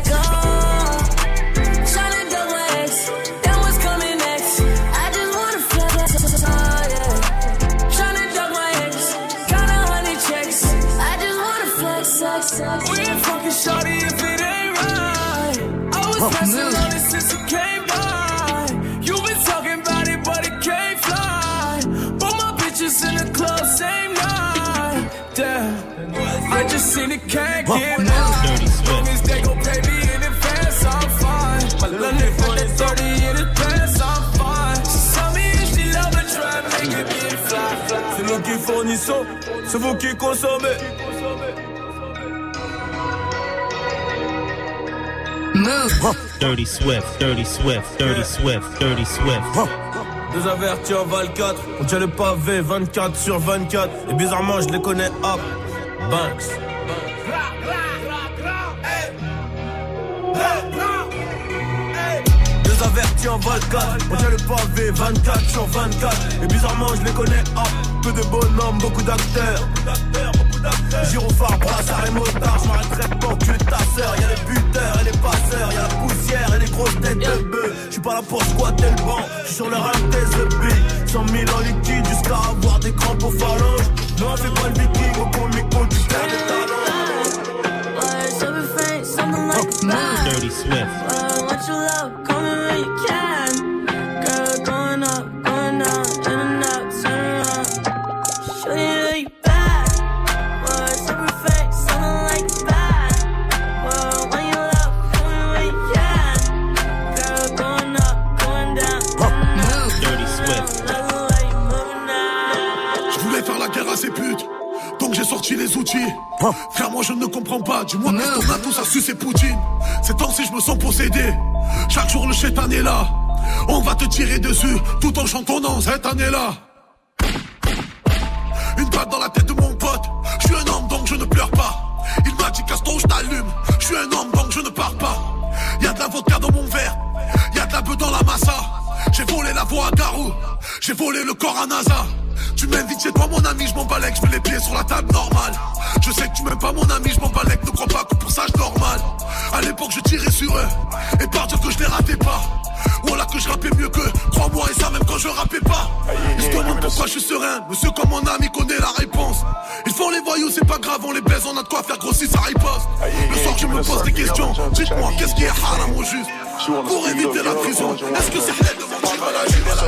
Tryna dump my ex, then what's coming next? I just wanna flex, yeah. Tryna dump my ex, kinda honey checks. I just wanna flex. We ain't fucking shawty if it ain't right. I was messing on it since it came by. You been talking about it, but it can't fly. But my bitches in the club same night. Damn, I just seen it can't get mine. Long as they gon' pay me in advance, I'm fine. My little nigga got that 30 in advance, I'm fine. She saw me and she love it, try to make it be fly. C'est nous qui fournissons, c'est vous qui consommez. Move. Dirty Swift, Dirty Swift, Dirty Swift, Dirty Swift. Deux avertis en Val 4, on tient le pavé 24 sur 24. Et bizarrement je les connais hop, Banks. Deux avertis en Val 4, on tient le pavé 24 sur 24. Et bizarrement je les connais hop, peu de bonhommes, beaucoup d'acteurs. Gyrophare, brassard et motard, je m'arrêterai pas que ta sœur. Y'a les buteurs et les passeurs, y'a la poussière et les grosses têtes de bœuf. J'suis pas là pour squatter le banc, j'suis sur le rap des EP. 100 000 en liquide jusqu'à avoir des crampes aux phalanges. Non, fais pas le viking, au comico, tu perds des talents. Dirty Swift. What you love, come when you can. Girl, going up, going down, in and out, turn around. Show you that you bad. Super fake, something like that. When you love, come when you can. Girl, going up, going down. Dirty Swift. Je voulais faire la guerre à ces putes, donc j'ai sorti les outils. Frère, moi je ne comprends pas, du moins qu'est-ce qu'on a tous à sucer Poutine. Ces temps-ci je me sens possédé, chaque jour le chétan est là. On va te tirer dessus, tout en chantonnant cette année-là. Une balle dans la tête de mon pote, je suis un homme donc je ne pleure pas. Il m'a dit Gaston je t'allume, je suis un homme donc je ne pars pas. Y'a de la vodka dans mon verre, y'a de la bœuf dans la massa. J'ai volé la voix à Garou, j'ai volé le corps à NASA. Tu m'invites chez toi mon ami, je m'en balèque, je mets les pieds sur la table normale. Je sais que tu m'aimes pas mon ami, je m'en balèque, ne crois pas que pour ça je normal. À l'époque je tirais sur eux, et par dire que je les ratais pas. Voilà que je rappais mieux qu'eux, crois-moi et ça même quand je rappais pas. Ils se demandent pourquoi je suis serein, monsieur comme mon ami connaît la réponse. Ils font les voyous, c'est pas grave, on les baise, on a de quoi faire grossir sa riposte. Le soir je me pose des questions, dites-moi qu'est-ce qui est haram au juste. Pour éviter la prison, est-ce que c'est halal de mentir à la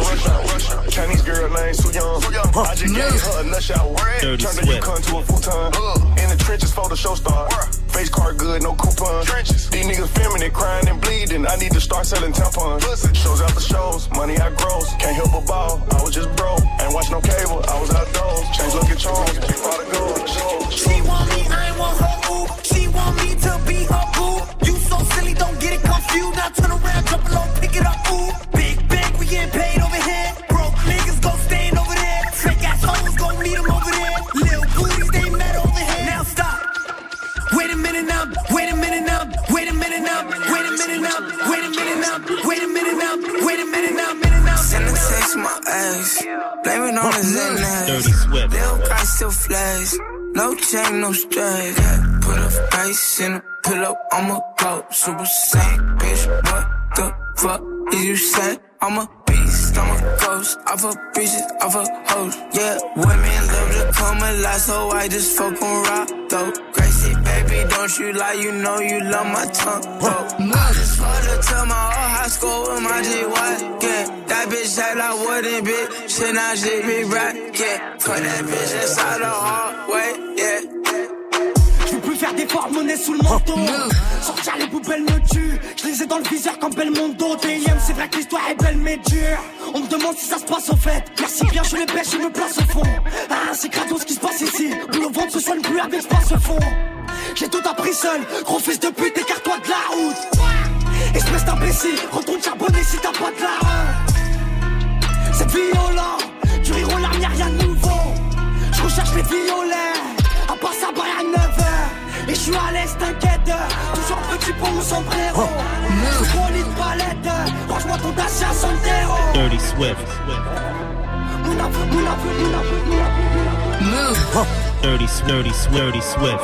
juge? Chinese girl named Su Young. I just gave her a nut shower. Turned the Yukon to a futon. In the trenches for the show star. Face card good, no coupon. These niggas feminine, crying and bleeding. I need to start selling tampons. Shows after shows, money I gross. Can't help but ball, I was just broke. Ain't watch no cable, I was outdoors. Change look at charms, big pot of gold. She want me, I want her, ooh. She want me to be her boo. You so silly, don't get it confused. Now turn around, jump along, pick it up, ooh. Big bag, we getting paid over here. Broke niggas gon' stand over there. Fake ass hoes gon' meet them over there. Little booties, they met over here. Now stop. Wait a minute now, wait a minute now, wait a minute now, wait a minute now, wait a minute now, wait a minute now, wait a minute now, minute now. Send a text my ex, blame it on the Xanax. Little guy still flash, no chain, no stress. Yeah, put a face in a pillow, I'ma go super saiyan, bitch. What the fuck is you say? I'm a beast, I'm a ghost. I fuck bitches, I fuck hoes. Yeah, women love to come alive, so I just fuck on rock though. Gracie, baby, don't you lie, you know you love my tongue, bro. I just wanna tell my whole high school with my GY. Yeah, that bitch act like wooden bitch, shit now she be right. Yeah, put that bitch inside the hallway. Yeah. Faire des forts monnaies sous le manteau. Sortir les poubelles me tue. Je les ai dans le viseur comme Belmondo. DIM, c'est vrai que l'histoire est belle mais dure. On me demande si ça se passe au fait. Merci bien, je les pêche, je me place au fond. Ah, c'est crado ce qui se passe ici. Boule au ventre se soigne plus avec space au fond. J'ai tout appris seul. Gros fils de pute, écarte-toi de la route. Espèce d'imbécile, retourne charbonner si t'as pas de la honte. C'est violent, du rire aux larmes, y'a rien de nouveau. Je recherche les violets. À part ça, bah y'a 9 heures. Et je suis à l'aise, t'inquiète. Toujours petit pour mon sombrero. Gros lit de palette. Range-moi ton Dacia Sandero. Dirty Swift. Move. Dirty Swift.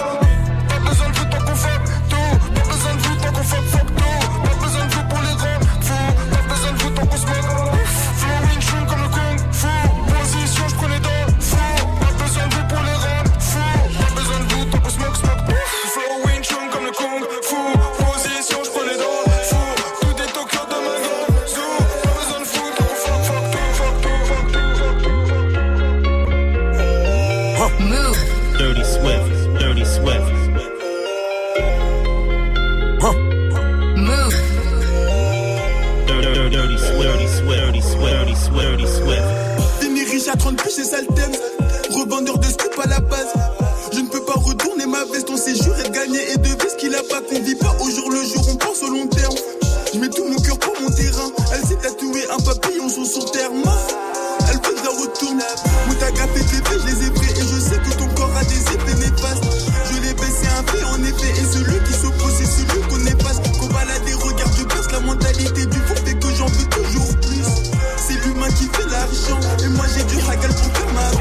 Fini riche à 30 plus, c'est ça le thème. Revendeur de scoop à la base. Je ne peux pas retourner ma veste. On sait jurer de gagner et de veste qu'il a pas. Qu'on vit pas au jour le jour, on pense au long terme. Je mets tout mon cœur pour mon terrain. Elle s'est tatouée un papillon sur son terme. Elle veut que je retourne. Moutaga fait des faits, je les ai faits. Et je sais que ton corps a des effets néfastes. Je l'ai baissé un peu en effet. Et celui qui s'oppose, c'est celui qu'on efface. Qu'on balade et regarde, je perce la mentalité du fond fait que j'en veux toujours plus. C'est l'humain qui fait l'argent. Et moi j'ai du ragal pour faire ma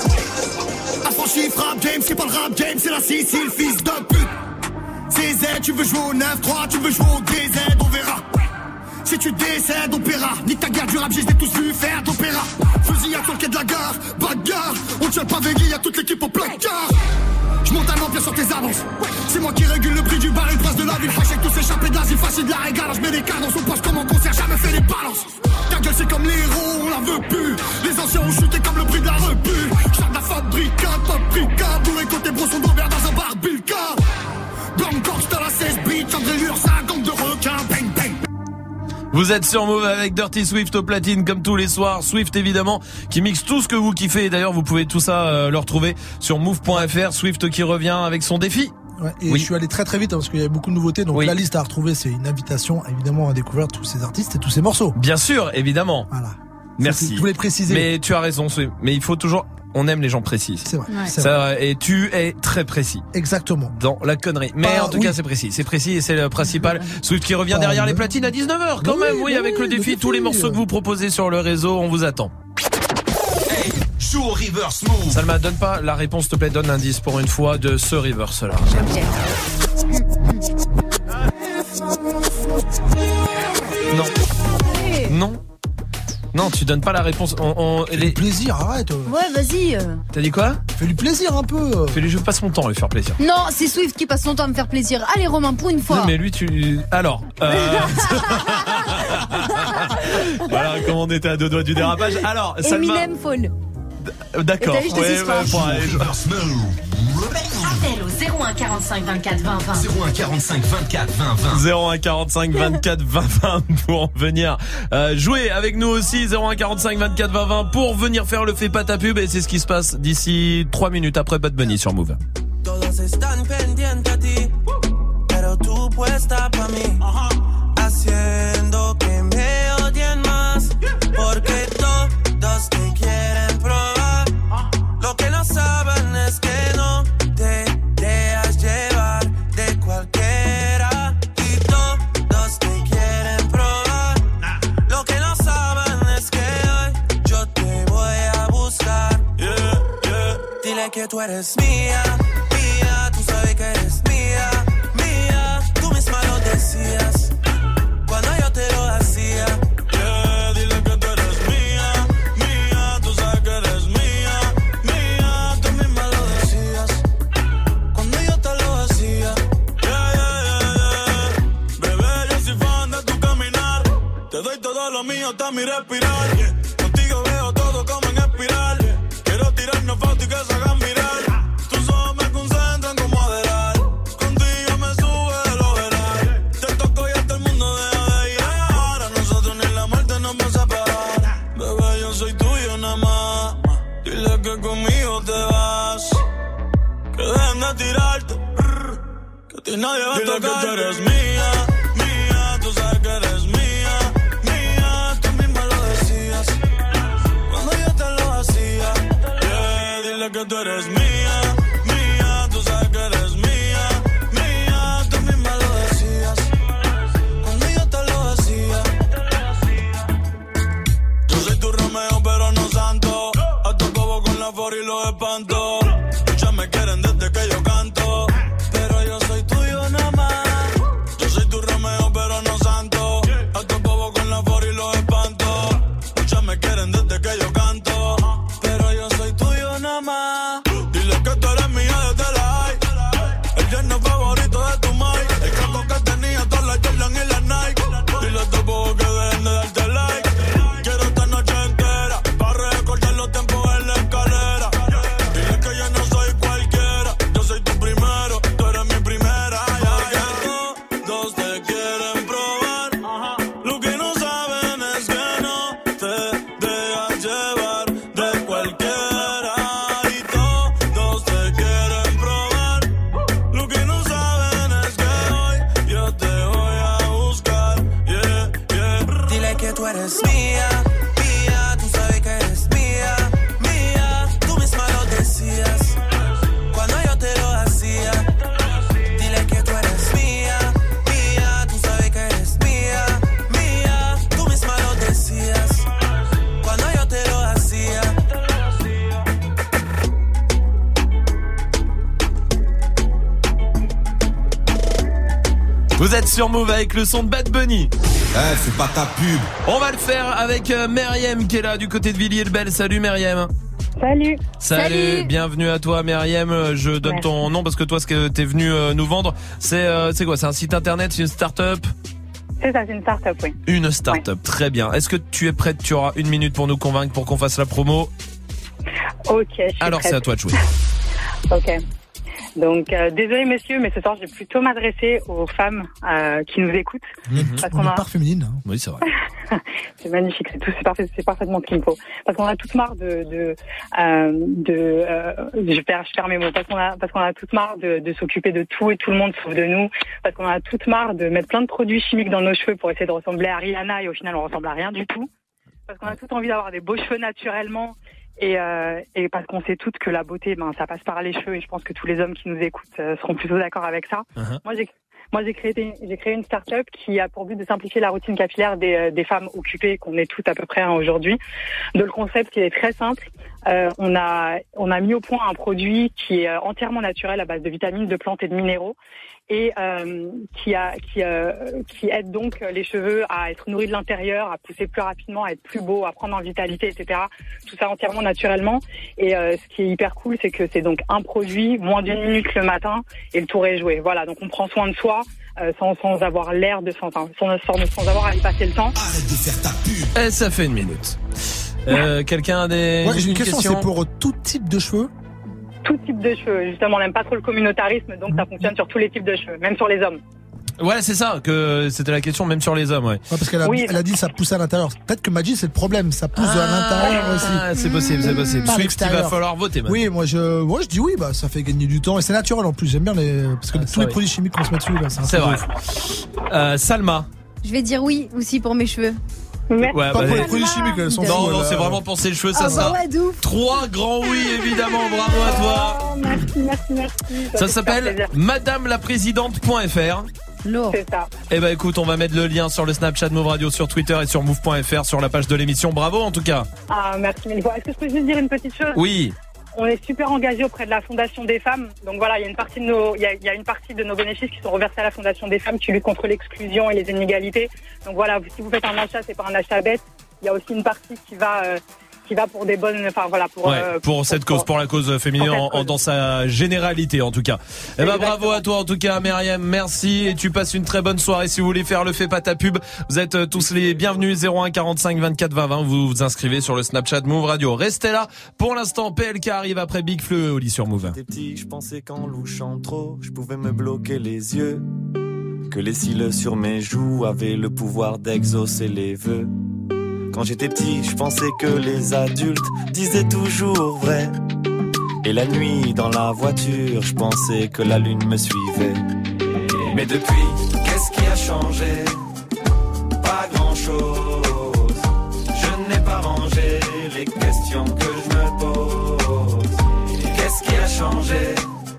place. Affranchi, frappe game, c'est pas le rap game, c'est la Sicile, fils de pute. CZ, tu veux jouer au 9-3, tu veux jouer au DZ, on verra. Si tu décèdes, on paiera. Nique ta guerre du rap, j'ai tous vu faire d'opéra. Fusillade sur le quai de la gare, bagarre. On tient pas veillé, y'a toute l'équipe au placard. J'monte un empire sur tes avances. C'est moi qui régule le prix du bar, le prince de la ville. Fâché que tous échappés de l'asile, facile de la régale. J'mets des cadres dans son poche comme en concert, jamais fait les balances. Ta gueule c'est comme les héros, on la veut plus. Les anciens ont chuté comme le prix de la repu. J'sors de la fabrica, paprika. Bourré côté brosson d'Aubert dans un bar Bilka. Blanc corps dans la 16 bitch, André Lure, c'est un gang de requins, bang bang. Vous êtes sur Move avec Dirty Swift au platine comme tous les soirs. Swift évidemment qui mixe tout ce que vous kiffez. Et d'ailleurs vous pouvez tout ça le retrouver sur move.fr. Swift qui revient avec son défi. Ouais, et oui. je suis allé très très vite parce qu'il y avait beaucoup de nouveautés. Donc la liste à retrouver, c'est une invitation évidemment à découvrir tous ces artistes et tous ces morceaux. Bien sûr, évidemment. Voilà. Merci. Je voulais préciser. Mais tu as raison, mais il faut toujours... On aime les gens précis. C'est vrai. Ouais. C'est vrai. Et tu es très précis. Exactement. Dans la connerie. Mais en tout cas, c'est précis. C'est précis et c'est le principal. Swift qui revient derrière les platines à 19h quand même. Oui, avec le défi. Tous les morceaux que vous proposez sur le réseau, on vous attend. Hey, joue au reverse move. Salma, donne pas la réponse, s'il te plaît. Donne l'indice pour une fois de ce reverse là. Non. Non. Non, tu donnes pas la réponse. Fais-lui plaisir, arrête. Ouais, vas-y. T'as dit quoi? Fais-lui plaisir un peu. Fais-lui, je passe mon temps à lui faire plaisir. Non, c'est Swift qui passe son temps à me faire plaisir. Allez, Romain, pour une fois. Oui, mais lui, alors. Voilà, comment on était à deux doigts du dérapage. Alors, Salma. Eminem Fall. D'accord. Et t'as vu, je Appel au 01 45 24 20 20. 01 45 24 20 20. 01 45 24 20 20 pour venir jouer avec nous aussi. 01 45 24 20 20 pour venir faire le fait pas ta pub. Et c'est ce qui se passe d'ici 3 minutes après Bad Bunny sur Move. Todos están pendientes a ti, pero tú puesta pa' mí, haciendo que me odien más, porque todos te quieren probar. Lo que no saben es que no te dejas llevar de cualquiera, y todos te quieren probar. Lo que no saben es que hoy yo te voy a buscar. Dile que tú eres mía. Tú sabes que eres mía, mía. Tú misma lo decías cuando yo te lo hacía. Yeah, dile que tú eres mía, mía. Tú sabes que eres mía, mía. Tú misma lo decías cuando yo te lo hacía. Yeah, yeah, yeah, yeah. Bebé, yo soy fan de tu caminar. Te doy todo lo mío hasta mi respirar. Contigo veo todo como en espiral. Quiero tirarnos fotos y que se hagan mirar. Tirarte, que a ti nadie va a tocar. Dile que tú eres mía, mía. Tú sabes que eres mía, mía. Tú misma lo decías cuando yo te lo hacía. Yeah, dile que tú eres mía, mía. Tú sabes que eres mía, mía. espanto. Ya me quieren desde que yo canto, pero yo soy tuyo nada más. Yo soy tu Romeo, pero no santo. A tu bobo con la for y los espanto. Ya me quieren desde que yo canto, pero yo soy tuyo nada más. Dile que tú eres mía desde la high. El yerno favorito de tu mai. El campo que tenía todas las Jordan y las Nike. Dile a tu bobo que dejen de darte like. Quiero esta noche entera para recordar los tiempos en la escalera. Dile que yo no soy cualquiera. Yo soy tu primero, tú eres mi primera. Todos te quieren probar. Lo que no saben es que no te dejas llevar de cualquiera. Y todos te quieren probar. Lo que no saben es que hoy yo te voy a buscar. Yeah, yeah. Dile que tú eres mía, mía, tú sabes que eres mía, mía, tú misma lo decías cuando yo te lo hacía. Dile que tú eres mía, mía, tú sabes que eres mía, mía, tú misma lo decías cuando yo te lo hacía. Vous êtes sur Move avec le son de Bad Bunny. Eh, c'est pas ta pub. On va le faire avec Meriem qui est là du côté de Villiers-le-Bel. Salut Meriem. Salut. Salut. Bienvenue à toi Meriem. Je donne ton nom parce que toi ce que t'es venu nous vendre, c'est quoi? C'est un site internet, c'est une start-up? C'est ça, c'est une start-up, oui. Une start-up, très bien. Est-ce que tu es prête? Tu auras 1 minute pour nous convaincre pour qu'on fasse la promo. Ok, je suis Alors prête. c'est à toi de jouer. Ok. Donc, désolé messieurs, mais ce soir, je vais plutôt m'adresser aux femmes qui nous écoutent. Parce qu'on a... part féminine. Hein. Oui, c'est vrai. C'est magnifique, c'est parfait, c'est parfaitement ce qu'il me faut. Parce qu'on a toute marre je perds mes mots. Parce qu'on a toute marre de s'occuper de tout et tout le monde sauf de nous. Parce qu'on a toute marre de mettre plein de produits chimiques dans nos cheveux pour essayer de ressembler à Rihanna et au final on ressemble à rien du tout. Parce qu'on a toute envie d'avoir des beaux cheveux naturellement. Et parce qu'on sait toutes que la beauté, ça passe par les cheveux, et je pense que tous les hommes qui nous écoutent seront plutôt d'accord avec ça. Moi, j'ai créé une start-up qui a pour but de simplifier la routine capillaire des femmes occupées, qu'on est toutes à peu près aujourd'hui. Donc, le concept, il est très simple. On a mis au point un produit qui est entièrement naturel à base de vitamines, de plantes et de minéraux. Et qui aide donc les cheveux à être nourris de l'intérieur, à pousser plus rapidement, à être plus beau, à prendre en vitalité, etc. Tout ça entièrement naturellement. Et ce qui est hyper cool, c'est que c'est donc un produit, moins d'1 minute le matin, et le tour est joué. Voilà, donc on prend soin de soi sans avoir l'air de sans avoir à y passer le temps. Arrête de faire ta pub. Et ça fait 1 minute. Quelqu'un a des j'ai une question, c'est pour tout type de cheveux? Tout type de cheveux. Justement, on n'aime pas trop le communautarisme, donc ça fonctionne sur tous les types de cheveux, même sur les hommes. Ouais, c'est ça, que c'était la question, même sur les hommes, ouais. Parce qu'elle a dit ça pousse à l'intérieur. Peut-être que Magie, c'est le problème, ça pousse à l'intérieur aussi. C'est possible. Swift, il va falloir voter maintenant. Oui, moi je dis oui, ça fait gagner du temps et c'est naturel en plus. J'aime bien parce que tous les produits chimiques qu'on se met dessus là, c'est vrai. Salma. Je vais dire oui aussi pour mes cheveux. Ouais, pas pour les produits chimiques, elles sont non, c'est vraiment pour ses cheveux, ça sera 3 grands oui, évidemment, bravo à toi. Merci. Ça s'appelle madamelapresidente.fr. C'est ça. Eh ben écoute, on va mettre le lien sur le Snapchat Move Radio, sur Twitter et sur move.fr, sur la page de l'émission. Bravo en tout cas. Ah, merci mille fois. Est-ce que je peux juste dire une petite chose? Oui. On est super engagés auprès de la Fondation des femmes. Donc voilà, il y a une partie de nos bénéfices qui sont reversés à la Fondation des femmes qui lutte contre l'exclusion et les inégalités. Donc voilà, si vous faites un achat, c'est pas un achat bête. Il y a aussi une partie qui va pour des bonnes, pour cette cause, pour la cause féminine dans sa généralité en tout cas. Eh ben bravo à toi en tout cas Meriem, merci et tu passes une très bonne soirée. Si vous voulez faire le Fais pas ta pub, vous êtes tous les bienvenus. 01 45 24 20 20, vous vous inscrivez sur le Snapchat Move Radio. Restez là. Pour l'instant, PLK arrive après Big Fleu au lit sur Move. J'étais petit, je pensais qu'en louchant trop, je pouvais me bloquer les yeux, que les cils sur mes joues avaient le pouvoir d'exaucer les vœux. Quand j'étais petit, je pensais que les adultes disaient toujours vrai. Et la nuit, dans la voiture, je pensais que la lune me suivait. Mais depuis, qu'est-ce qui a changé? Pas grand-chose. Je n'ai pas rangé les questions que je me pose. Qu'est-ce qui a changé?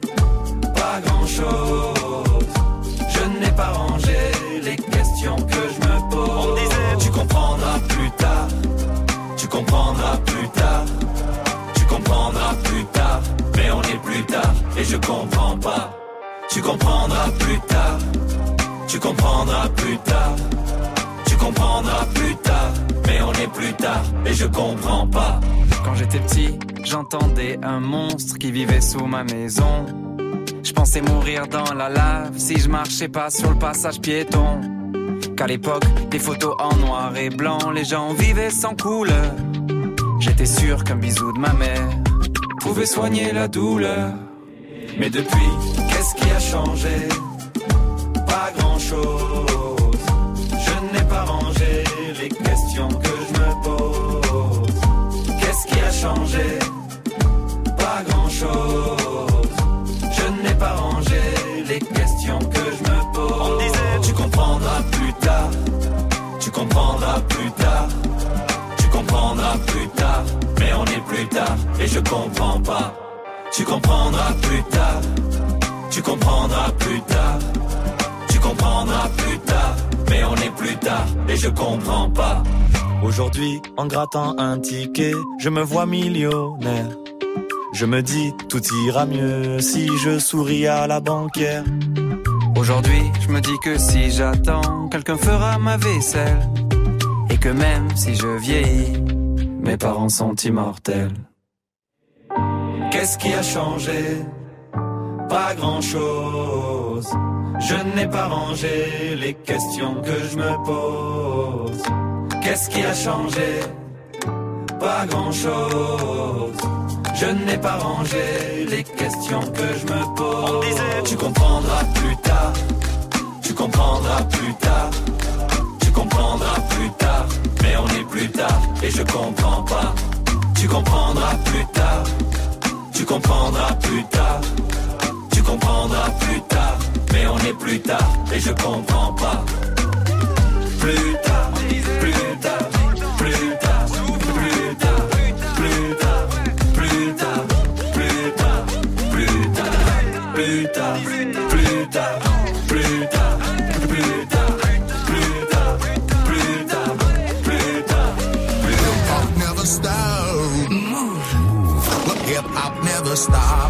Pas grand-chose. Je n'ai pas rangé les questions que je me pose. On me disait, tu comprendras plus tard. Tu comprendras plus tard. Tu comprendras plus tard. je comprends pas. Tu comprendras plus tard. Tu comprendras plus tard. Tu comprendras plus tard. Mais on est plus tard et je comprends pas. Quand j'étais petit, j'entendais un monstre qui vivait sous ma maison. Je pensais mourir dans la lave si je marchais pas sur le passage piéton. Qu'à l'époque, des photos en noir et blanc, les gens vivaient sans couleur. J'étais sûr qu'un bisou de ma mère pouvait soigner la douleur. Mais depuis, qu'est-ce qui a changé? Pas grand-chose. Je n'ai pas rangé les questions que je me pose. Qu'est-ce qui a changé? Pas grand-chose. Je n'ai pas rangé les questions que je me pose. On disait, tu comprendras plus tard. Tu comprendras plus tard. Tu comprendras plus tard. Mais on est plus tard et je comprends pas. Tu comprendras plus tard. Tu comprendras plus tard. Tu comprendras plus tard. Mais on est plus tard et je comprends pas. Aujourd'hui, en grattant un ticket, je me vois millionnaire. Je me dis, tout ira mieux si je souris à la banquière. Aujourd'hui, je me dis que si j'attends, quelqu'un fera ma vaisselle. Et que même si je vieillis, mes parents sont immortels. Qu'est-ce qui a changé? Pas grand-chose. Je n'ai pas rangé les questions que je me pose. Qu'est-ce qui a changé? Pas grand-chose. Je n'ai pas rangé les questions que je me pose. On disait, tu comprendras plus tard. Tu comprendras plus tard. Tu comprendras plus tard. Mais on est plus tard et je comprends pas. Tu comprendras plus tard. Tu comprendras plus tard. Tu comprendras plus tard. Mais on est plus tard et je comprends pas. Plus tard, plus tard, plus tard, plus tard, plus tard, plus tard, plus tard, plus tard, plus tard, plus tard, plus tard, plus tard, plus tard, plus tard, plus tard, plus tard. Never stop. Hip hop never stop.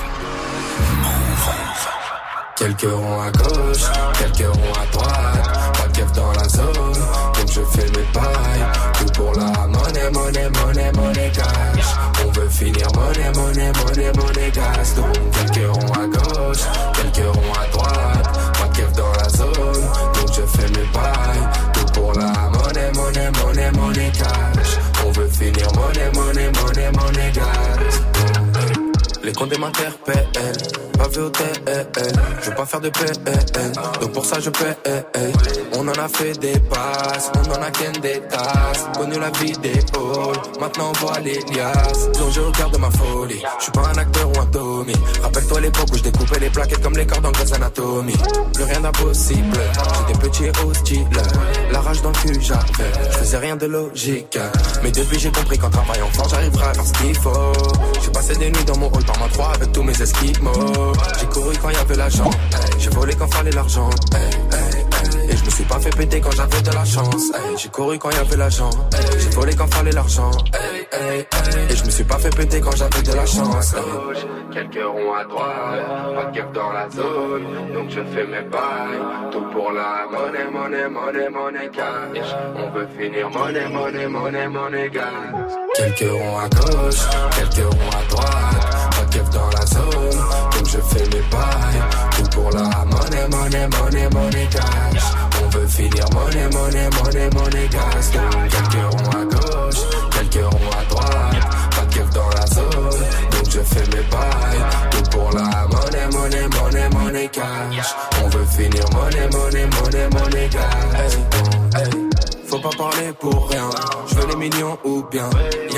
Quelques ronds à gauche, quelques ronds à droite. Pas de keuf dans la zone, donc je fais mes pailles. Tout pour la monnaie, monnaie, monnaie, monnaie cash. On veut finir monnaie, monnaie, monnaie, monnaie gas. Donc quelques ronds à gauche, quelques ronds à droite. Pas de keuf dans la zone, donc je fais mes pailles. Tout pour la monnaie, monnaie, monnaie, monnaie cash. On veut finir monnaie, monnaie, monnaie, monnaie gas. Les condés m'interpellent, pas vu au TL. Je veux pas faire de PN, donc pour ça je paie. On en a fait des passes, on en a ken des tasses. Connu la vie des halls, maintenant on voit les liasses. Plongé au cœur de ma folie, je suis pas un acteur ou un Tommy. Rappelle-toi l'époque où je découpais les plaquettes comme les cordes en Grey's Anatomy. Plus rien d'impossible, j'étais petit et hostile. La rage dans le cul j'avais, je faisais rien de logique. Mais depuis j'ai compris qu'en travaillant fort j'arriverai à faire ce qu'il faut. J'ai passé des nuits dans mon hall par ma 3 avec tous mes esquimaux. J'ai couru quand y'avait l'argent, j'ai volé quand fallait l'argent. Et je me suis pas fait péter quand j'avais de la chance. J'ai couru quand y'avait l'argent, j'ai volé quand fallait l'argent. Et je me suis pas fait péter quand j'avais de la chance. Quelques ronds à droite, pas de keuf dans la zone, donc je fais mes bails. Tout pour la monnaie, monnaie, monnaie, monnaie cash. On veut finir monnaie, monnaie, monnaie, monnaie gas. Quelques ronds à gauche, quelques ronds à droite. Pas de keuf dans la zone, donc je fais mes bails. Tout pour la monnaie, monnaie, monnaie, monnaie cash. On veut finir monnaie, monnaie, monnaie, monnaie gas. Donc quelques ronds à gauche, quelques ronds à droite. Pas de keuf dans la zone, donc je fais mes bails. Tout pour la monnaie, monnaie, monnaie, monnaie cash. On veut finir monnaie, monnaie, monnaie, monnaie gas. Faut pas parler pour rien, je veux les millions ou bien.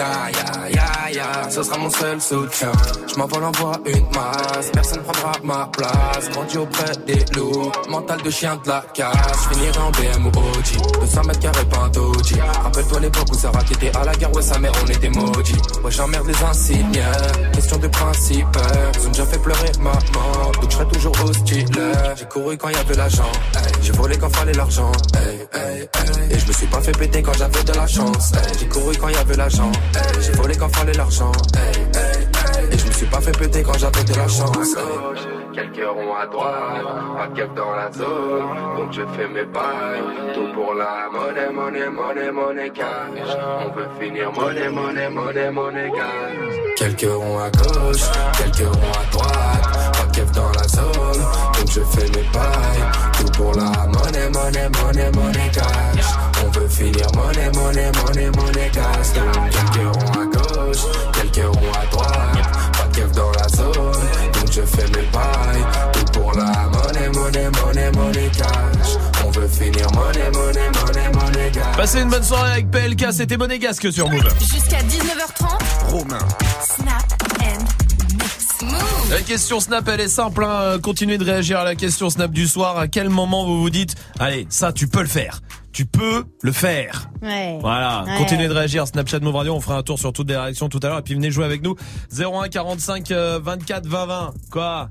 Ya, ce sera mon seul soutien. Je m'envole, envoie une masse, personne prendra ma place. Grandi auprès des loups, mental de chien de la casse. Je finirai en BM ou OG, 200 mètres carrés pas un doji. Rappelle-toi l'époque où Sarah qui était à la guerre, ouais sa mère on était maudits. Ouais j'emmerde les insignes, question de principe. Ils ont déjà fait pleurer maman, donc je serai toujours hostile. J'ai couru quand y'avait l'argent, j'ai volé quand fallait l'argent. Et je me suis pas fait péter quand j'avais de la chance. J'ai couru quand y'avait l'argent, j'ai volé quand fallait l'argent. Et je me suis suis pas fait péter quand j'avais de la chance. Quelques ronds à droite, pas de keuf dans la zone, donc je fais mes bails. Tout pour la monnaie cash. On veut finir monnaie cash. Quelques ronds à gauche, quelques ronds à droite, pas de keuf dans la zone, donc je fais mes bails. Tout pour la monnaie cash. On veut finir monnaie cash. Donc quelques ronds à gauche, quelques ronds à droite, pas de keuf dans la zone, donc je fais mes bails. Tout pour la monnaie cash. On veut finir monnaie cash. Passez une bonne soirée avec PLK, c'était Monégasque sur Move. Jusqu'à 19h30. Romain. Snap and mix. Move. La question Snap, elle est simple, hein. Continuez de réagir à la question Snap du soir. À quel moment vous vous dites, allez, ça tu peux le faire. Tu peux le faire. Ouais. Voilà. Ouais. Continuez de réagir. Snapchat Move Radio. On fera un tour sur toutes les réactions tout à l'heure. Et puis venez jouer avec nous. 01 45 24 20 20. Quoi?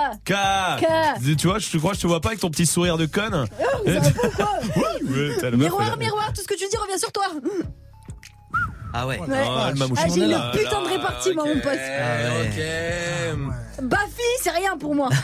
Tu vois, je te vois pas avec ton petit sourire de conne. Oh, ça va pourquoi? Miroir, miroir, tout ce que tu dis revient sur toi. Ah ouais. Oh, elle m'a mouché. Ah, j'ai une putain de répartie, moi, mon pote. Ok. Bafi, c'est rien pour moi.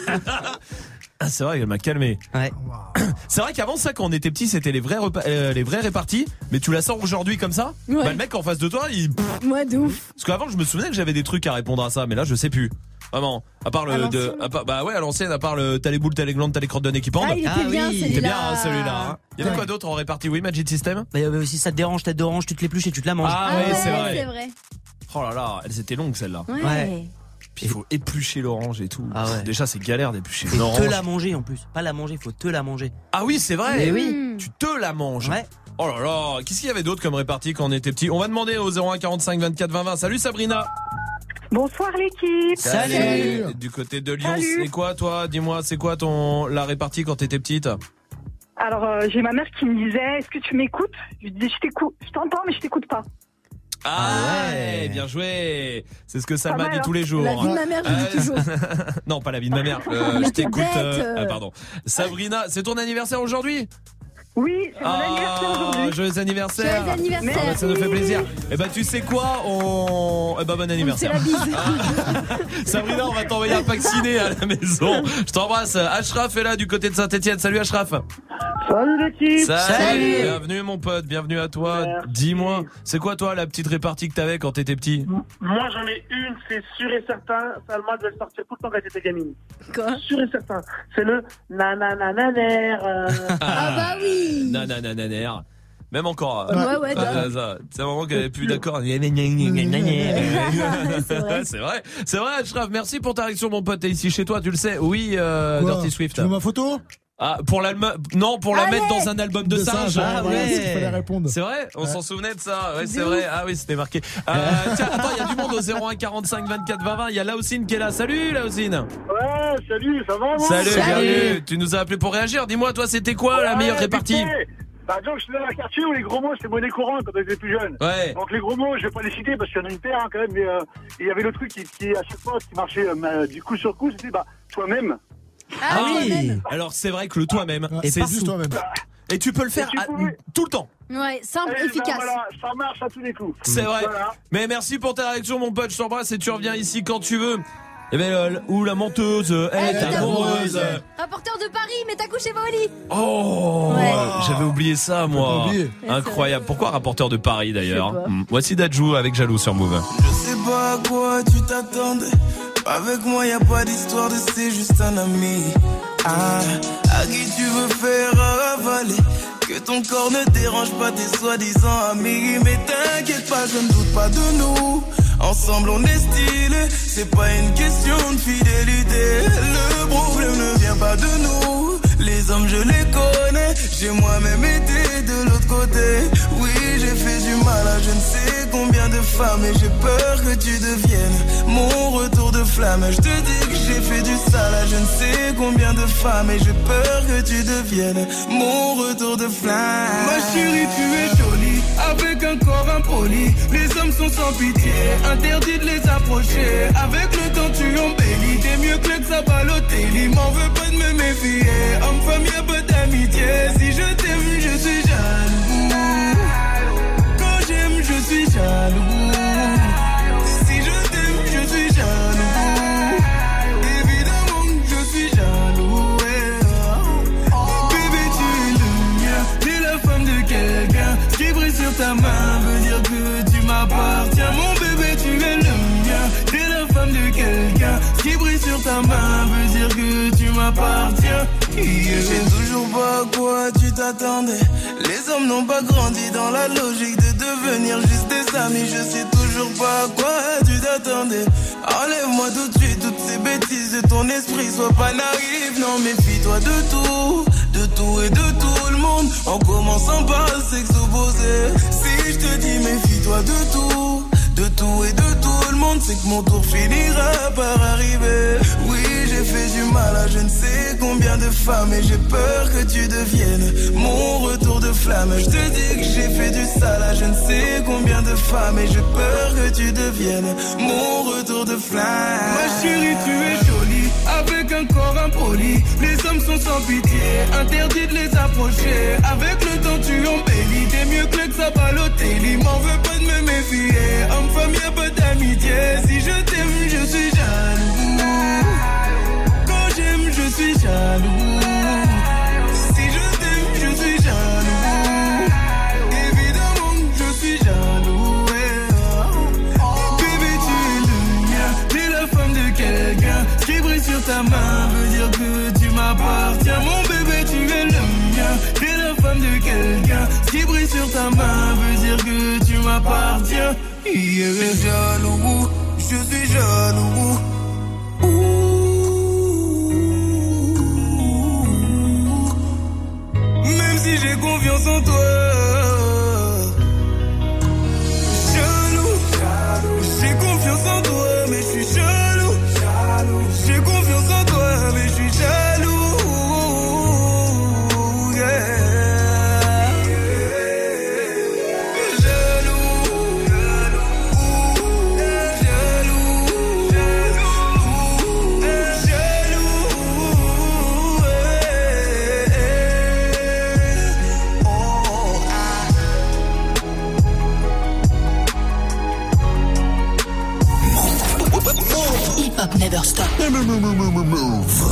Ah, c'est vrai qu'elle m'a calmé. Ouais. C'est vrai qu'avant ça, quand on était petit, c'était les vrais répartis. Mais tu la sors aujourd'hui comme ça, ouais. Bah le mec en face de toi, il. Moi de ouf. Parce qu'avant, je me souvenais que j'avais des trucs à répondre à ça, mais là, je sais plus. Vraiment. À part le bah ouais, à l'ancienne, à part le t'as les boules, t'as les glandes, t'as les crottes de nez qui pendent. Ah, il était bien, oui. celui-là. Il était bien, hein, celui-là. Hein. Il y avait quoi d'autre en répartie? Oui, Magic System. Bah, il y avait aussi ça te dérange, tête d'orange, tu te l'épluches et tu te la manges. Ah ouais, c'est c'est vrai. vrai. Oh là là, elles étaient longues celles-là. Ouais. Puis il faut éplucher l'orange et tout. Ah ouais. Déjà, c'est galère d'éplucher Et l'orange. te la manger en plus. Pas la manger, faut te la manger. Ah oui, c'est vrai. Mais oui. Tu te la manges. Ouais. Oh là là, qu'est-ce qu'il y avait d'autre comme répartie quand on était petit? On va demander au 01 45 24 20 20. Salut Sabrina. Bonsoir l'équipe. Salut. Du côté de Lyon, Salut. c'est quoi toi? Dis-moi, c'est quoi la répartie quand t'étais petite? Alors j'ai ma mère qui me disait, est-ce que tu m'écoutes? Je lui disais, je t'écoute, je t'entends mais je t'écoute pas. Ah ouais, bien joué. C'est ce que Salma dit mal, tous les jours. La vie de ma mère, je dis toujours. Non, pas la vie de ma mère. Je t'écoute. Ah, pardon. Sabrina, c'est ton anniversaire aujourd'hui? Oui, c'est mon anniversaire aujourd'hui. Joyeux anniversaire. Joyeux anniversaire. Ah bah, ça nous fait plaisir. Et bah tu sais quoi, bon anniversaire. C'est la bise. Sabrina, on va t'envoyer un pack ciné à la maison. Je t'embrasse. Ashraf est là du côté de Saint-Etienne. Salut Ashraf. Salut l'équipe. Salut. Bienvenue mon pote, bienvenue à toi. Merci. Dis-moi, c'est quoi toi la petite répartie que t'avais quand t'étais petit? Moi j'en ai une, c'est sûr et certain. Salma devait le sortir tout le temps quand elle était gamine. Quoi? Sûr et certain. C'est le nananananer. Ah bah oui. Nananananer. Même encore. Ouais, c'est un moment qu'elle n'est plus d'accord. C'est vrai. C'est vrai, Ashraf. Merci pour ta réaction, mon pote. T'es ici chez toi, tu le sais. Oui, Dirty Swift. Tu veux ma photo? Ah, pour la mettre dans un album de singe. Ah ouais, c'est ce qu'il fallait répondre. C'est vrai? On s'en souvenait de ça. Ouais, c'est vrai. Ah oui, c'était marqué. Tiens, attends, il y a du monde au 01 45 24 20 20. Il y a Laosine qui est là. Salut, Laosine. Ouais, salut, ça va, moi? Salut, bienvenue. Tu nous as appelé pour réagir. Dis-moi, toi, c'était quoi la meilleure répartie? Bah donc je suis dans un quartier où les gros mots c'était monnaie courante quand on était plus jeune. Ouais. Donc les gros mots je vais pas les citer parce qu'il y en a une paire hein, quand même, mais il y avait le truc qui à chaque fois qui marchait du coup sur coup, c'était toi-même. Ah oui. Alors c'est vrai que le toi-même, c'est juste toi-même. Et tu peux le faire tout le temps. Ouais, simple, Et efficace. Ben voilà, ça marche à tous les coups. C'est vrai. Voilà. Mais merci pour ta réaction, mon pote. Je t'embrasse et tu reviens ici quand tu veux. Eh ben, où la menteuse est amoureuse. Rapporteur de Paris, mais t'as couché va au lit. Oh, ouais. J'avais oublié ça, moi. Incroyable. Pourquoi rapporteur de Paris, d'ailleurs? Voici Dadju avec Jaloux sur Move. Je sais pas à quoi tu t'attendais. Avec moi, y a pas d'histoire de c'est juste un ami. Ah, à qui tu veux faire avaler? Que ton corps ne dérange pas tes soi-disant amis. Mais t'inquiète pas, je ne doute pas de nous. Ensemble on est stylé, c'est pas une question de fidélité. Le problème ne vient pas de nous. Les hommes je les connais, j'ai moi-même été de l'autre côté. Oui, j'ai fait du mal à je ne sais combien de femmes. Et j'ai peur que tu deviennes mon retour de flamme. Je te dis que j'ai fait du sale à je ne sais combien de femmes. Et j'ai peur que tu deviennes mon retour de flamme. Ma chérie, tu es jolie, avec un corps impoli. Les hommes sont sans pitié, interdit de les approcher. Avec le temps tu embellis, t'es mieux que le Sabalotelli. M'en veux pas de me méfier, homme-femme y'a pas d'amitié. Si je t'aime je suis jaloux, quand j'aime je suis jaloux. Si je t'aime je suis jaloux. ta main veut dire que tu m'appartiens. Mon bébé, tu es le mien. T'es la femme de quelqu'un. Ce qui brille sur ta main veut dire que tu m'appartiens. Je sais toujours pas à quoi tu t'attendais. Les hommes n'ont pas grandi dans la logique de devenir juste des amis. Je sais toujours pas à quoi tu t'attendais. Enlève-moi tout de suite toutes ces bêtises de ton esprit. Sois pas naïf, non, méfie-toi de tout et de tout le monde. En commençant par le sexe opposé. Si je te dis méfie-toi de tout et de tout le monde, c'est que mon tour finira par arriver. Oui, j'ai fait du mal à je ne sais combien de femmes et j'ai peur que tu deviennes mon retour de flamme. Je te dis que j'ai fait du sale à je ne sais combien de femmes et j'ai peur que tu deviennes mon retour de flamme. Ma chérie, tu es jolie avec un corps impoli. Les hommes sont sans pitié, interdit de les approcher. Avec le temps tu embellis, t'es mieux que ça Balotelli. M'en veux pas de me méfier, homme-femme y'a pas d'amitié. Si je t'aime je suis jaloux. Quand j'aime je suis jaloux. Si je t'aime je suis jaloux. Évidemment je suis jaloux. Bébé tu es le mien, t'es la femme de quelqu'un. Ce qui brille sur ta main veut dire que tu m'appartiens. Mon bébé tu es le mien, t'es la femme de quelqu'un. Ce qui brille sur ta main veut dire que tu m'appartiens. Jaloux, je suis jaloux. Même si j'ai confiance en toi. Jaloux, j'ai confiance en toi, mais je suis jaloux. J'ai confiance en toi, mais je suis jaloux. Never stop. Move.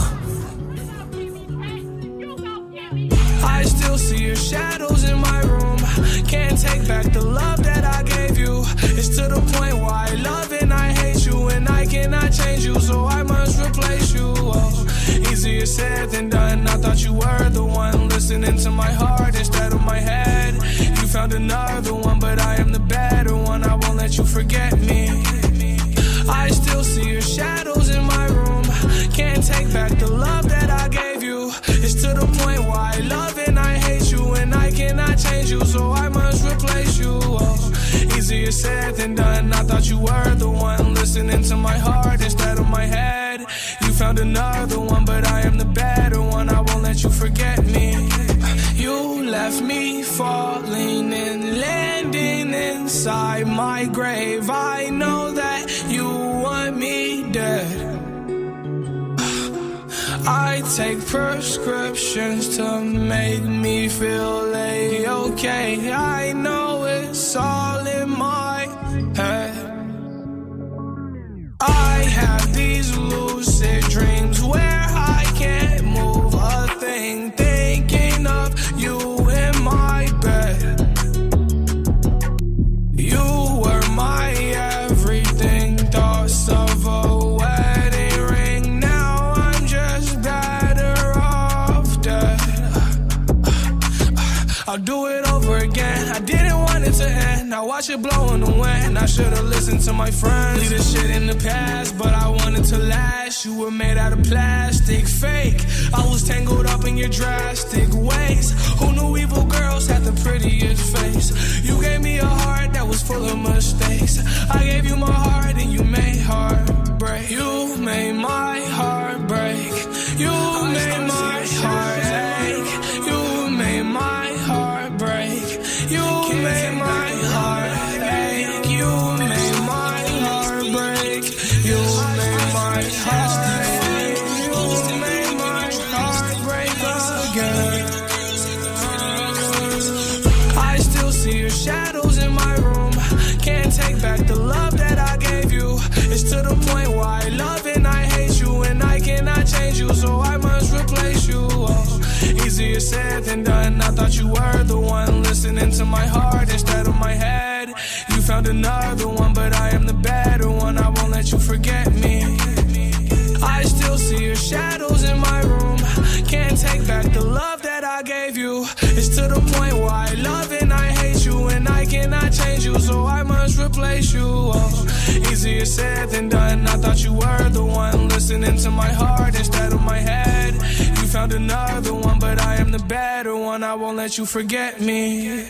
I still see your shadows in my room. Can't take back the love that I gave you. It's to the point where I love and I hate you, and I cannot change you, so I must replace you. Oh, easier said than done. I thought you were the one listening to my heart instead of my head. You found another one, but I am the better one. I won't let you forget me. I still see your shadows in my room. Can't take back the love that I gave you. It's to the point where I love and I hate you, and I cannot change you, so I must replace you. Oh, easier said than done. I thought you were the one listening to my heart instead of my head. You found another one, but I am the better one. I won't let you forget me. You left me falling and landing inside my grave. I know that you want me dead. I take prescriptions to make me feel okay. I know it's all in my head. I have these lucid dreams where I can't move a thing, thinking of you in my bed. You were my everything, thoughts of a wedding ring. Now I'm just better off dead. I'll do it over again. I didn't want it to end. Now watch it blow in the wind. I should've listened to my friends. Leave this shit in the past, but I wanted to last. You were made out of plastic, fake. I was tangled up in your drastic ways. Who knew evil girls had the prettiest face? You gave me a heart that was full of mistakes. I gave you my heart and you made heartbreak. You made my heart break. You made my heart ache. You made my heart break. You made my heart ache. You made my heart break. You made my heart ache. You made my heart break again. I still see your shadows in my room. Can't take back the love that I gave you. It's to the point where I love and I hate you, and I cannot change you, so I must replace you. Oh, easier said than done. I thought you were the one listening to my heart instead of my another one, but I am the better one. I won't let you forget me. I still see your shadows in my room. Can't take back the love that I gave you. It's to the point where I love and I hate you, and I cannot change you, so I must replace you. Oh, easier said than done. I thought you were the one listening to my heart instead of my head. You found another one, but I am the better one. I won't let you forget me.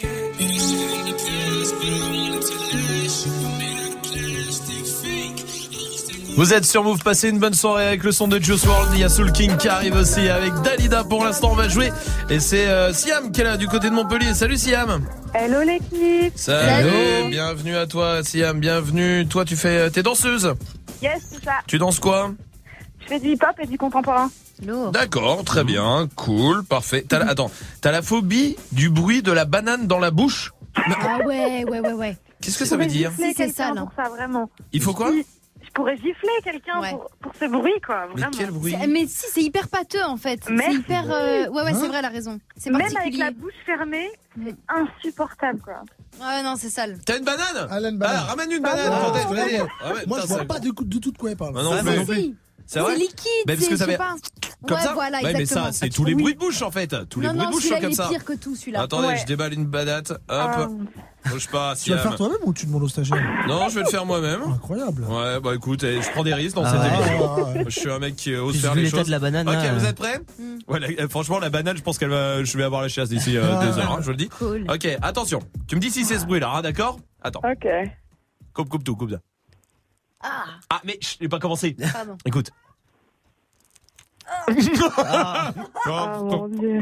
Vous êtes sur Move, passez une bonne soirée avec le son de Juice WRLD. Il y a Soul King qui arrive aussi avec Dalida. Pour l'instant, on va jouer. Et c'est Siam qui est là du côté de Montpellier. Salut Siam. Hello l'équipe. Salut. Bienvenue à toi Siam, bienvenue. Toi, t'es danseuse. Yes, c'est ça. Tu danses quoi? Je fais du hip-hop et du contemporain. D'accord, très bien, cool, parfait. T'as la phobie du bruit de la banane dans la bouche? Ah ouais. Qu'est-ce que ça veut dire? C'est ça, pour ça, vraiment. Il faut quoi? Je pourrais gifler quelqu'un pour ce bruit, quoi. Vraiment. Mais quel bruit? Mais si, c'est hyper pâteux en fait. C'est hyper. Ouais, c'est vrai, elle a raison. C'est même particulier. avec la bouche fermée, c'est insupportable, quoi. Ouais, non, c'est sale. T'as une banane? Ramène une banane. Moi, je vois pas du tout de quoi elle parle. Non plus. C'est vrai? liquide, parce que ça je sais fait pas. comme ça. Voilà, mais ça, c'est tous les bruits de bouche en fait. Tous les bruits de bouche sont comme ça. Non, celui-là, il est pire que tout, celui-là. Attendez, je déballe une banane. Hop. Bouge pas. Tu vas le faire toi-même ou tu demandes au stagiaire? Non, je vais le faire moi-même. Incroyable. Ouais, bah écoute, je prends des risques dans cette émission. Je suis un mec qui ose faire les choses. De la banane, ok, vous êtes prêts? Ouais, franchement, la banane, je pense je vais avoir la chasse d'ici 2 heures, je vous le dis. Cool. Ok, attention. Tu me dis si c'est ce bruit-là, d'accord? Attends. Ok. Coupe tout, coupe ça. Ah, mais je n'ai pas commencé. Pardon. Écoute. Mon Dieu.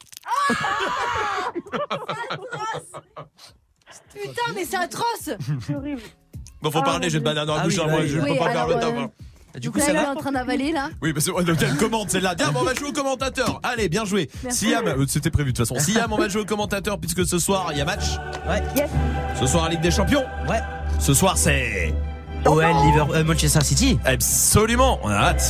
Putain, mais c'est atroce. C'est horrible. Bon, faut parler, j'ai de banane dans la bouche, moi, je peux pas faire le temps. Du coup, ça va en train d'avaler là. Oui, parce que elle commande celle-là. Tiens, on va jouer au commentateur. Allez, bien joué. Siam, c'était prévu de toute façon. Siam, on va jouer au commentateur puisque ce soir il y a match. Ouais. Yes. Ce soir, Ligue des Champions. Ouais. Ce soir, c'est OL, Liverpool, Manchester City. Absolument. On a hâte.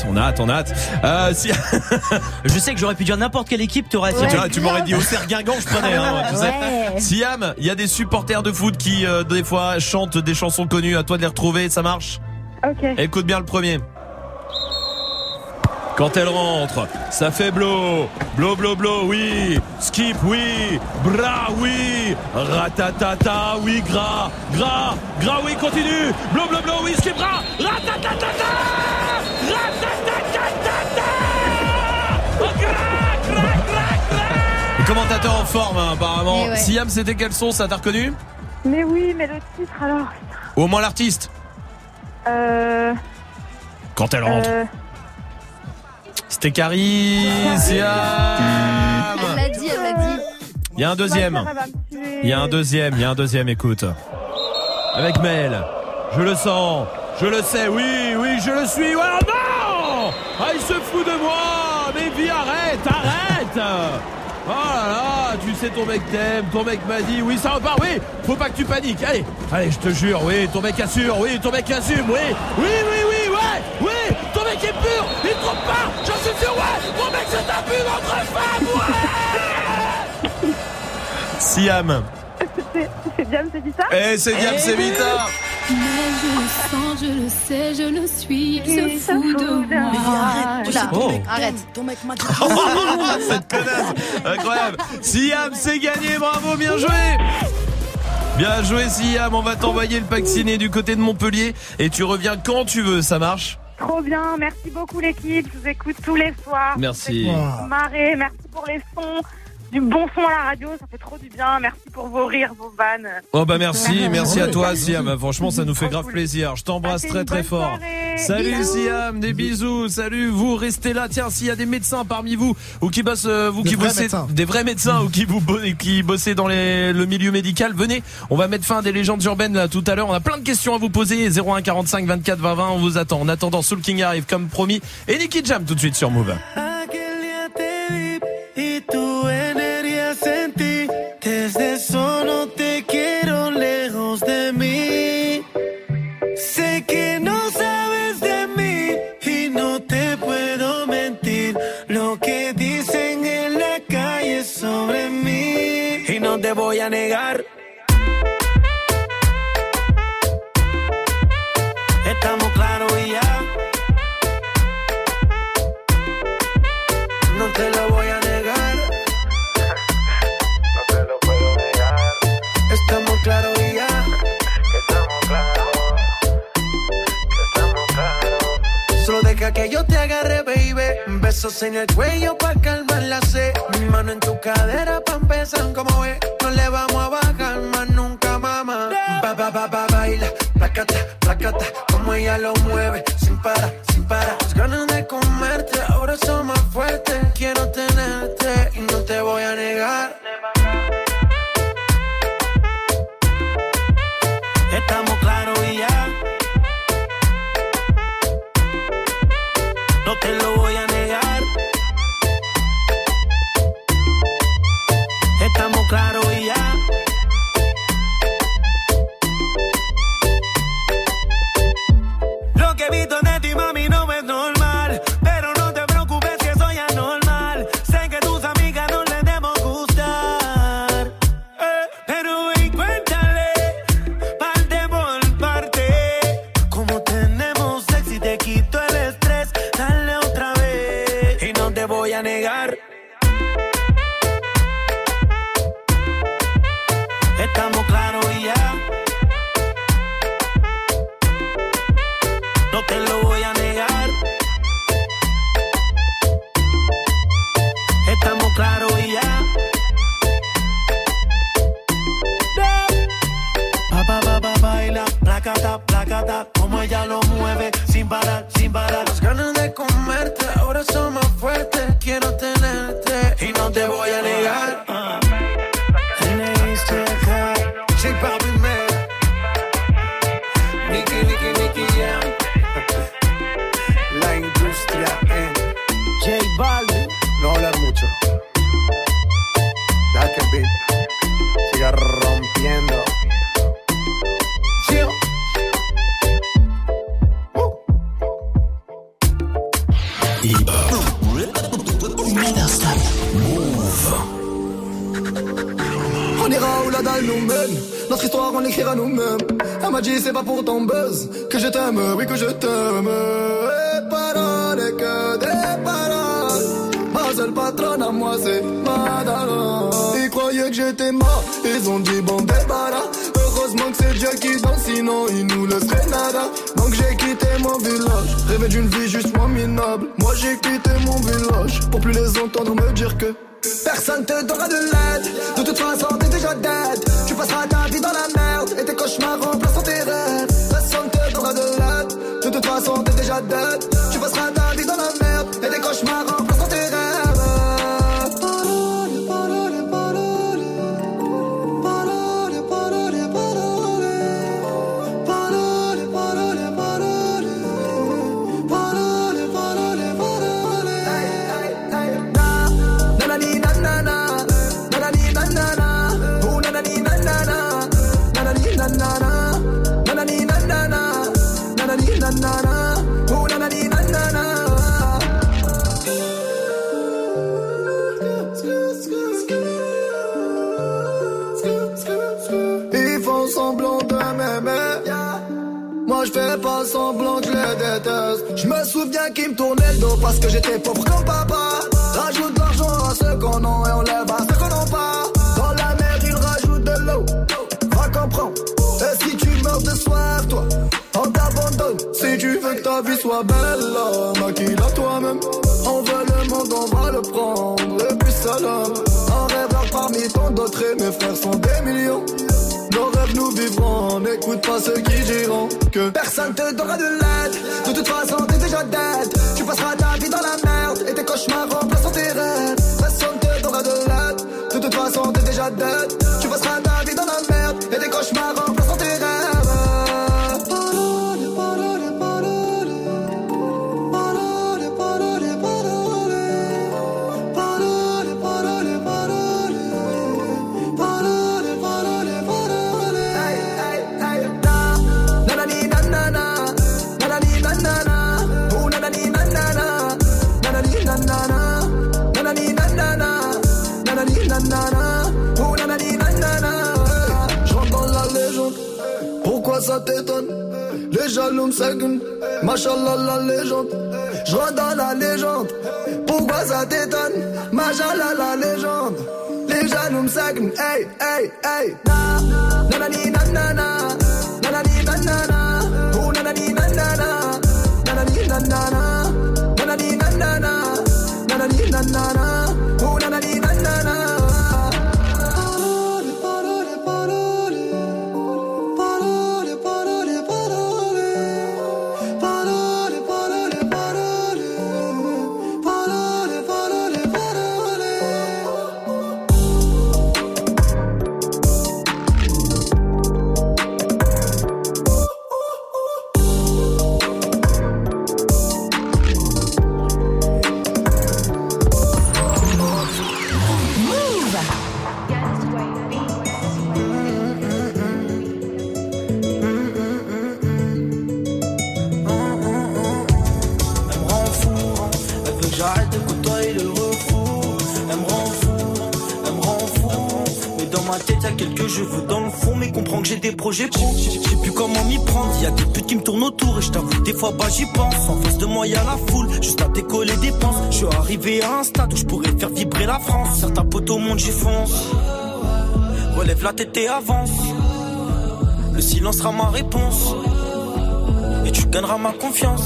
Je sais que j'aurais pu dire n'importe quelle équipe, t'aurais dit. Tu m'aurais dit Auxerre Guingamp, je prenais. Tu sais. Siam, il y a des supporters de foot qui des fois chantent des chansons connues. À toi de les retrouver. Ça marche? Ok. Écoute bien le premier. Quand elle rentre, ça fait blow, oui, skip, oui, bras, oui, ratatata, oui, gras, oui, continue, blow, oui, skip, bras, ratatata, Le commentateur en forme, hein, apparemment. Ouais. Siam, c'était quel son, ça t'a reconnu? Mais oui, mais le titre alors. Ou au moins l'artiste. Quand elle rentre. C'était Carrie, Siam. Elle l'a dit. Il y a un deuxième, écoute. Avec Mel. Je le sens, je le sais, oui, je le suis. Ouais, oh non! Ah, il se fout de moi! Mais puis arrête! Oh là là, tu sais ton mec t'aime, ton mec m'a dit, oui ça repart, oui, faut pas que tu paniques, allez, je te jure, oui, ton mec assure, oui, ton mec assume, oui, ton mec est pur, il te trompe pas, j'en suis sûr, ouais, ton mec c'est un pur entre femmes, ouais. Siam. C'est Diam, c'est Vita? C'est Diam, c'est Vita. Mais je le sens, je le sais, je le suis, il se fout de moi. Mais arrête. Ton mec m'a dit. Cette connasse, incroyable. Siam, c'est gagné, bravo, bien joué. Bien joué Siam, on va t'envoyer le pack ciné du côté de Montpellier et tu reviens quand tu veux, ça marche? Trop bien, merci beaucoup l'équipe, je vous écoute tous les soirs. Merci. Marée, merci pour les sons. Du bon son à la radio, ça fait trop du bien. Merci pour vos rires, vos vannes. Oh bah merci à toi Siam. Franchement, ça nous fait grave plaisir. Je t'embrasse très fort. Salut bisous. Siam, des bisous. Salut, vous restez là. Tiens, s'il y a des médecins parmi vous ou qui bossent, des vrais médecins ou qui bossez dans le milieu médical, venez. On va mettre fin à des légendes urbaines là tout à l'heure. On a plein de questions à vous poser. 01 45 24 20 20. On vous attend. En attendant, Soul King arrive comme promis et Nicky Jam tout de suite sur Move. Desde solo te quiero lejos de mí. Sé que no sabes de mí y no te puedo mentir. Lo que dicen en la calle sobre mí y no te voy a negar. Besos en el cuello pa' calmar la sed. Mi mano en tu cadera pa' empezar, como ves. No le vamos a bajar más nunca, mamá. Baila, placata, placata. Como ella lo mueve, sin parar, sin parar. Las ganas de comerte, ahora son más fuertes. Quiero tenerte y no te voy a negar. Estamos claros y ya. No te lo voy a negar. Estamos claros y ya. Lo que he visto de ti, mami, no es normal. Pero no te preocupes si eso ya es normal. Sé que tus amigas no les debemos gustar. Pero ven, cuéntale, parte por parte. Como tenemos sexo y te quito el estrés. Dale otra vez y no te voy a negar. Estamos claros y ya. No te lo voy a negar. Estamos claros y ya. Baila, placata, placata. Como ella lo mueve, sin parar, sin parar. Las ganas de comerte, ahora son más fuertes. Quiero tenerte y no te voy a negar. J Balvin, man. Nicky, yeah. La industria en J Balvin. No hablar mucho. Deja que el beat siga rompiendo. Chill. On ira où la dalle nous mène. Notre histoire on l'écrira nous-mêmes. Elle m'a dit c'est pas pour ton buzz que je t'aime, oui que je t'aime. Et paroles et que des paroles. Ma seule patronne à moi c'est Madara. Ils croyaient que j'étais mort, ils ont dit bon débarras. Heureusement que c'est Dieu qui danse, sinon il nous laisserait nada. Donc j'ai quitté mon village, rêvé d'une vie juste moins minable. Moi j'ai quitté mon village, pour plus les entendre me dire que personne te donnera de l'aide. De toute façon t'es déjà dead. Tu passeras ta vie dans la merde et tes cauchemars remplaceront tes rêves. Personne te donnera de l'aide. De toute façon t'es déjà dead. Tu passeras ta vie dans la merde et tes cauchemars remplaceront tes rêves. Ils font semblant de m'aimer. Moi je fais pas semblant que je les déteste. Je me souviens qu'ils me tournaient le dos parce que j'étais pauvre comme papa. Rajoute de l'argent à ceux qu'on a et on lève à ceux qu'on n'a pas. Dans la mer ils rajoutent de l'eau. Va comprendre. Et si tu meurs de soif, toi, on t'abandonne. Si tu veux que ta vie soit belle, maquille-la toi-même. On veut le monde, on va le prendre. Et puis salam. Un rêveur parmi tant d'autres et mes frères sont des millions. Nos rêves nous vivrons, n'écoute pas ceux qui diront que personne te donnera de l'aide. De toute façon t'es déjà dead. Tu passeras ta vie dans la merde et tes cauchemars remplaceront tes rêves. Personne te donnera de l'aide. De toute façon t'es déjà dead. Tu passeras ta vie dans la merde et tes cauchemars remplaceront tes rêves. J'entends la légende. Pourquoi ça t'étonne? Les jaloux me secondent. Machallah la légende. J'rentre dans la légende. Pourquoi ça t'étonne? Machallah la légende. Les jaloux me secondent. Hey, hey, hey. Nanani nanana. Nanani nanana. Oh nanani nanana. Nanani nanana. Nanani nanana. ma tête, y'a quelques cheveux dans le fond, mais comprends que j'ai des projets pro. Je sais plus comment m'y prendre, y'a des putes qui me tournent autour et je t'avoue des fois bah j'y pense. En face de moi y'a la foule, juste à décoller des penses. Je suis arrivé à un stade où je pourrais faire vibrer la France. Certains potes au monde j'y fonce. Relève la tête et avance. Le silence sera ma réponse. Et tu gagneras ma confiance.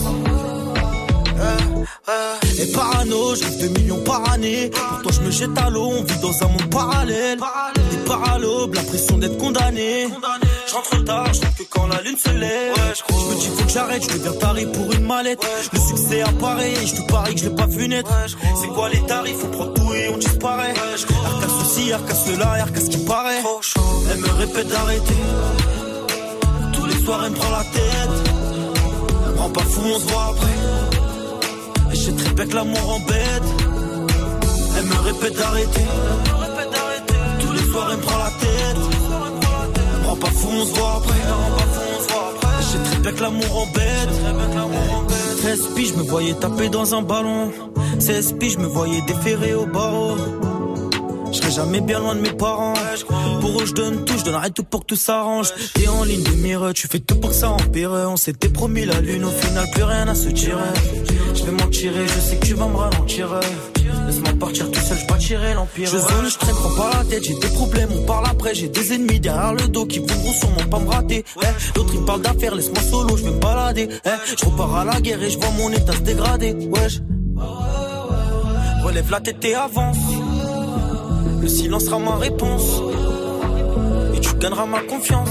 Et parano, je rêve 2 millions par année. Pour toi je me jette à l'eau, on vit dans un monde parallèle. Des paralobes, l'impression d'être condamné. Je rentre tard, je rentre que quand la lune se lève. Je me dis faut que j'arrête, je deviens taré pour une mallette. Le succès apparaît, et je te parie que je l'ai pas vu naître. C'est quoi les tarifs, on prend tout et on disparaît. Y'a qu'à ceci, y'a qu'à cela, y'a qu'à ce qui paraît. Elle me répète d'arrêter. Tous les soirs elle me prend la tête. Rends pas fou, on se voit après. Et je sais très bien que l'amour embête. Elle me répète d'arrêter. Tous les soirs elle me prend la tête. Rends pas fou, on se voit après. Et je sais très bien que l'amour embête. 13 piges, je me voyais taper dans un ballon. 16 piges, je me voyais déférer au barreau. Je serai jamais bien loin de mes parents. Pour eux je donne tout, je donnerai tout pour que tout s'arrange. T'es en ligne de mire, tu fais tout pour que ça empire. On s'était promis la lune, au final plus rien à se tirer. Je vais m'en tirer, je sais que tu vas me ralentir. Laisse-moi partir tout seul, je bâtirai l'empire. Je zone, je traîne, prends pas la tête. J'ai des problèmes, on parle après. J'ai des ennemis derrière le dos qui voudront sûrement pas me rater. L'autre il me parle d'affaires, laisse-moi solo, je vais me balader. Je repars à la guerre et je vois mon état se dégrader. Wesh. Relève la tête et avance. Le silence sera ma réponse. Et tu gagneras ma confiance.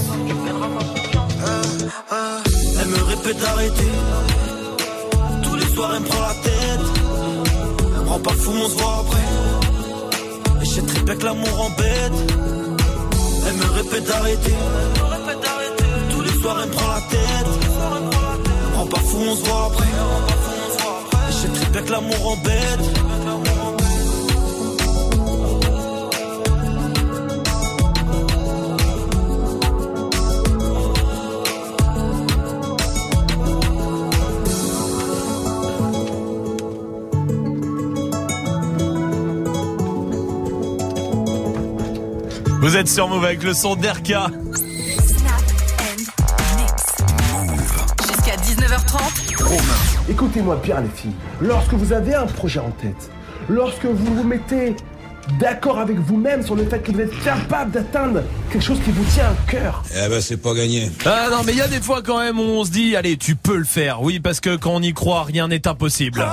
Elle me répète d'arrêter. Tous les soirs elle me prend la tête. Rends pas fou, on se voit après. Et je sais très bien que l'amour embête. Elle me répète d'arrêter. Tous les soirs elle me prend la tête. Rends pas fou, on se voit après. Et je sais très bien que l'amour embête. Vous êtes sur Move avec le son d'Erka. Jusqu'à 19h30. Écoutez-moi bien les filles, lorsque vous avez un projet en tête, lorsque vous vous mettez d'accord avec vous-même sur le fait que vous êtes capable d'atteindre quelque chose qui vous tient à cœur. Eh ben c'est pas gagné. Ah non mais il y a des fois quand même où on se dit allez tu peux le faire. Oui parce que quand on y croit rien n'est impossible.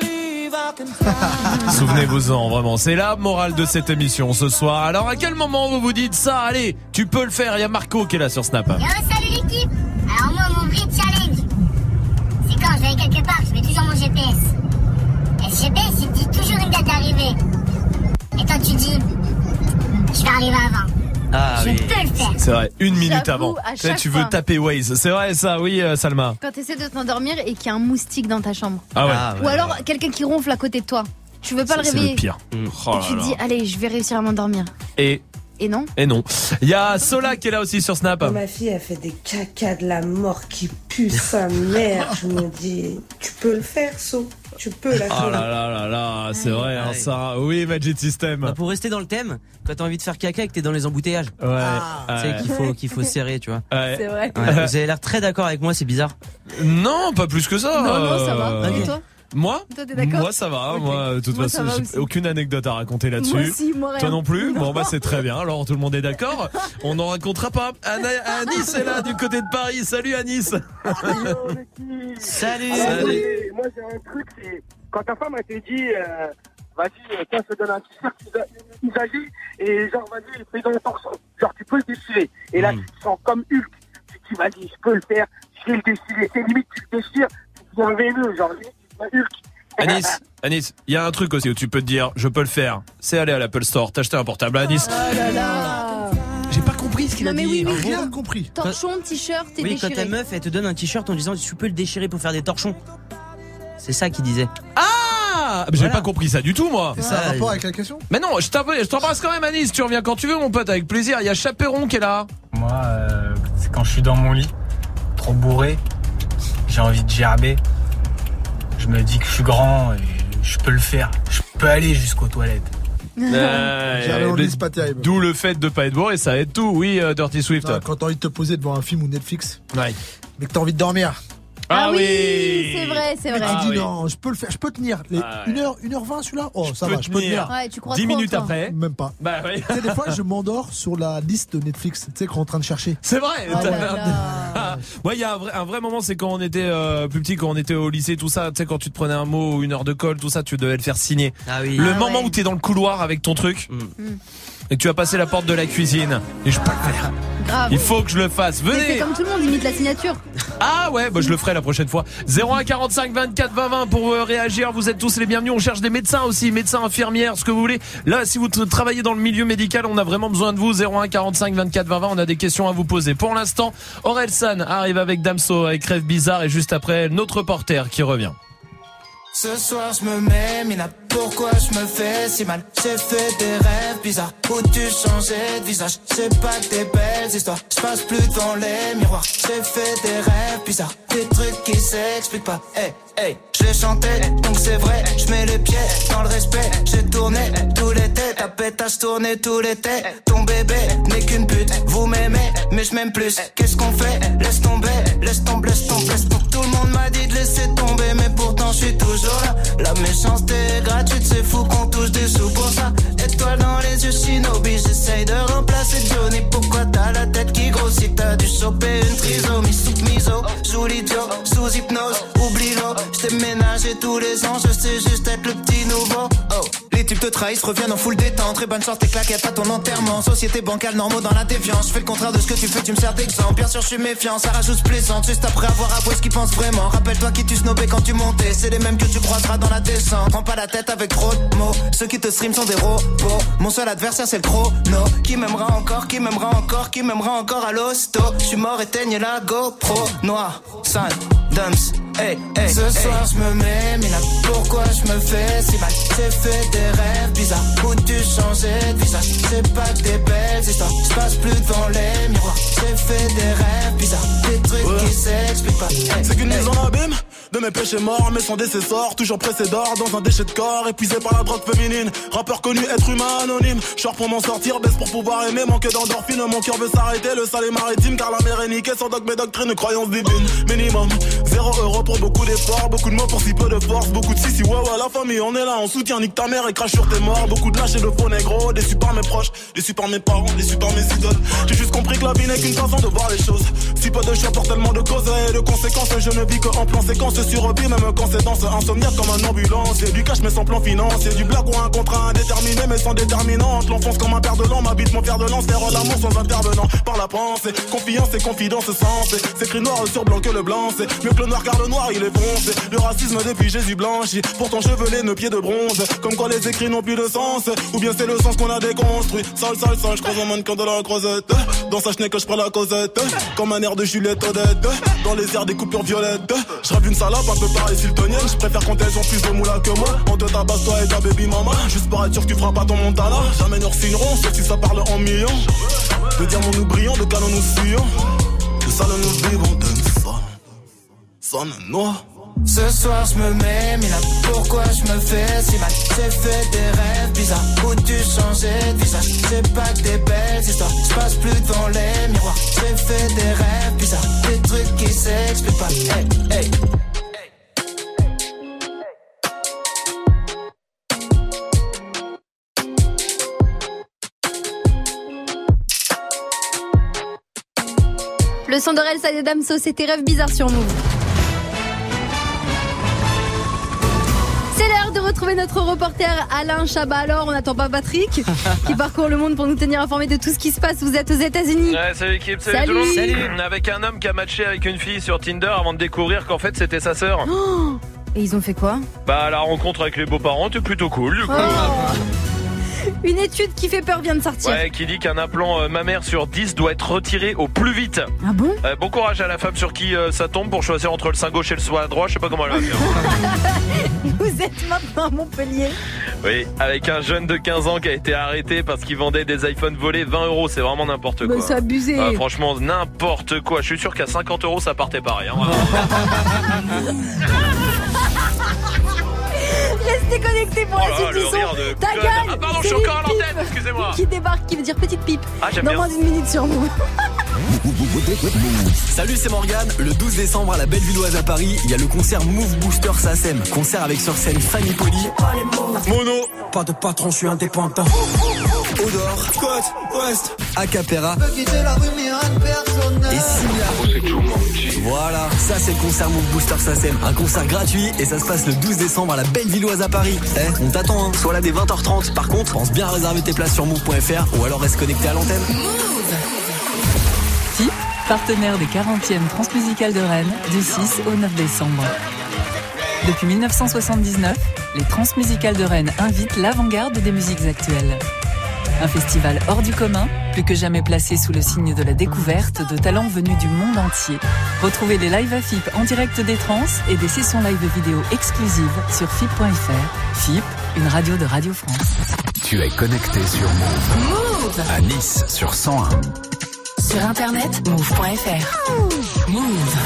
Souvenez-vous-en, vraiment, c'est la morale de cette émission ce soir. Alors à quel moment vous vous dites ça? Allez, tu peux le faire. Il y a Marco qui est là sur Snap. Salut l'équipe. Alors moi mon vrai challenge, c'est quand je vais quelque part, je mets toujours mon GPS. Et ce GPS il dit toujours une date d'arrivée. Et toi tu dis, je vais arriver avant. Ah je oui. peux le faire. C'est vrai, une minute J'avoue, avant. à Tu sais, chaque tu veux fois. taper Waze. C'est vrai ça, oui Salma. Quand tu essaies de t'endormir et qu'il y a un moustique dans ta chambre. Ah ouais. Ou alors quelqu'un qui ronfle à côté de toi. Tu veux pas le C'est réveiller. le pire. Oh Et là tu te là. dis, allez, je vais réussir à m'endormir. Et non. Il y a Sola qui est là aussi sur Snap. Ma fille a fait des caca de la mort qui pue sa mère. Je me dis, tu peux le faire, So. Tu peux la faire. Oh là là là là, c'est vrai hein, ça. Oui, Magic System. Bah, pour rester dans le thème, quand t'as envie de faire caca et que t'es dans les embouteillages. Ouais. C'est qu'il faut serrer, tu vois. Ouais. C'est vrai. Ouais, vous avez l'air très d'accord avec moi, c'est bizarre. Non, pas plus que ça. Non, ça va. Et toi? Moi Toi, t'es d'accord? Moi ça va, Ok. moi de toute Moi, façon ça va j'ai aussi. aucune anecdote à raconter là-dessus. Moi aussi, moi rien. Toi non plus. Non. Bon bah c'est très bien, alors tout le monde est d'accord. On n'en racontera pas. Anis est là du côté de Paris, salut Anis. Salut. Alors, Salut. moi j'ai un truc, c'est quand ta femme elle te dit vas-y, tiens, je te donne un t-shirt usagé et genre vas-y, fais dans le torse, genre tu peux le déchirer. Et là tu te sens comme Hulk, tu te dis vas-y, je peux le faire, je vais le déchirer. C'est limite tu le déchires, tu deviens veineux, genre limite tu deviens Hulk. Anis, il y a un truc aussi où tu peux te dire je peux le faire. C'est aller à l'Apple Store, t'acheter un portable. Anis. Oh là là. J'ai pas compris ce qu'il Non a mais dit. oui, Rien compris. Torchon, t-shirt et Oui, déchiré. quand ta meuf, elle te donne un t-shirt en disant tu peux le déchirer pour faire des torchons. C'est ça qu'il disait. Ah, j'avais pas compris ça du tout moi. Ça a un rapport avec la question? Mais non, je t'embrasse quand même Anis, tu reviens quand tu veux mon pote, avec plaisir. Il y a Chaperon qui est là. Moi, c'est quand je suis dans mon lit, trop bourré, j'ai envie de gerber. Je me dis que je suis grand et je peux le faire. Je peux aller jusqu'aux toilettes. Jerry Only, c'est pas terrible. D'où le fait de pas être bourré, ça aide tout. Oui, Dirty Swift. Non, quand t'as envie de te poser devant un film ou Netflix, ouais. mais que t'as envie de dormir. Ah oui, c'est vrai. Mais tu dis non, je peux le faire, je peux tenir. 1h20 celui-là. Oh, ça va, je peux tenir. Ouais, tu crois 10 trop, minutes toi. après. Même pas. Bah oui. Tu sais, des fois, je m'endors sur la liste de Netflix. Tu sais, qu'on est en train de chercher. C'est vrai. Oh là là. Moi, il y a un vrai moment, c'est quand on était plus petit, quand on était au lycée, tout ça. Tu sais, quand tu te prenais un mot ou une heure de colle, tout ça, tu devais le faire signer. Ah oui. Le moment où t'es dans le couloir avec ton truc. Et que tu vas passer la porte de la cuisine. Et je peux pas le faire. Grave. Il faut que je le fasse. Mais Venez. c'est comme tout le monde, imite la signature. Ah ouais, bah je le ferai la prochaine fois. 01 45 24 20 20 pour réagir. Vous êtes tous les bienvenus. On cherche des médecins aussi, médecins, infirmières, ce que vous voulez. Là, si vous travaillez dans le milieu médical, on a vraiment besoin de vous. 01 45 24 20 20. On a des questions à vous poser. Pour l'instant, Orelsan arrive avec Damso, avec Rêve Bizarre, et juste après, notre reporter qui revient. Ce soir je me mets, Mina, pourquoi je me fais si mal? J'ai fait des rêves bizarres, où tu changeais de visage. C'est pas que des belles histoires, je passe plus dans les miroirs. J'ai fait des rêves bizarres, des trucs qui s'expliquent pas. Hey, hey, je l'ai chanté, donc c'est vrai, je mets les pieds dans le respect. J'ai tourné tout l'été, ta pétasse tournée tout l'été. Ton bébé n'est qu'une pute, vous m'aimez, mais je m'aime plus. Qu'est-ce qu'on fait? Laisse tomber, laisse tomber, laisse tomber, laisse tomber. Tout le monde m'a dit de laisser tomber, mais pourtant je suis toujours là. La méchanceté est gratuite, c'est fou qu'on touche des sous pour ça. Étoile dans les yeux, Shinobi, j'essaye de remplacer Johnny. Pourquoi t'as la tête qui grossit? T'as dû choper une trisomie. Sous miso, joue l'idiot, sous hypnose, oublie-le. J't'ai ménagé tous les ans, je sais juste être le petit nouveau. Oh. Les types te trahissent, reviennent en full détente. Très bonne chance, tes claquettes à ton enterrement. Société bancale, normaux dans la déviance. Je fais le contraire de ce que tu fais, tu me sers d'exemple. Bien sûr, je suis méfiant, ça rajoute plaisante. Juste après avoir avoué ce qu'ils pensent vraiment. Rappelle-toi qui tu snobais quand tu montais. C'est les mêmes que tu croiseras dans la descente. Prends pas la tête avec trop de mots. Ceux qui te stream sont des robots. Mon seul adversaire, c'est le chrono. Qui m'aimera encore, qui m'aimera encore, qui m'aimera encore à l'hosto. Je suis mort, éteigne la GoPro. Noir, San, Dumps. Hey, hey, ce soir je me mets, mais là pourquoi je me fais si mal? J'ai fait des rêves bizarres, où tu changeais de visage. C'est pas que des belles histoires, je passe plus devant les miroirs. J'ai fait des rêves bizarres, des trucs qui s'expliquent pas. Hey, c'est qu'une hey. mise en abîme de mes péchés morts, mais sans décessor, toujours pressé d'or dans un déchet de corps, épuisé par la drogue féminine. Rappeur connu, être humain anonyme. Short pour m'en sortir, baisse pour pouvoir aimer, manque d'endorphine. Mon cœur veut s'arrêter, le sale est maritime, car la mer est niquée sans dogme et doctrine, croyance divine. Minimum 0 € pour beaucoup d'efforts, beaucoup de mots pour si peu de force, beaucoup de si ouais ouais la famille on est là, on soutient, nique ta mère et crache sur tes morts. Beaucoup de lâches et de faux négros, déçus par mes proches, déçus par mes parents, déçus par mes idoles. J'ai juste compris que la vie n'est qu'une façon de voir les choses. Si peu de choix pour tellement de causes et de conséquences, je ne vis que en plan séquence sur vie, même quand c'est dense, insomniaque comme un ambulance. Et du cash mais sans plan financier, du blague ou un contrat indéterminé mais sans déterminante. L'enfonce comme un père de l'an, m'habite mon fer de lance, faire l'amour sans intervenant. Par la pensée, confiance et confidence sensée. C'est écrit noir sur blanc que le blanc, c'est mieux que le noir car le noir il est foncé. Le racisme depuis Jésus blanchi, pourtant chevelé, nos pieds de bronze. Comme quoi les écrits n'ont plus de sens, ou bien c'est le sens qu'on a déconstruit. Sale, sale, sale, je croise un mannequin de la croisette. Dans sa chenille que je prends la causette, comme un air de Juliette Odette. Dans les airs des coupures violettes, je rêve une salope un peu pareil siltonienne. Je préfère quand elles ont plus de moula que moi. On te tabasse toi et ta baby mama, juste pour être sûr que tu feras pas ton Montana. Jamais nous signerons, sauf si ça parle en millions. De diamants nous brillons, de canons nous fuyons. De salles nous vivons, de sonne noir. Ce soir je me mets, mais là pourquoi je me fais si mal? J'ai fait des rêves bizarres, où tu changeais de visage. C'est pas que des belles histoires, je passe plus devant les miroirs. J'ai fait des rêves bizarres, des trucs qui s'expliquent pas. Hey, hey. Le son d'Orelsan et Damso, c'était Rêve Bizarre sur Move. C'est l'heure de retrouver notre reporter Alain Chabat. Alors, on n'attend pas Patrick qui parcourt le monde pour nous tenir informés de tout ce qui se passe. Vous êtes aux États-Unis. Ouais, salut l'équipe, salut tout le monde. Salut. Avec un homme qui a matché avec une fille sur Tinder avant de découvrir qu'en fait c'était sa sœur. Oh, et ils ont fait quoi? Bah la rencontre avec les beaux-parents était plutôt cool du coup. Une étude qui fait peur vient de sortir. Ouais, qui dit qu'un implant mammaire sur 10 doit être retiré au plus vite. Ah bon? Bon courage à la femme sur qui ça tombe pour choisir entre le sein gauche et le sein droit. Je sais pas comment elle va faire. Vous êtes maintenant à Montpellier. Oui, avec un jeune de 15 ans qui a été arrêté parce qu'il vendait des iPhones volés 20 €. C'est vraiment n'importe quoi. Mais c'est abusé. Franchement, n'importe quoi. Je suis sûr qu'à 50 € ça partait pareil. Hein, Restez connectés pour la suite du son. Ta gueule. Ah pardon, je suis encore à l'antenne, excusez-moi. Qui débarque, qui veut dire petite pipe. Ah, j'aime dans bien. moins d'une minute sur Move. Salut, c'est Morgane. Le 12 décembre à la Bellevilloise à Paris, il y a le concert Move Booster SACEM. Concert avec sur scène Fanny Poli, Mono, pas de patron, je suis indépendant, Odor, Scott, West, Acapera et Sia. Voilà, ça c'est le concert Move Booster SACEM. Un concert gratuit et ça se passe le 12 décembre à la Bellevilloise à Paris. On t'attend, hein. Sois là dès 20h30. Par contre, pense bien à réserver tes places sur move.fr ou alors reste connecté à l'antenne. FIP, partenaire des 40e Transmusicales de Rennes, du 6 au 9 décembre. Depuis 1979, les Transmusicales de Rennes invitent l'avant-garde des musiques actuelles. Un festival hors du commun, plus que jamais placé sous le signe de la découverte de talents venus du monde entier. Retrouvez les lives à FIP en direct des trans et des sessions live vidéo exclusives sur FIP.fr. FIP, une radio de Radio France. Tu es connecté sur Move. Move À Nice sur 101. Sur internet, move.fr. Move.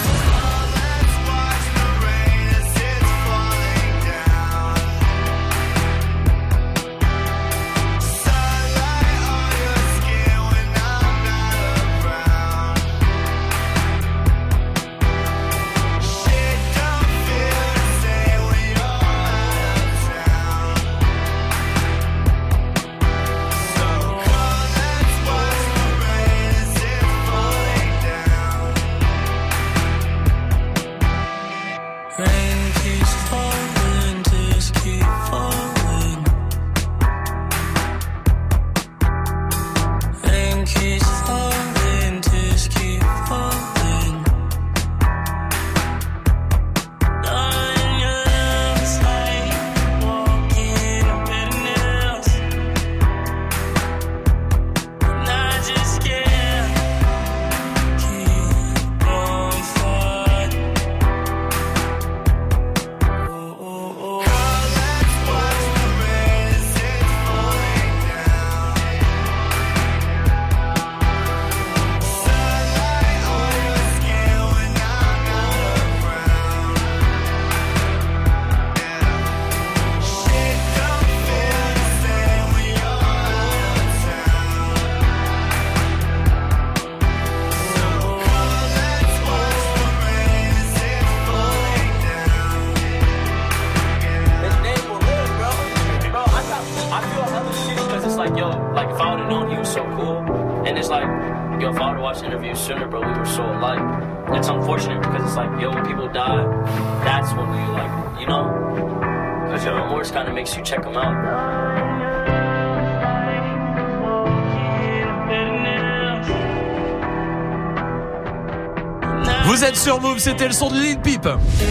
Vous êtes sur Move, c'était le son de Lil Peep.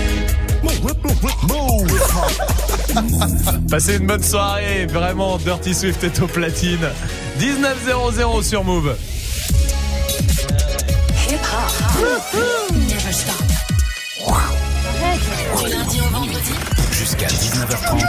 Passez une bonne soirée, vraiment, Dirty Swift est au platine. 19:00 sur Move. Never stop. Du lundi au vendredi. Jusqu'à 19h30.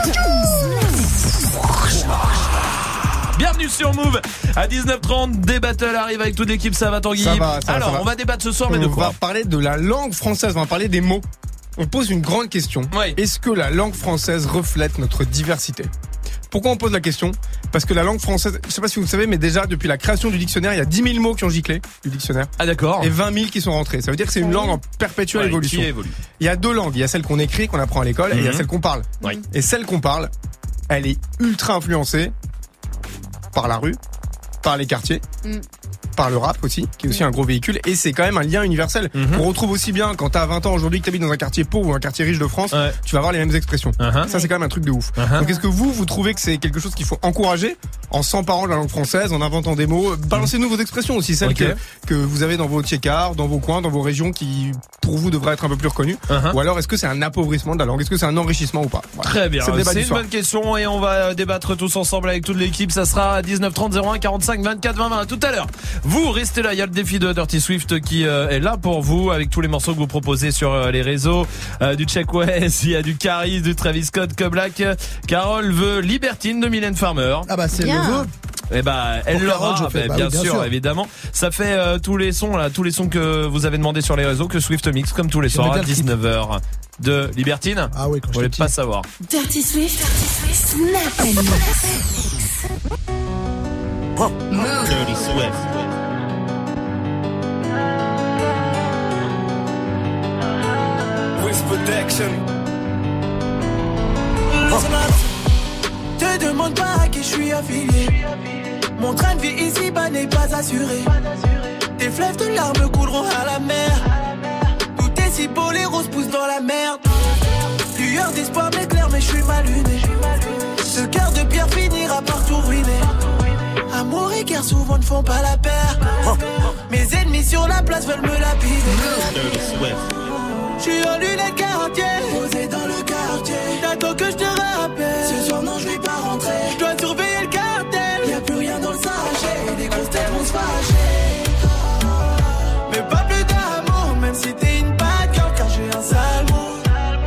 Bienvenue sur Move. À 19h30, des battles arrivent avec toute l'équipe. Ça va, Tanguy? Alors, on va débattre ce soir, mais de quoi? On va parler de la langue française, on va parler des mots. On pose une grande question. Oui. Est-ce que la langue française reflète notre diversité? Pourquoi on pose la question? Parce que la langue française, je sais pas si vous le savez, mais déjà depuis la création du dictionnaire, il y a 10 000 mots qui ont giclé du dictionnaire. Ah d'accord. Et 20 000 qui sont rentrés. Ça veut dire que c'est une langue en perpétuelle évolution. Qui évolue. Il y a deux langues. Il y a celle qu'on écrit, qu'on apprend à l'école, et il y a celle qu'on parle. Oui. Et celle qu'on parle, elle est ultra influencée par la rue, par les quartiers, par le rap aussi, qui est aussi un gros véhicule, et c'est quand même un lien universel. On retrouve aussi bien quand t'as 20 ans aujourd'hui que t'habites dans un quartier pauvre ou un quartier riche de France, tu vas avoir les mêmes expressions. Ça c'est quand même un truc de ouf. Donc est-ce que vous trouvez que c'est quelque chose qu'il faut encourager en s'emparant de la langue française, en inventant des mots? Balancez-nous vos expressions aussi, celles que vous avez dans vos check-outs, dans vos coins, dans vos régions qui pour vous devraient être un peu plus reconnues. Ou alors est-ce que c'est un appauvrissement de la langue? Est-ce que c'est un enrichissement ou pas? Voilà. Très bien, c'est une soir. bonne question et on va débattre tous ensemble avec toute l'équipe. Ça sera à 19h30 01 45 24 20 20. À tout à l'heure. Vous restez là, il y a le défi de Dirty Swift qui est là pour vous avec tous les morceaux que vous proposez sur les réseaux. Du Check West, il y a du Caris, du Travis Scott, Black. Carole veut Libertine de Mylène Farmer. Ah bah c'est le vœu. Eh ben, elle Pour l'aura, Carole, je fais. Bah bien oui, bien sûr, sûr. évidemment. Ça fait tous les sons que vous avez demandé sur les réseaux, que Swift mix comme tous les soirs à 19h. De Libertine. Ah oui, quand je voulais pas savoir. Dirty Swift, Snap and Mix. Dirty Swift. With protection. Te demande pas à qui je suis affilié. Mon train de vie ici-bas n'est pas assuré. Tes fleuves de larmes couleront à la mer. Tout est si beau, les roses poussent dans la merde. Lueur d'espoir m'éclaire, mais je suis mal luné. Ce cœur de pierre finira par tout ruiner. Amour et guerre souvent ne font pas la paire. Mes ennemis sur la place veulent me lapider. Je suis en lunettes quartier, posé dans le quartier. T'attends que je te rappelle. Ce soir non je vais pas rentrer. Je dois surveiller le cartel. Y'a plus rien dans le sachet. Les grosses têtes vont se fâcher. Mais pas plus d'amour, même si t'es une bad girl, car j'ai un sale mood.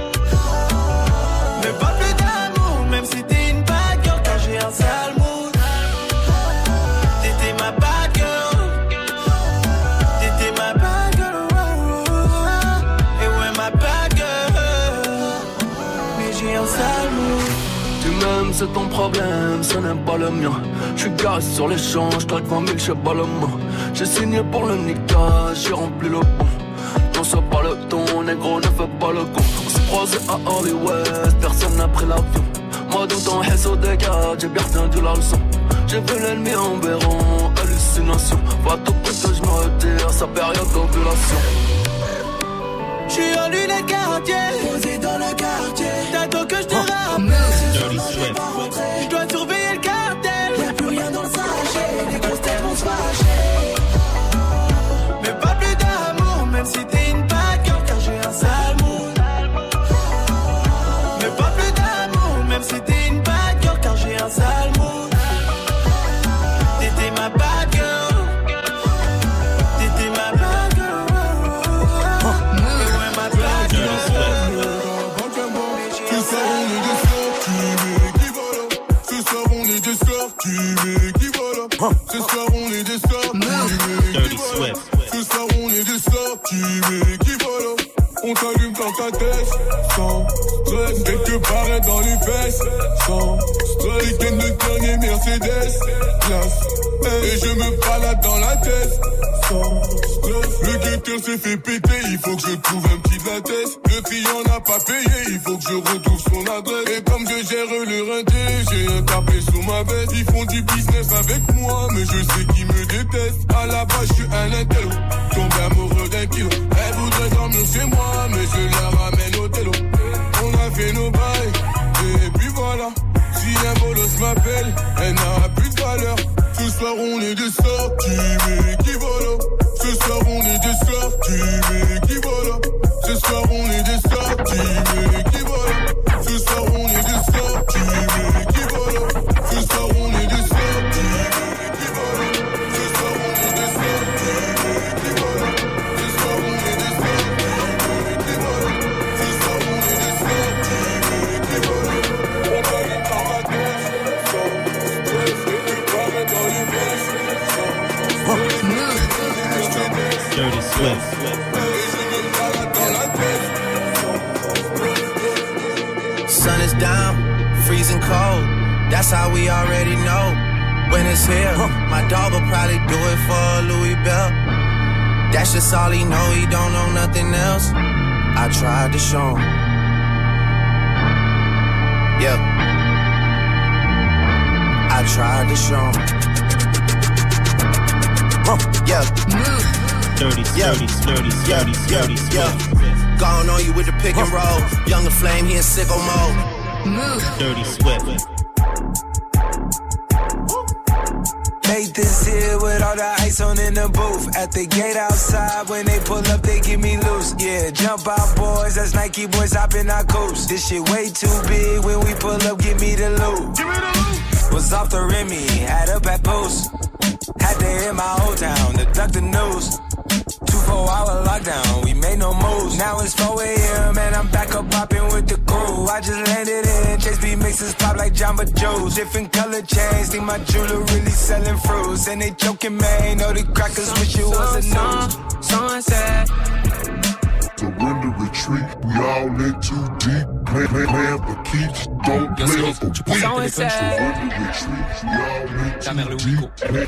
Mais pas plus d'amour, même si t'es une bad girl, car j'ai un sale mood. T'étais ma bad girl. T'étais ma bad girl. Et ouais ma bad girl. Mais j'ai un sale mood. Tu m'aimes, c'est ton problème, ce n'est pas le mien. J'suis garé sur les champs, j'claque 20 000 chez Balmain. J'ai signé pour le niquage, j'ai rempli le bon. Non, c'est pas le ton, négro, ne fais pas le con. On s'est croisé à Hollywood, personne n'a pris l'avion. Moi, dans ton réseau des gars, j'ai bien retenu la leçon. J'ai vu l'ennemi en béron, hallucination. Pas tout près que j'me retire, sa période d'ovulation. J'suis en lunettes quartier, posé dans le quartier. T'attends que je te rappelle. Je dois surveiller le cartel. Y'a plus rien dans le sachet. Les grosses têtes vont se fâcher. Mais pas plus d'amour, même si t'es une bad girl, car j'ai un sale mood. Mais pas plus d'amour, même si t'es une bad girl, car j'ai un sale mood. T'étais ma bad girl. T'étais ma bad girl. Ce soir on est des sorties, ce soir on est des sorties, mais qui voilà. On t'allume dans ta tête, sans stress. Quelque part dans les fesses, sans stress. Week-end de dernier Mercedes, classe. Et je me balade dans la tête, sans stress. Le guetteur s'est fait péter, il faut que je trouve un petit de la tête. Le client n'a pas payé, il faut que je retrouve son adresse. Et comme je gère le rinté, j'ai un tapé sous ma veste. Ils font du business avec moi, mais je sais qu'ils me détestent. À la base, je suis un intello, tombé amoureux d'un kilo. Elle voudrait dormir chez moi, mais je la ramène au télo. On a fait nos bails, et puis voilà. Si un bolos m'appelle, elle n'aura plus de valeur. Ce soir on est des sorties, mais qui voilà. Ce soir on est des sorties, mais qui voilà. Ce soir on est des sorties, mais qui voilà. Ce soir on est des sorties, mais qui voilà. Ce soir on est des sorties, mais qui voilà. Ce soir on est des sorties, mais qui voilà. Ce soir on est des sorties, mais qui voilà. Ce soir on est des sorties, mais qui voilà. On va aller par la tête, sans stress. Et tu parais dans les fesses, sans stress. Dirty Swift. Sun is down, freezing cold. That's how we already know when it's here. My dog will probably do it for Louis Bell. That's just all he know, he don't know nothing else. I tried to show him. Yeah, I tried to show him. Yeah. Dirty, dirty, dirty, dirty, dirty, dirty. Gone on you with the pick and roll. Younger Flame, he in sicko mode. Dirty Swift. Made this here with all the ice on in the booth. At the gate outside, when they pull up, they give me loose. Yeah, jump out, boys. That's Nike boys hopping our coops. This shit way too big. When we pull up, give me the loot. Was off the Remy, had up at Post. Had to hit my old town to duck the news. 24-hour lockdown, we made no no moves. Now it's 4 a.m. and I'm back up popping with the crew. I just landed in Chase B mixes pop like Jamba Joe's. Different color chains, think my jeweler really selling fruits. And they joking, man, know the crackers wish it was a news. Sunset. Surrender, retreat, we all in too deep. Plan for keeps, don't play for beat. Surrender, retreat, we all in too deep.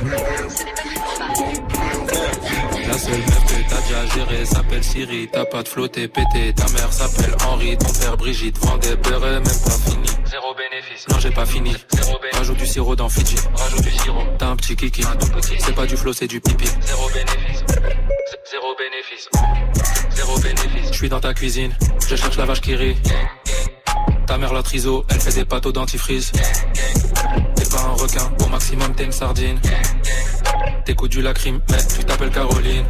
La seule meuf que t'as déjà gérée s'appelle Siri. T'as pas de flot, t'es pété. Ta mère s'appelle Henri. Ton père Brigitte vend des beurres, même pas fini. Zéro bénéfice. Non, j'ai pas fini. Rajoute du sirop dans Fidji. Rajoute du sirop. T'as un petit kiki. C'est pas du flot, c'est du pipi. Zéro bénéfice. Zéro bénéfice. Zéro bénéfice. J'suis dans ta cuisine. Je cherche la vache qui rit. Ta mère la triso, elle fait des pâtes au dentifrice. T'es pas un requin, au maximum t'es une sardine. T'écoutes du lacryme, mais tu t'appelles Caroline.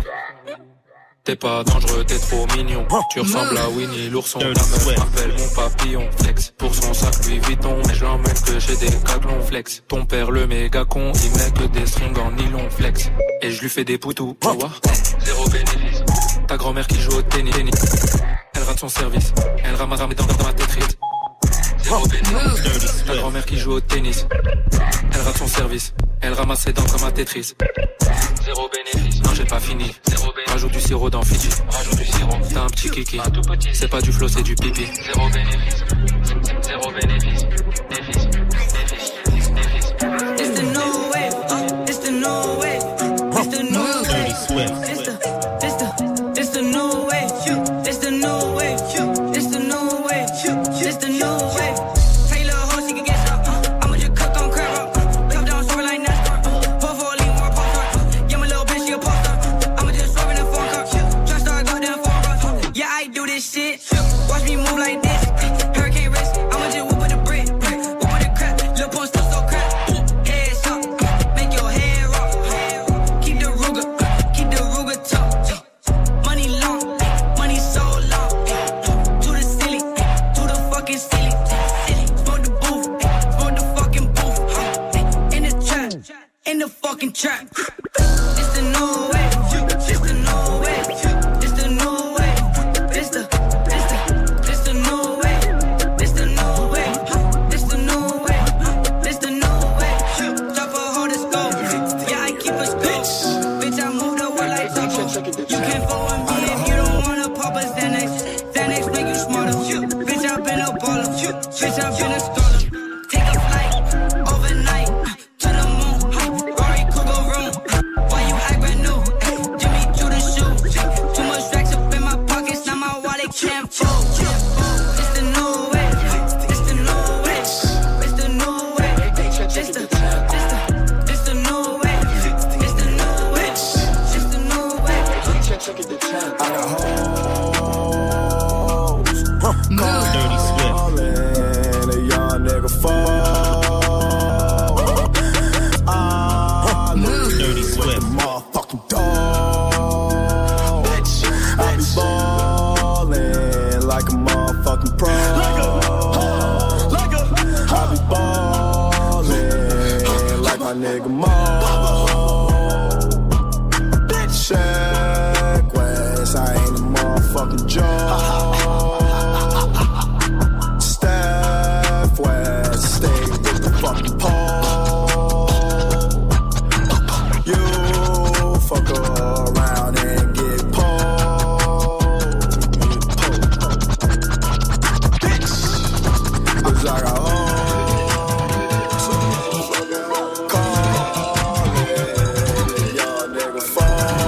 T'es pas dangereux, t'es trop mignon. Tu ressembles à Winnie l'ourson. Ta meuf m'appelle mon papillon. Flex pour son sac Louis Vuitton, mais je l'emmène que j'ai des caclons. Flex, ton père le méga con, il met que des strings en nylon. Flex, et je lui fais des poutous. Zéro bénéfice. Ta grand-mère qui joue au tennis. Elle rate son service, elle ramasse dans ma tétrite. Zéro bénéfice. Ta grand-mère qui joue au tennis. Elle rate son service, elle ramasse ses dents comme un Tetris. Zéro bénéfice. Non, j'ai pas fini. Zéro bénéfice. Rajoute du sirop dans Fidji. Rajoute du sirop. T'as un petit kiki. Un tout petit. C'est pas du flow, c'est du pipi. Zéro bénéfice. Zéro bénéfice. Défice. Défice. Défice. It's the new wave. It's the new wave. It's the new wave. It's the new wave. It's the new wave. It's the new wave. It's the new wave. It's the new wave. Take a little hoe, she can get shot. I'ma just cook on crab up. Top down, swerving like NASCAR. Pour for a lean, more pop star. Yeah, my little bitch, she a pop star. I'ma just swerve in a phone car. Just start, got them phone bars. Yeah, I do this shit. Watch me move like this. Hurricane wrist. I'ma just whoop with the brick. Whoop with the crap. Lil' pump still so crap. Head shot. Make your head rock. Keep the Ruger. Keep the Ruger top. Money long. Money so long. To the silly. To the fucking silly. Smoke the booth. Smoke the fucking booth. In the trap. In the fucking trap. It's the new way. It's the new way. It's the new way. It's the new way. It's the new way. It's the new way. It's the new way. Drop a hold of scope. Yeah, I keep a scope. Bitch, I move the world like Taco. You can't fuck with me if you don't wanna pop a Xanax. Xanax make you smarter. Bitch, I've been a baller. Bitch, I've been a scholar. Take a flight overnight to the moon. Rory could go wrong. Why you act brand new? Jimmy Choo the shoe. Too much racks up in my pockets, now my wallet can't fold. It's the new way. It's the new way. It's the new way. It's the new way. It's the new way. It's the new way. I got hoes. Dirty Swift. And a young nigga fall. Dirty Swift. Motherfucking dog. I be ballin' like a motherfucking pro. I be ballin' like my nigga Mo. Check West, I ain't a motherfucking joke. Steph West, stay with the fucking pole. You fuck around and get pulled. Bitch, 'cause I got hoes. Call it, young nigga fall.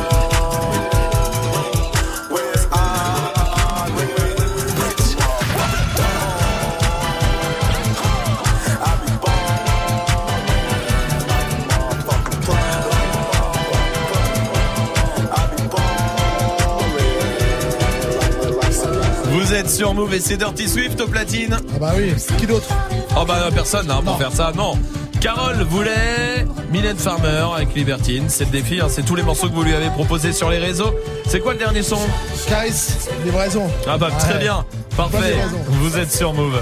Where's I? Vous êtes sur Move et c'est Dirty Swift au platine. Ah bah oui, qui d'autre? Oh bah personne hein, pour faire ça, non. Carole voulait Mylène Farmer avec Libertine, c'est le défi, hein, c'est tous les morceaux que vous lui avez proposés sur les réseaux. C'est quoi le dernier son? Caris, livraison. Ah bah très bien, parfait. Vous êtes sur Move.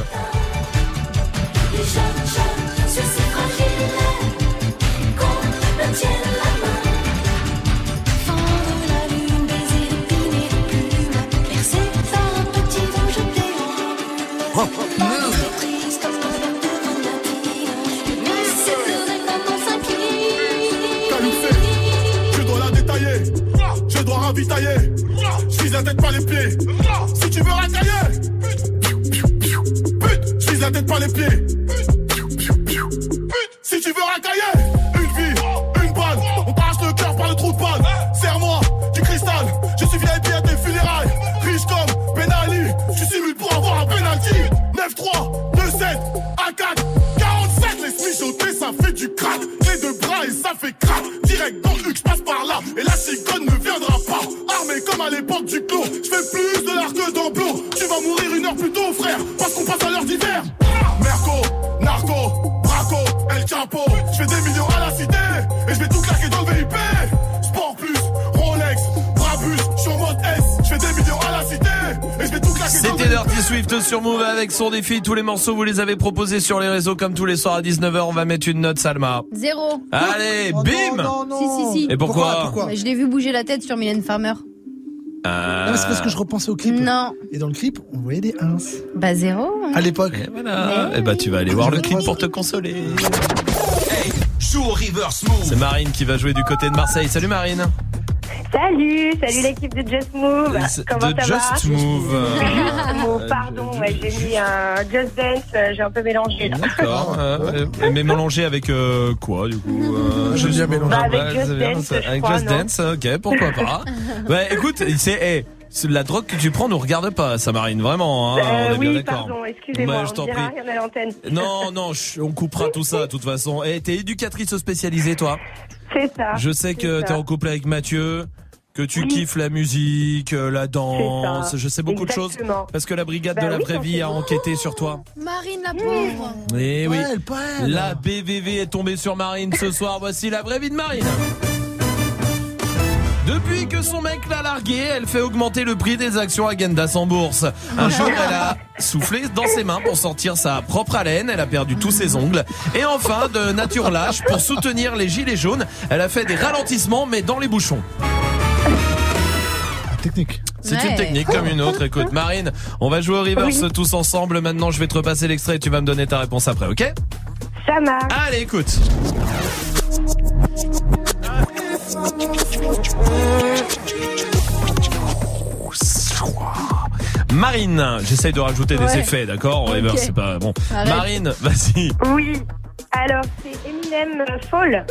Je dois la détailler, je dois ravitailler. Je vise la tête par les pieds. Si tu veux racailler, je vise la tête par les pieds. Si tu veux racailler, une vie, une balle. On t'arrache le cœur par le trou de balle. Serre-moi du cristal, je suis VIP à tes funérailles. Riche comme Ben Ali, je suis simule pour avoir un penalty. 9-3, 2-7, A4, 47. Laisse mijoter, ça fait du crack. Les deux bras et ça fait crack. Direct dans le Huc, je passe par là. Et la cigogne ne viendra pas. Armé comme à l'époque du clos. Je fais plus de l'art que d'emploi. Tu vas mourir une heure plus tôt, frère. Parce qu'on passe à l'heure d'hiver. Merco, narco, braco, El Chapo. Je fais des millions à la cité. Et je vais tout claquer dans le VIP. Sport plus, Rolex, Brabus, je suis en mode S. Je fais des millions à la cité. Et je vais tout claquer dans le VIP. C'était Dirty Swift sur Move avec son défi. Tous les morceaux, vous les avez proposés sur les réseaux comme tous les soirs à 19h. On va mettre une note, Salma. 0. Allez, bim. Non. Si. Et pourquoi Je l'ai vu bouger la tête sur Mylène Farmer. Non, mais c'est parce que je repensais au clip. Non. Et dans le clip, on voyait des 1. Bah 0. À l'époque. Et voilà. Et bah tu vas aller voir le clip pour te consoler. Hey, joue au reverse move. C'est Marine qui va jouer du côté de Marseille. Salut Marine. Salut l'équipe de Just Move. Comment de ça Just va Move. Pardon, j'ai mis un Just Dance, j'ai un peu mélangé là. D'accord. Mais mélangé avec quoi du coup Je viens mélanger. Avec Just Dance, avec Just Dance, ok, pourquoi pas. Ouais, écoute, c'est la drogue que tu prends nous regarde pas, ça Marine, vraiment. Hein, on est bien oui, d'accord. pardon, excusez-moi, je t'en on dira prie. rien à l'antenne. Non, on coupera tout ça de toute façon. Et t'es éducatrice spécialisée toi? C'est ça. Je sais que t'es en couple avec Mathieu. Que tu kiffes la musique, la danse, je sais beaucoup de choses. Parce que la brigade de la vraie vie a enquêté sur toi. Marine la pauvre. Eh oui, elle. La BVV est tombée sur Marine ce soir. Voici la vraie vie de Marine. Depuis que son mec l'a larguée, elle fait augmenter le prix des actions Agendas en bourse. Un jour, elle a soufflé dans ses mains pour sortir sa propre haleine. Elle a perdu tous ses ongles. Et enfin, de nature lâche, pour soutenir les gilets jaunes, elle a fait des ralentissements, mais dans les bouchons. Technique. C'est une technique comme une autre. Écoute, Marine, on va jouer au reverse tous ensemble. Maintenant, je vais te repasser l'extrait et tu vas me donner ta réponse après, ok? Ça marche. Allez, écoute. Marine, j'essaye de rajouter des effets, d'accord? Au reverse, c'est pas bon. Arrête. Marine, vas-y. Oui. Alors, c'est Eminem Fall.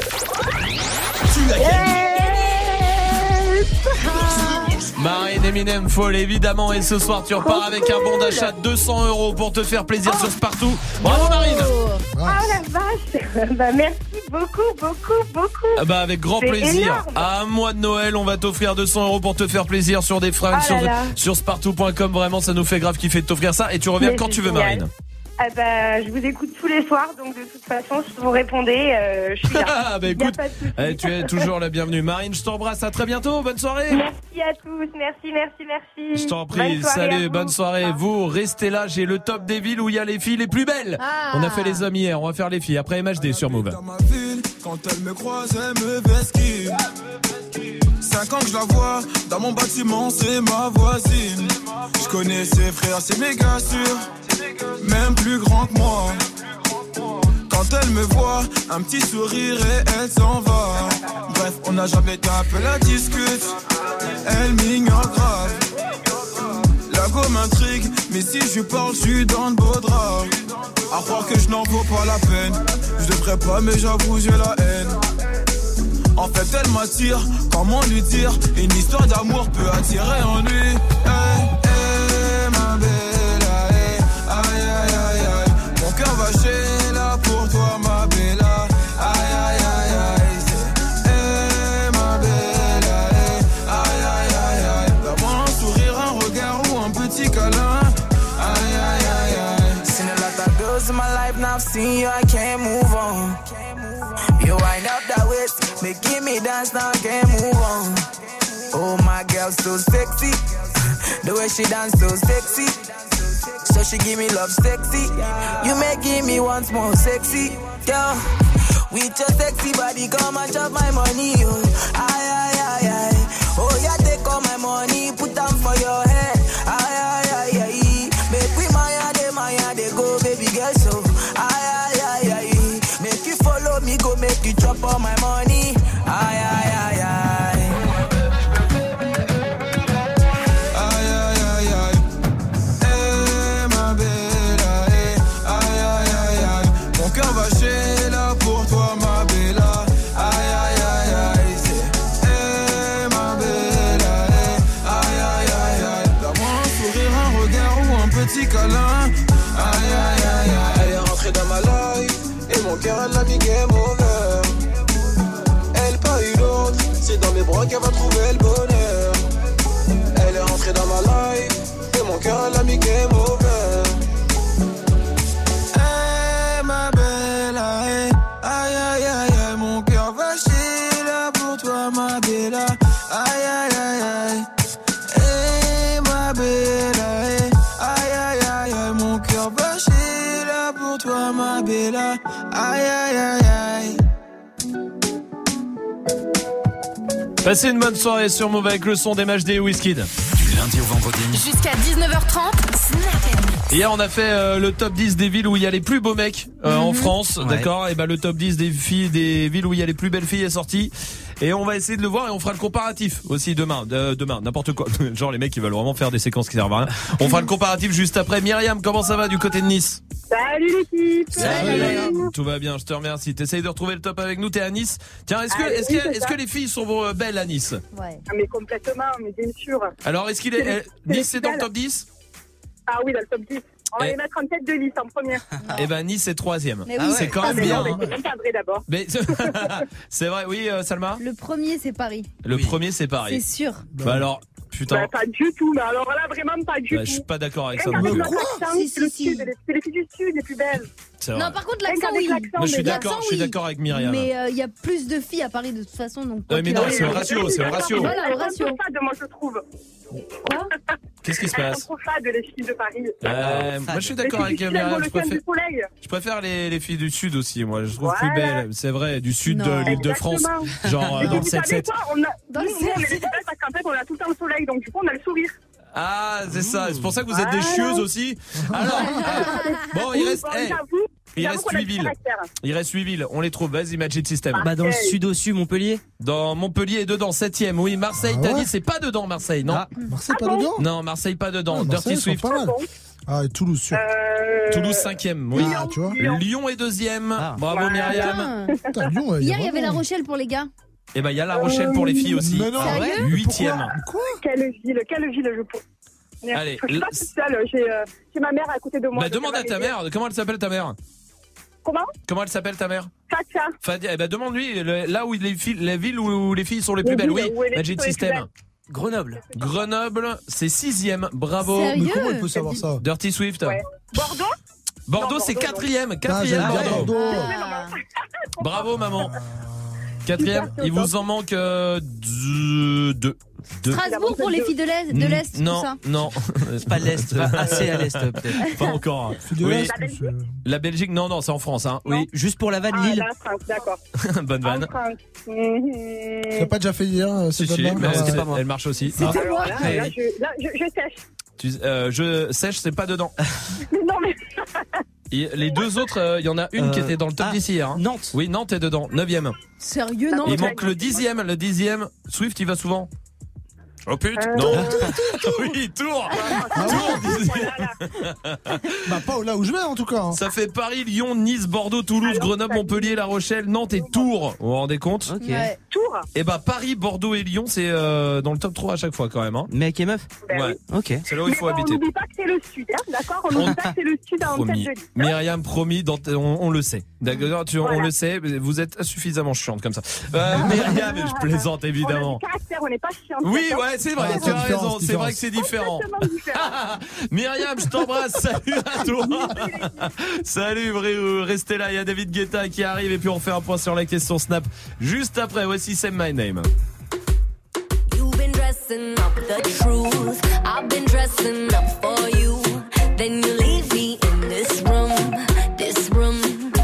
Marine, Eminem Fall évidemment, et ce soir tu repars avec un bon d'achat de 200 € pour te faire plaisir sur Spartoo. Bravo Marine. Oh la vache. Bah merci beaucoup. Bah avec grand C'est plaisir. énorme. À un mois de Noël, on va t'offrir 200 € pour te faire plaisir sur des fringues sur Spartoo.com. Vraiment, ça nous fait grave kiffer de t'offrir ça. Et tu reviens quand tu veux, Marine. Ah bah, je vous écoute tous les soirs, donc de toute façon, si vous répondez, je suis là. Ah bah écoute, tu es toujours la bienvenue. Marine, je t'embrasse, à très bientôt, bonne soirée. Merci à tous, merci. Je t'en prie, salut, bonne soirée. Vous, restez là, j'ai le top des villes où il y a les filles les plus belles. On a fait les hommes hier, on va faire les filles après MHD sur Move. Quand elle me croise, elle me vesquille. 5 ans que je la vois, dans mon bâtiment, c'est ma voisine. Je connais ses frères, c'est méga sûr, même plus grand que moi. Quand elle me voit, un petit sourire et elle s'en va. Bref, on n'a jamais été un peu la discute, elle m'ignore grave. La go m'intrigue, mais si je parle, je suis dans le beau drap. À croire que je n'en vaux pas la peine, je devrais pas, mais j'avoue, j'ai la haine. En fait, elle m'attire, comment lui dire? Une histoire d'amour peut attirer en lui. Hey, ma belle, aïe. Mon cœur va chez là pour toi, ma belle, aïe. Hey, ma belle, aïe. Donne-moi un sourire, un regard ou un petit câlin. Aïe. Seen a lot of girls in my life, now I've seen you, I can't move on. You wind up that waist, making me dance, now I can't move on. Oh, my girl, so sexy. The way she dance, so sexy. So she give me love, sexy. You making me once more sexy, girl. With your sexy body, come and chop my money, oh. Aye. Oh, yeah, take all my money, put them for your head. Aye. Make we Maya, petit câlin. Aïe aïe aïe aïe. Elle est rentrée dans ma life et mon cœur elle l'a mis game over. Elle pas eu l'autre, c'est dans mes bras qu'elle va trouver le bonheur. Elle est rentrée dans ma life et mon cœur elle a mis game over. Hey ma belle, aïe aïe aïe aïe, mon cœur va chier là pour toi ma belle. Aïe aïe aïe aïe. Hey ma belle, aïe aïe aïe aïe, mon cœur va chier là pour toi ma belle. Aïe aïe aïe aïe. Passez une bonne soirée sur Move avec le son des MHD et Wizkid. Du lundi au vendredi. Jusqu'à 19h30, Snap. Hier on a fait le top 10 des villes où il y a les plus beaux mecs en France, Ouais. d'accord. Et ben le top 10 des filles des villes où il y a les plus belles filles est sorti. Et on va essayer de le voir et on fera le comparatif aussi demain, n'importe quoi. Genre les mecs ils veulent vraiment faire des séquences qui servent à rien. On fera le comparatif juste après. Myriam, comment ça va du côté de Nice? Salut l'équipe. Salut. Tout va bien, je te remercie. T'essayes de retrouver le top avec nous, t'es à Nice. Tiens, est-ce que les filles sont belles à Nice? Ouais. Ah, mais complètement, mais bien sûr. Alors est-ce qu'il est Nice c'est dans le top 10? Ah oui, dans le top 10. On va les mettre en tête de liste en première. Eh ben Nice est 3e. Mais oui. C'est quand même bien. On va encadrer d'abord. Mais c'est vrai, oui, Salma. Le premier, c'est Paris. Le premier c'est Paris. C'est sûr. Bah alors, putain. Bah, pas du tout, mais alors là, vraiment pas du tout. Je suis pas d'accord avec ça Rien non qu'avec plus. notre accent, Si, c'est le si. sud, c'est les filles du sud les plus belles. C'est vrai. Non, par contre, Rien l'accent, qu'avec oui. l'accent, Moi, je suis mais d'accord, l'accent, je suis oui. d'accord avec Myriam. Mais il y a plus de filles à Paris de toute façon. Donc Ouais, mais non, c'est le ratio, c'est le ratio. Voilà, le ratio. Elles sont trop fades, moi, je trouve. Quoi? Qu'est-ce qui se Elles passe? sont trop fades, les filles de Paris. Moi, je suis d'accord Les avec filles du sud, elles Myriam. vont le ciel du soleil. Je préfère les filles du sud aussi, moi. Je trouve Voilà. plus belles. C'est vrai, du sud Non. de l'Île-de-France. Exactement. Genre Mais dans le vous savez 7-7. quoi, Dans le nous, on est les 7-7. belles parce qu'en fait, on a tout le temps le soleil, donc du coup, on a le sourire. Ah, c'est ça. C'est pour ça que vous êtes des chieuses aussi. Alors, bon, il reste, il reste 8 villes. Il reste 8 villes. On les trouve. Vas-y, Magic System. Bah dans le sud au sud, Montpellier. Dans Montpellier est dedans, 7e. Oui, Marseille, t'as dit c'est pas dedans, Marseille, non? Marseille pas dedans? Non, Marseille pas dedans. Ah, Marseille, Dirty ils sont Swift. pas mal. Ah, et Toulouse, sûr. Toulouse 5e, oui. Ah, tu vois. Lyon est 2e. Bravo Myriam. Putain, Lyon, Hier, il y avait La Rochelle pour les gars. Et ben il y a La Rochelle pour les filles aussi. Mais non. Sérieux 8e. Quoi? Quelle ville je peux. Allez, Je suis pas toute seule, j'ai ma mère à côté de moi. Bah demande à ta mère, comment elle s'appelle ta mère? Comment elle s'appelle ta mère? Fatia. Fadia, eh ben demande-lui là où les villes où les filles sont les plus belles. Oui, Magic System. Grenoble. Grenoble, c'est 6e. Bravo. Sérieux? Mais comment elle peut savoir ça? Dirty Swift. Ouais. Bordeaux Bordeaux, Non, c'est Bordeaux, 4e. Ah, j'allais 4e, dire Bordeaux. Bordeaux. Ah. Bravo maman. 4e, il vous en manque 2. Strasbourg pour les filles de l'Est, non, tout ça. non, C'est pas l'Est, pas assez à l'Est peut-être. pas encore. De Oui. l'Est, La Belgique, non, c'est en France, hein. Oui, Juste pour la vanne Ah, Lille. la France, d'accord. bonne vanne. En France. Tu l'as pas déjà fait hier, Si, cette si, vanne-là? mais c'était pas moi. elle marche aussi. Alors là, je sèche. Je sèche, c'est pas dedans. Non, mais. Et les deux autres, il y en a une qui était dans le top 10 hier. Hein. Nantes. Oui, Nantes est dedans, 9e. Sérieux, non? Il manque le 10e. Le 10e, Swift, il va souvent. Oh putain, non. Oui, Tours. Tours, 10e. Bah, pas là où je vais, en tout cas. Hein. Ça fait Paris, Lyon, Nice, Bordeaux, Toulouse, Grenoble, Montpellier, La Rochelle, Nantes et Tours. Vous vous rendez compte? Ok. Ouais. Tours. Et bah Paris, Bordeaux et Lyon, c'est dans le top 3 à chaque fois quand même. Hein. Mec et meuf. Ben Ouais. oui. Ok. C'est là où il Mais faut bon, habiter. on n'oublie pas que c'est le sud, hein, d'accord? On n'oublie pas que c'est le sud en tête Promis. de liste. Myriam, promis, on le sait. D'accord, on Voilà. le sait, vous êtes suffisamment chiante comme ça. Myriam, je plaisante On a évidemment. du caractère, on n'est pas chiant. Oui, ouais, c'est vrai, Ah, tu as différence, raison, c'est vrai que c'est différent. Complètement différent. Myriam, je t'embrasse, salut à toi. Salut, restez là, il y a David Guetta qui arrive et puis on fait un point sur la question Snap. Juste après, voici Say My Name. You've been dressing up the truth. I've been dressing up for you. Then you leave me in this room, this room.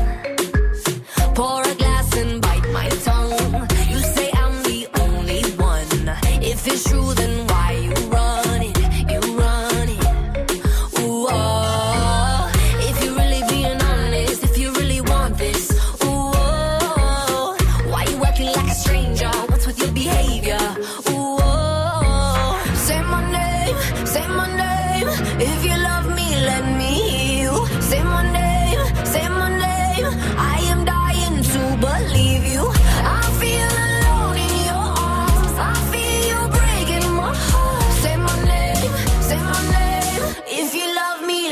Pour a glass and bite my tongue. You say I'm the only one. If it's true, then why you run it? You run it. Ooh, oh. If you're really being honest, if you really want this, ooh, oh. Why you acting like a stranger? What's with your behavior? Ooh, oh. Say my name, say my name. If you love me, let me hear you. Say my name, say my name. I am dying to believe you. I feel alone in your arms. I feel you breaking my heart. Say my name, say my name. If you love me,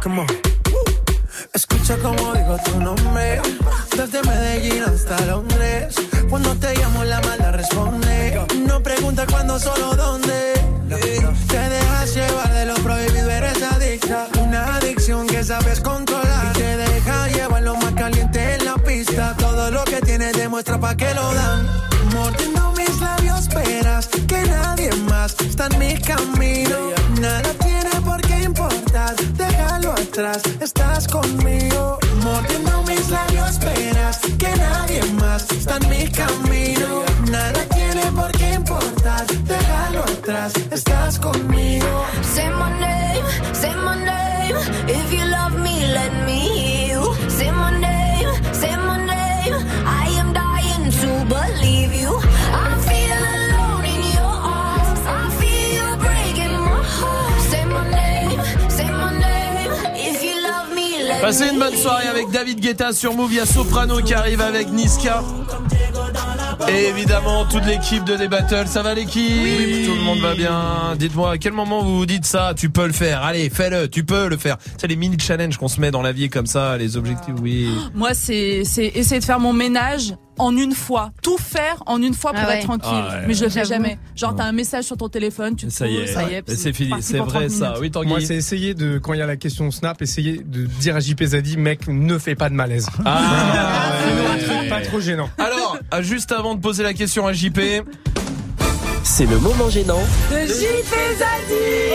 come on. Escucha como digo tu nombre, desde Medellín hasta Londres. Cuando te llamo la mala responde, no pregunta cuándo, solo dónde. Te dejas llevar de lo prohibido, eres adicta. Una adicción que sabes controlar y te deja llevar lo más caliente en la pista. Todo lo que tienes demuestra pa' que lo dan. Mordiendo mis labios, verás que nadie más está en mi camino. Nada tiene por qué importar, déjalo atrás, estás conmigo. Mordiendo mis labios, verás que nadie más está en mi camino. Nada tiene por qué importar, déjalo atrás, estás conmigo. Say my name, if you love me, let me hear you. Say my name, I am dying to believe you. I feel alone in your arms, I feel you breaking my heart. Say my name, if you love me, let me. Passez une bonne soirée avec David Guetta sur Move. Il y a Soprano qui arrive avec Niska. Et évidemment toute l'équipe de D-Battle. Ça va l'équipe? Oui. Tout le monde va bien. Dites-moi à quel moment vous vous dites ça? Tu peux le faire, allez fais-le, tu peux le faire. C'est les mini challenges qu'on se met dans la vie comme ça, les objectifs. Oui. Moi c'est essayer de faire mon ménage en une fois, tout faire en une fois pour être tranquille. Mais je le fais jamais. Genre t'as un message sur ton téléphone, tu te ça y est, c'est fini, c'est vrai ça. Oui, Tanguy. Moi c'est essayer de, quand il y a la question Snap, essayer de dire à JP Zadi, mec, ne fais pas de malaise. C'est un truc pas trop gênant. Alors, juste avant de poser la question à JP, c'est le moment gênant de JP Zadi.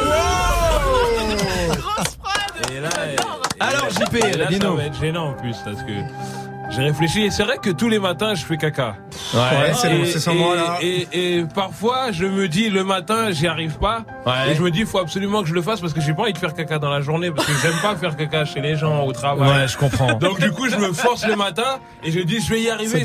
Alors JP, dis-nous. Ça va être gênant en plus parce que j'ai réfléchi et c'est vrai que tous les matins je fais caca. Ouais, c'est sans moi là. Et parfois je me dis le matin j'y arrive pas. Ouais. Et je me dis il faut absolument que je le fasse parce que j'ai pas envie de faire caca dans la journée parce que j'aime pas faire caca chez les gens au travail. Ouais, je comprends. Donc du coup je me force le matin et je dis je vais y arriver.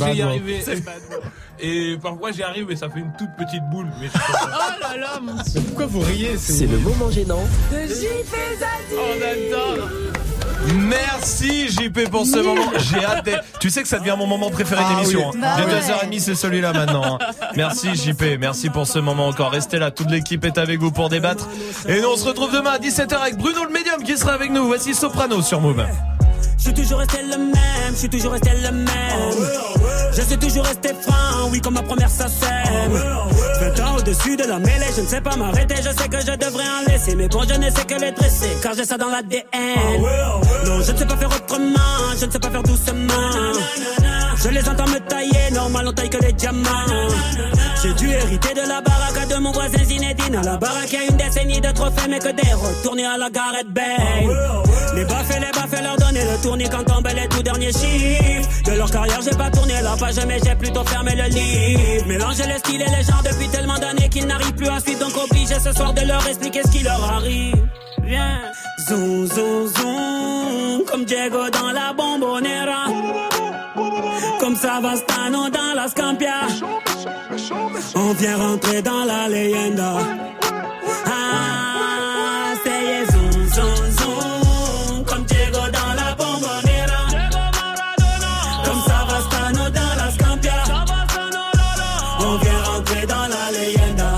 Et parfois j'y arrive et ça fait une toute petite boule. Mais oh là là mon Dieu. Mais pourquoi vous riez? C'est le moment gênant de JP Zadi. On adore. Merci JP pour ce moment. J'ai hâte. Tu sais que ça devient mon moment préféré d'émission. Oui. Bah de ouais. 2h30, c'est celui-là maintenant. Merci JP, merci pour ce moment encore. Restez là, toute l'équipe est avec vous pour débattre. Et nous on se retrouve demain à 17h avec Bruno le Médium qui sera avec nous. Voici Soprano sur Move. Je suis toujours resté le même, je suis toujours resté le même. Je suis toujours resté franc, oui comme ma première SACEM. 20 ans au-dessus de la mêlée, je ne sais pas m'arrêter. Je sais que je devrais en laisser, mais bon je ne sais que les dresser, car j'ai ça dans l'ADN. Non, je ne sais pas faire autrement, je ne sais pas faire doucement. Je les entends me tailler, normal on taille que les diamants. J'ai dû hériter de la baraque de mon voisin Zinedine. À la baraque y a une décennie de trophées, mais que des retournés à la Gareth Bale. Les baffes leur donner le tournis quand tombent les tout derniers chiffres. De leur carrière j'ai pas tourné la page, mais j'ai plutôt fermé le livre. Mélanger les styles et les genres depuis tellement d'années qu'ils n'arrivent plus à suivre. Donc obligé ce soir de leur expliquer ce qui leur arrive. Viens, zoom, zoom, zoom, comme Diego dans la Bombonera, comme Savastano dans la Scampia. On vient rentrer dans la leyenda. Ah, c'est zoom, zoom, zoom, comme Diego dans la Bombonera, comme Savastano dans la Scampia. On vient rentrer dans la leyenda.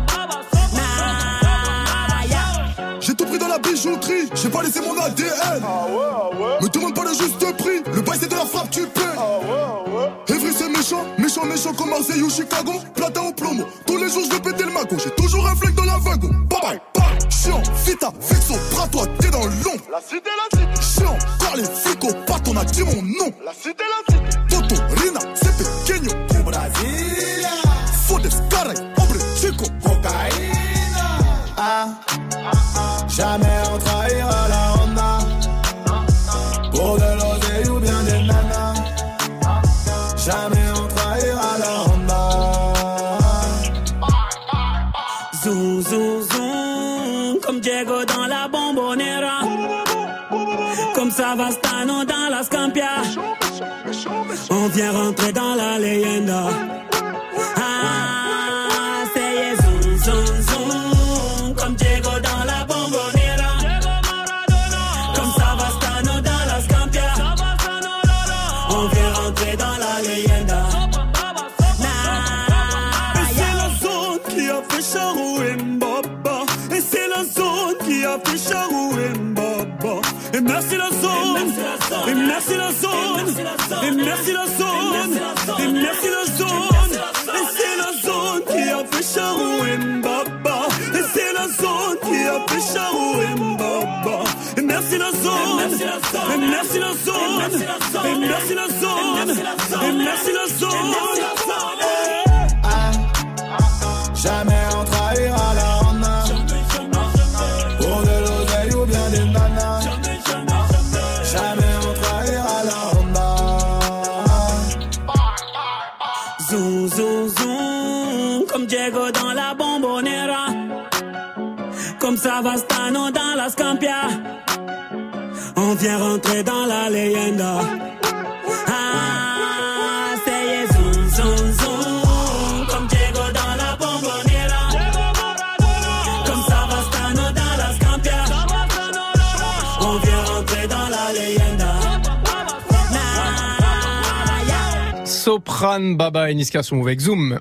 J'ai tout pris dans la bijouterie, j'ai pas laissé mon ADN. Me demande pas le juste prix, le bail c'est de la frappe, tu paies. Evry c'est méchant comme Marseille ou Chicago. Platin au plomo, tous les jours je vais péter le mago. J'ai toujours un flingue dans la wagon. Bye bye, bye. Chiant, vita, vexo, bras toi, t'es dans l'ombre. La cité. Chiant, car les flics au pattes, on a dit mon nom. La cité. Toto, Rina, c'est pequeño. Du Brasilia. Fodes, caray, hombre, chico. Cocaïna. Ah. Jamais on trahira la Honda. Pour de l'oseille ou bien des nanas. Jamais on trahira la Honda. Zoom, zoom, zoom, comme Diego dans la Bombonera, comme Savastano dans la Scampia. On vient rentrer dans la leyenda. Ah, c'est zoom, zoom, zoom, comme Diego dans la Bombonera, comme Savastano dans la Scampia. On vient rentrer dans la leyenda. Et c'est la zone qui a fait Charou et Mbaba. Et c'est la zone qui a fait Charou et Mbaba. merci la zone, et merci la zone, et merci la zone, et merci la zone, et c'est la zone qui a fait Charo et Mbaba, et c'est la zone qui a fait Charo et Mbaba, et merci la zone, et merci la zone, et merci la zone, et merci la zone. Jamais on trahira la Honda pour de l'oseille ou bien des nanas. Jamais on trahira la Honda. Zoom, zoom, zoom, comme Diego dans la Bombonera, comme Savastano dans la Scampia. On vient rentrer dans la leyenda. Ah, c'est zoom, zoom, zoom, comme Diego dans la Bombonera, comme Savastano dans la Scampia. On vient rentrer dans la leyenda. Soprano, Baba et Niska sont avec Zoom.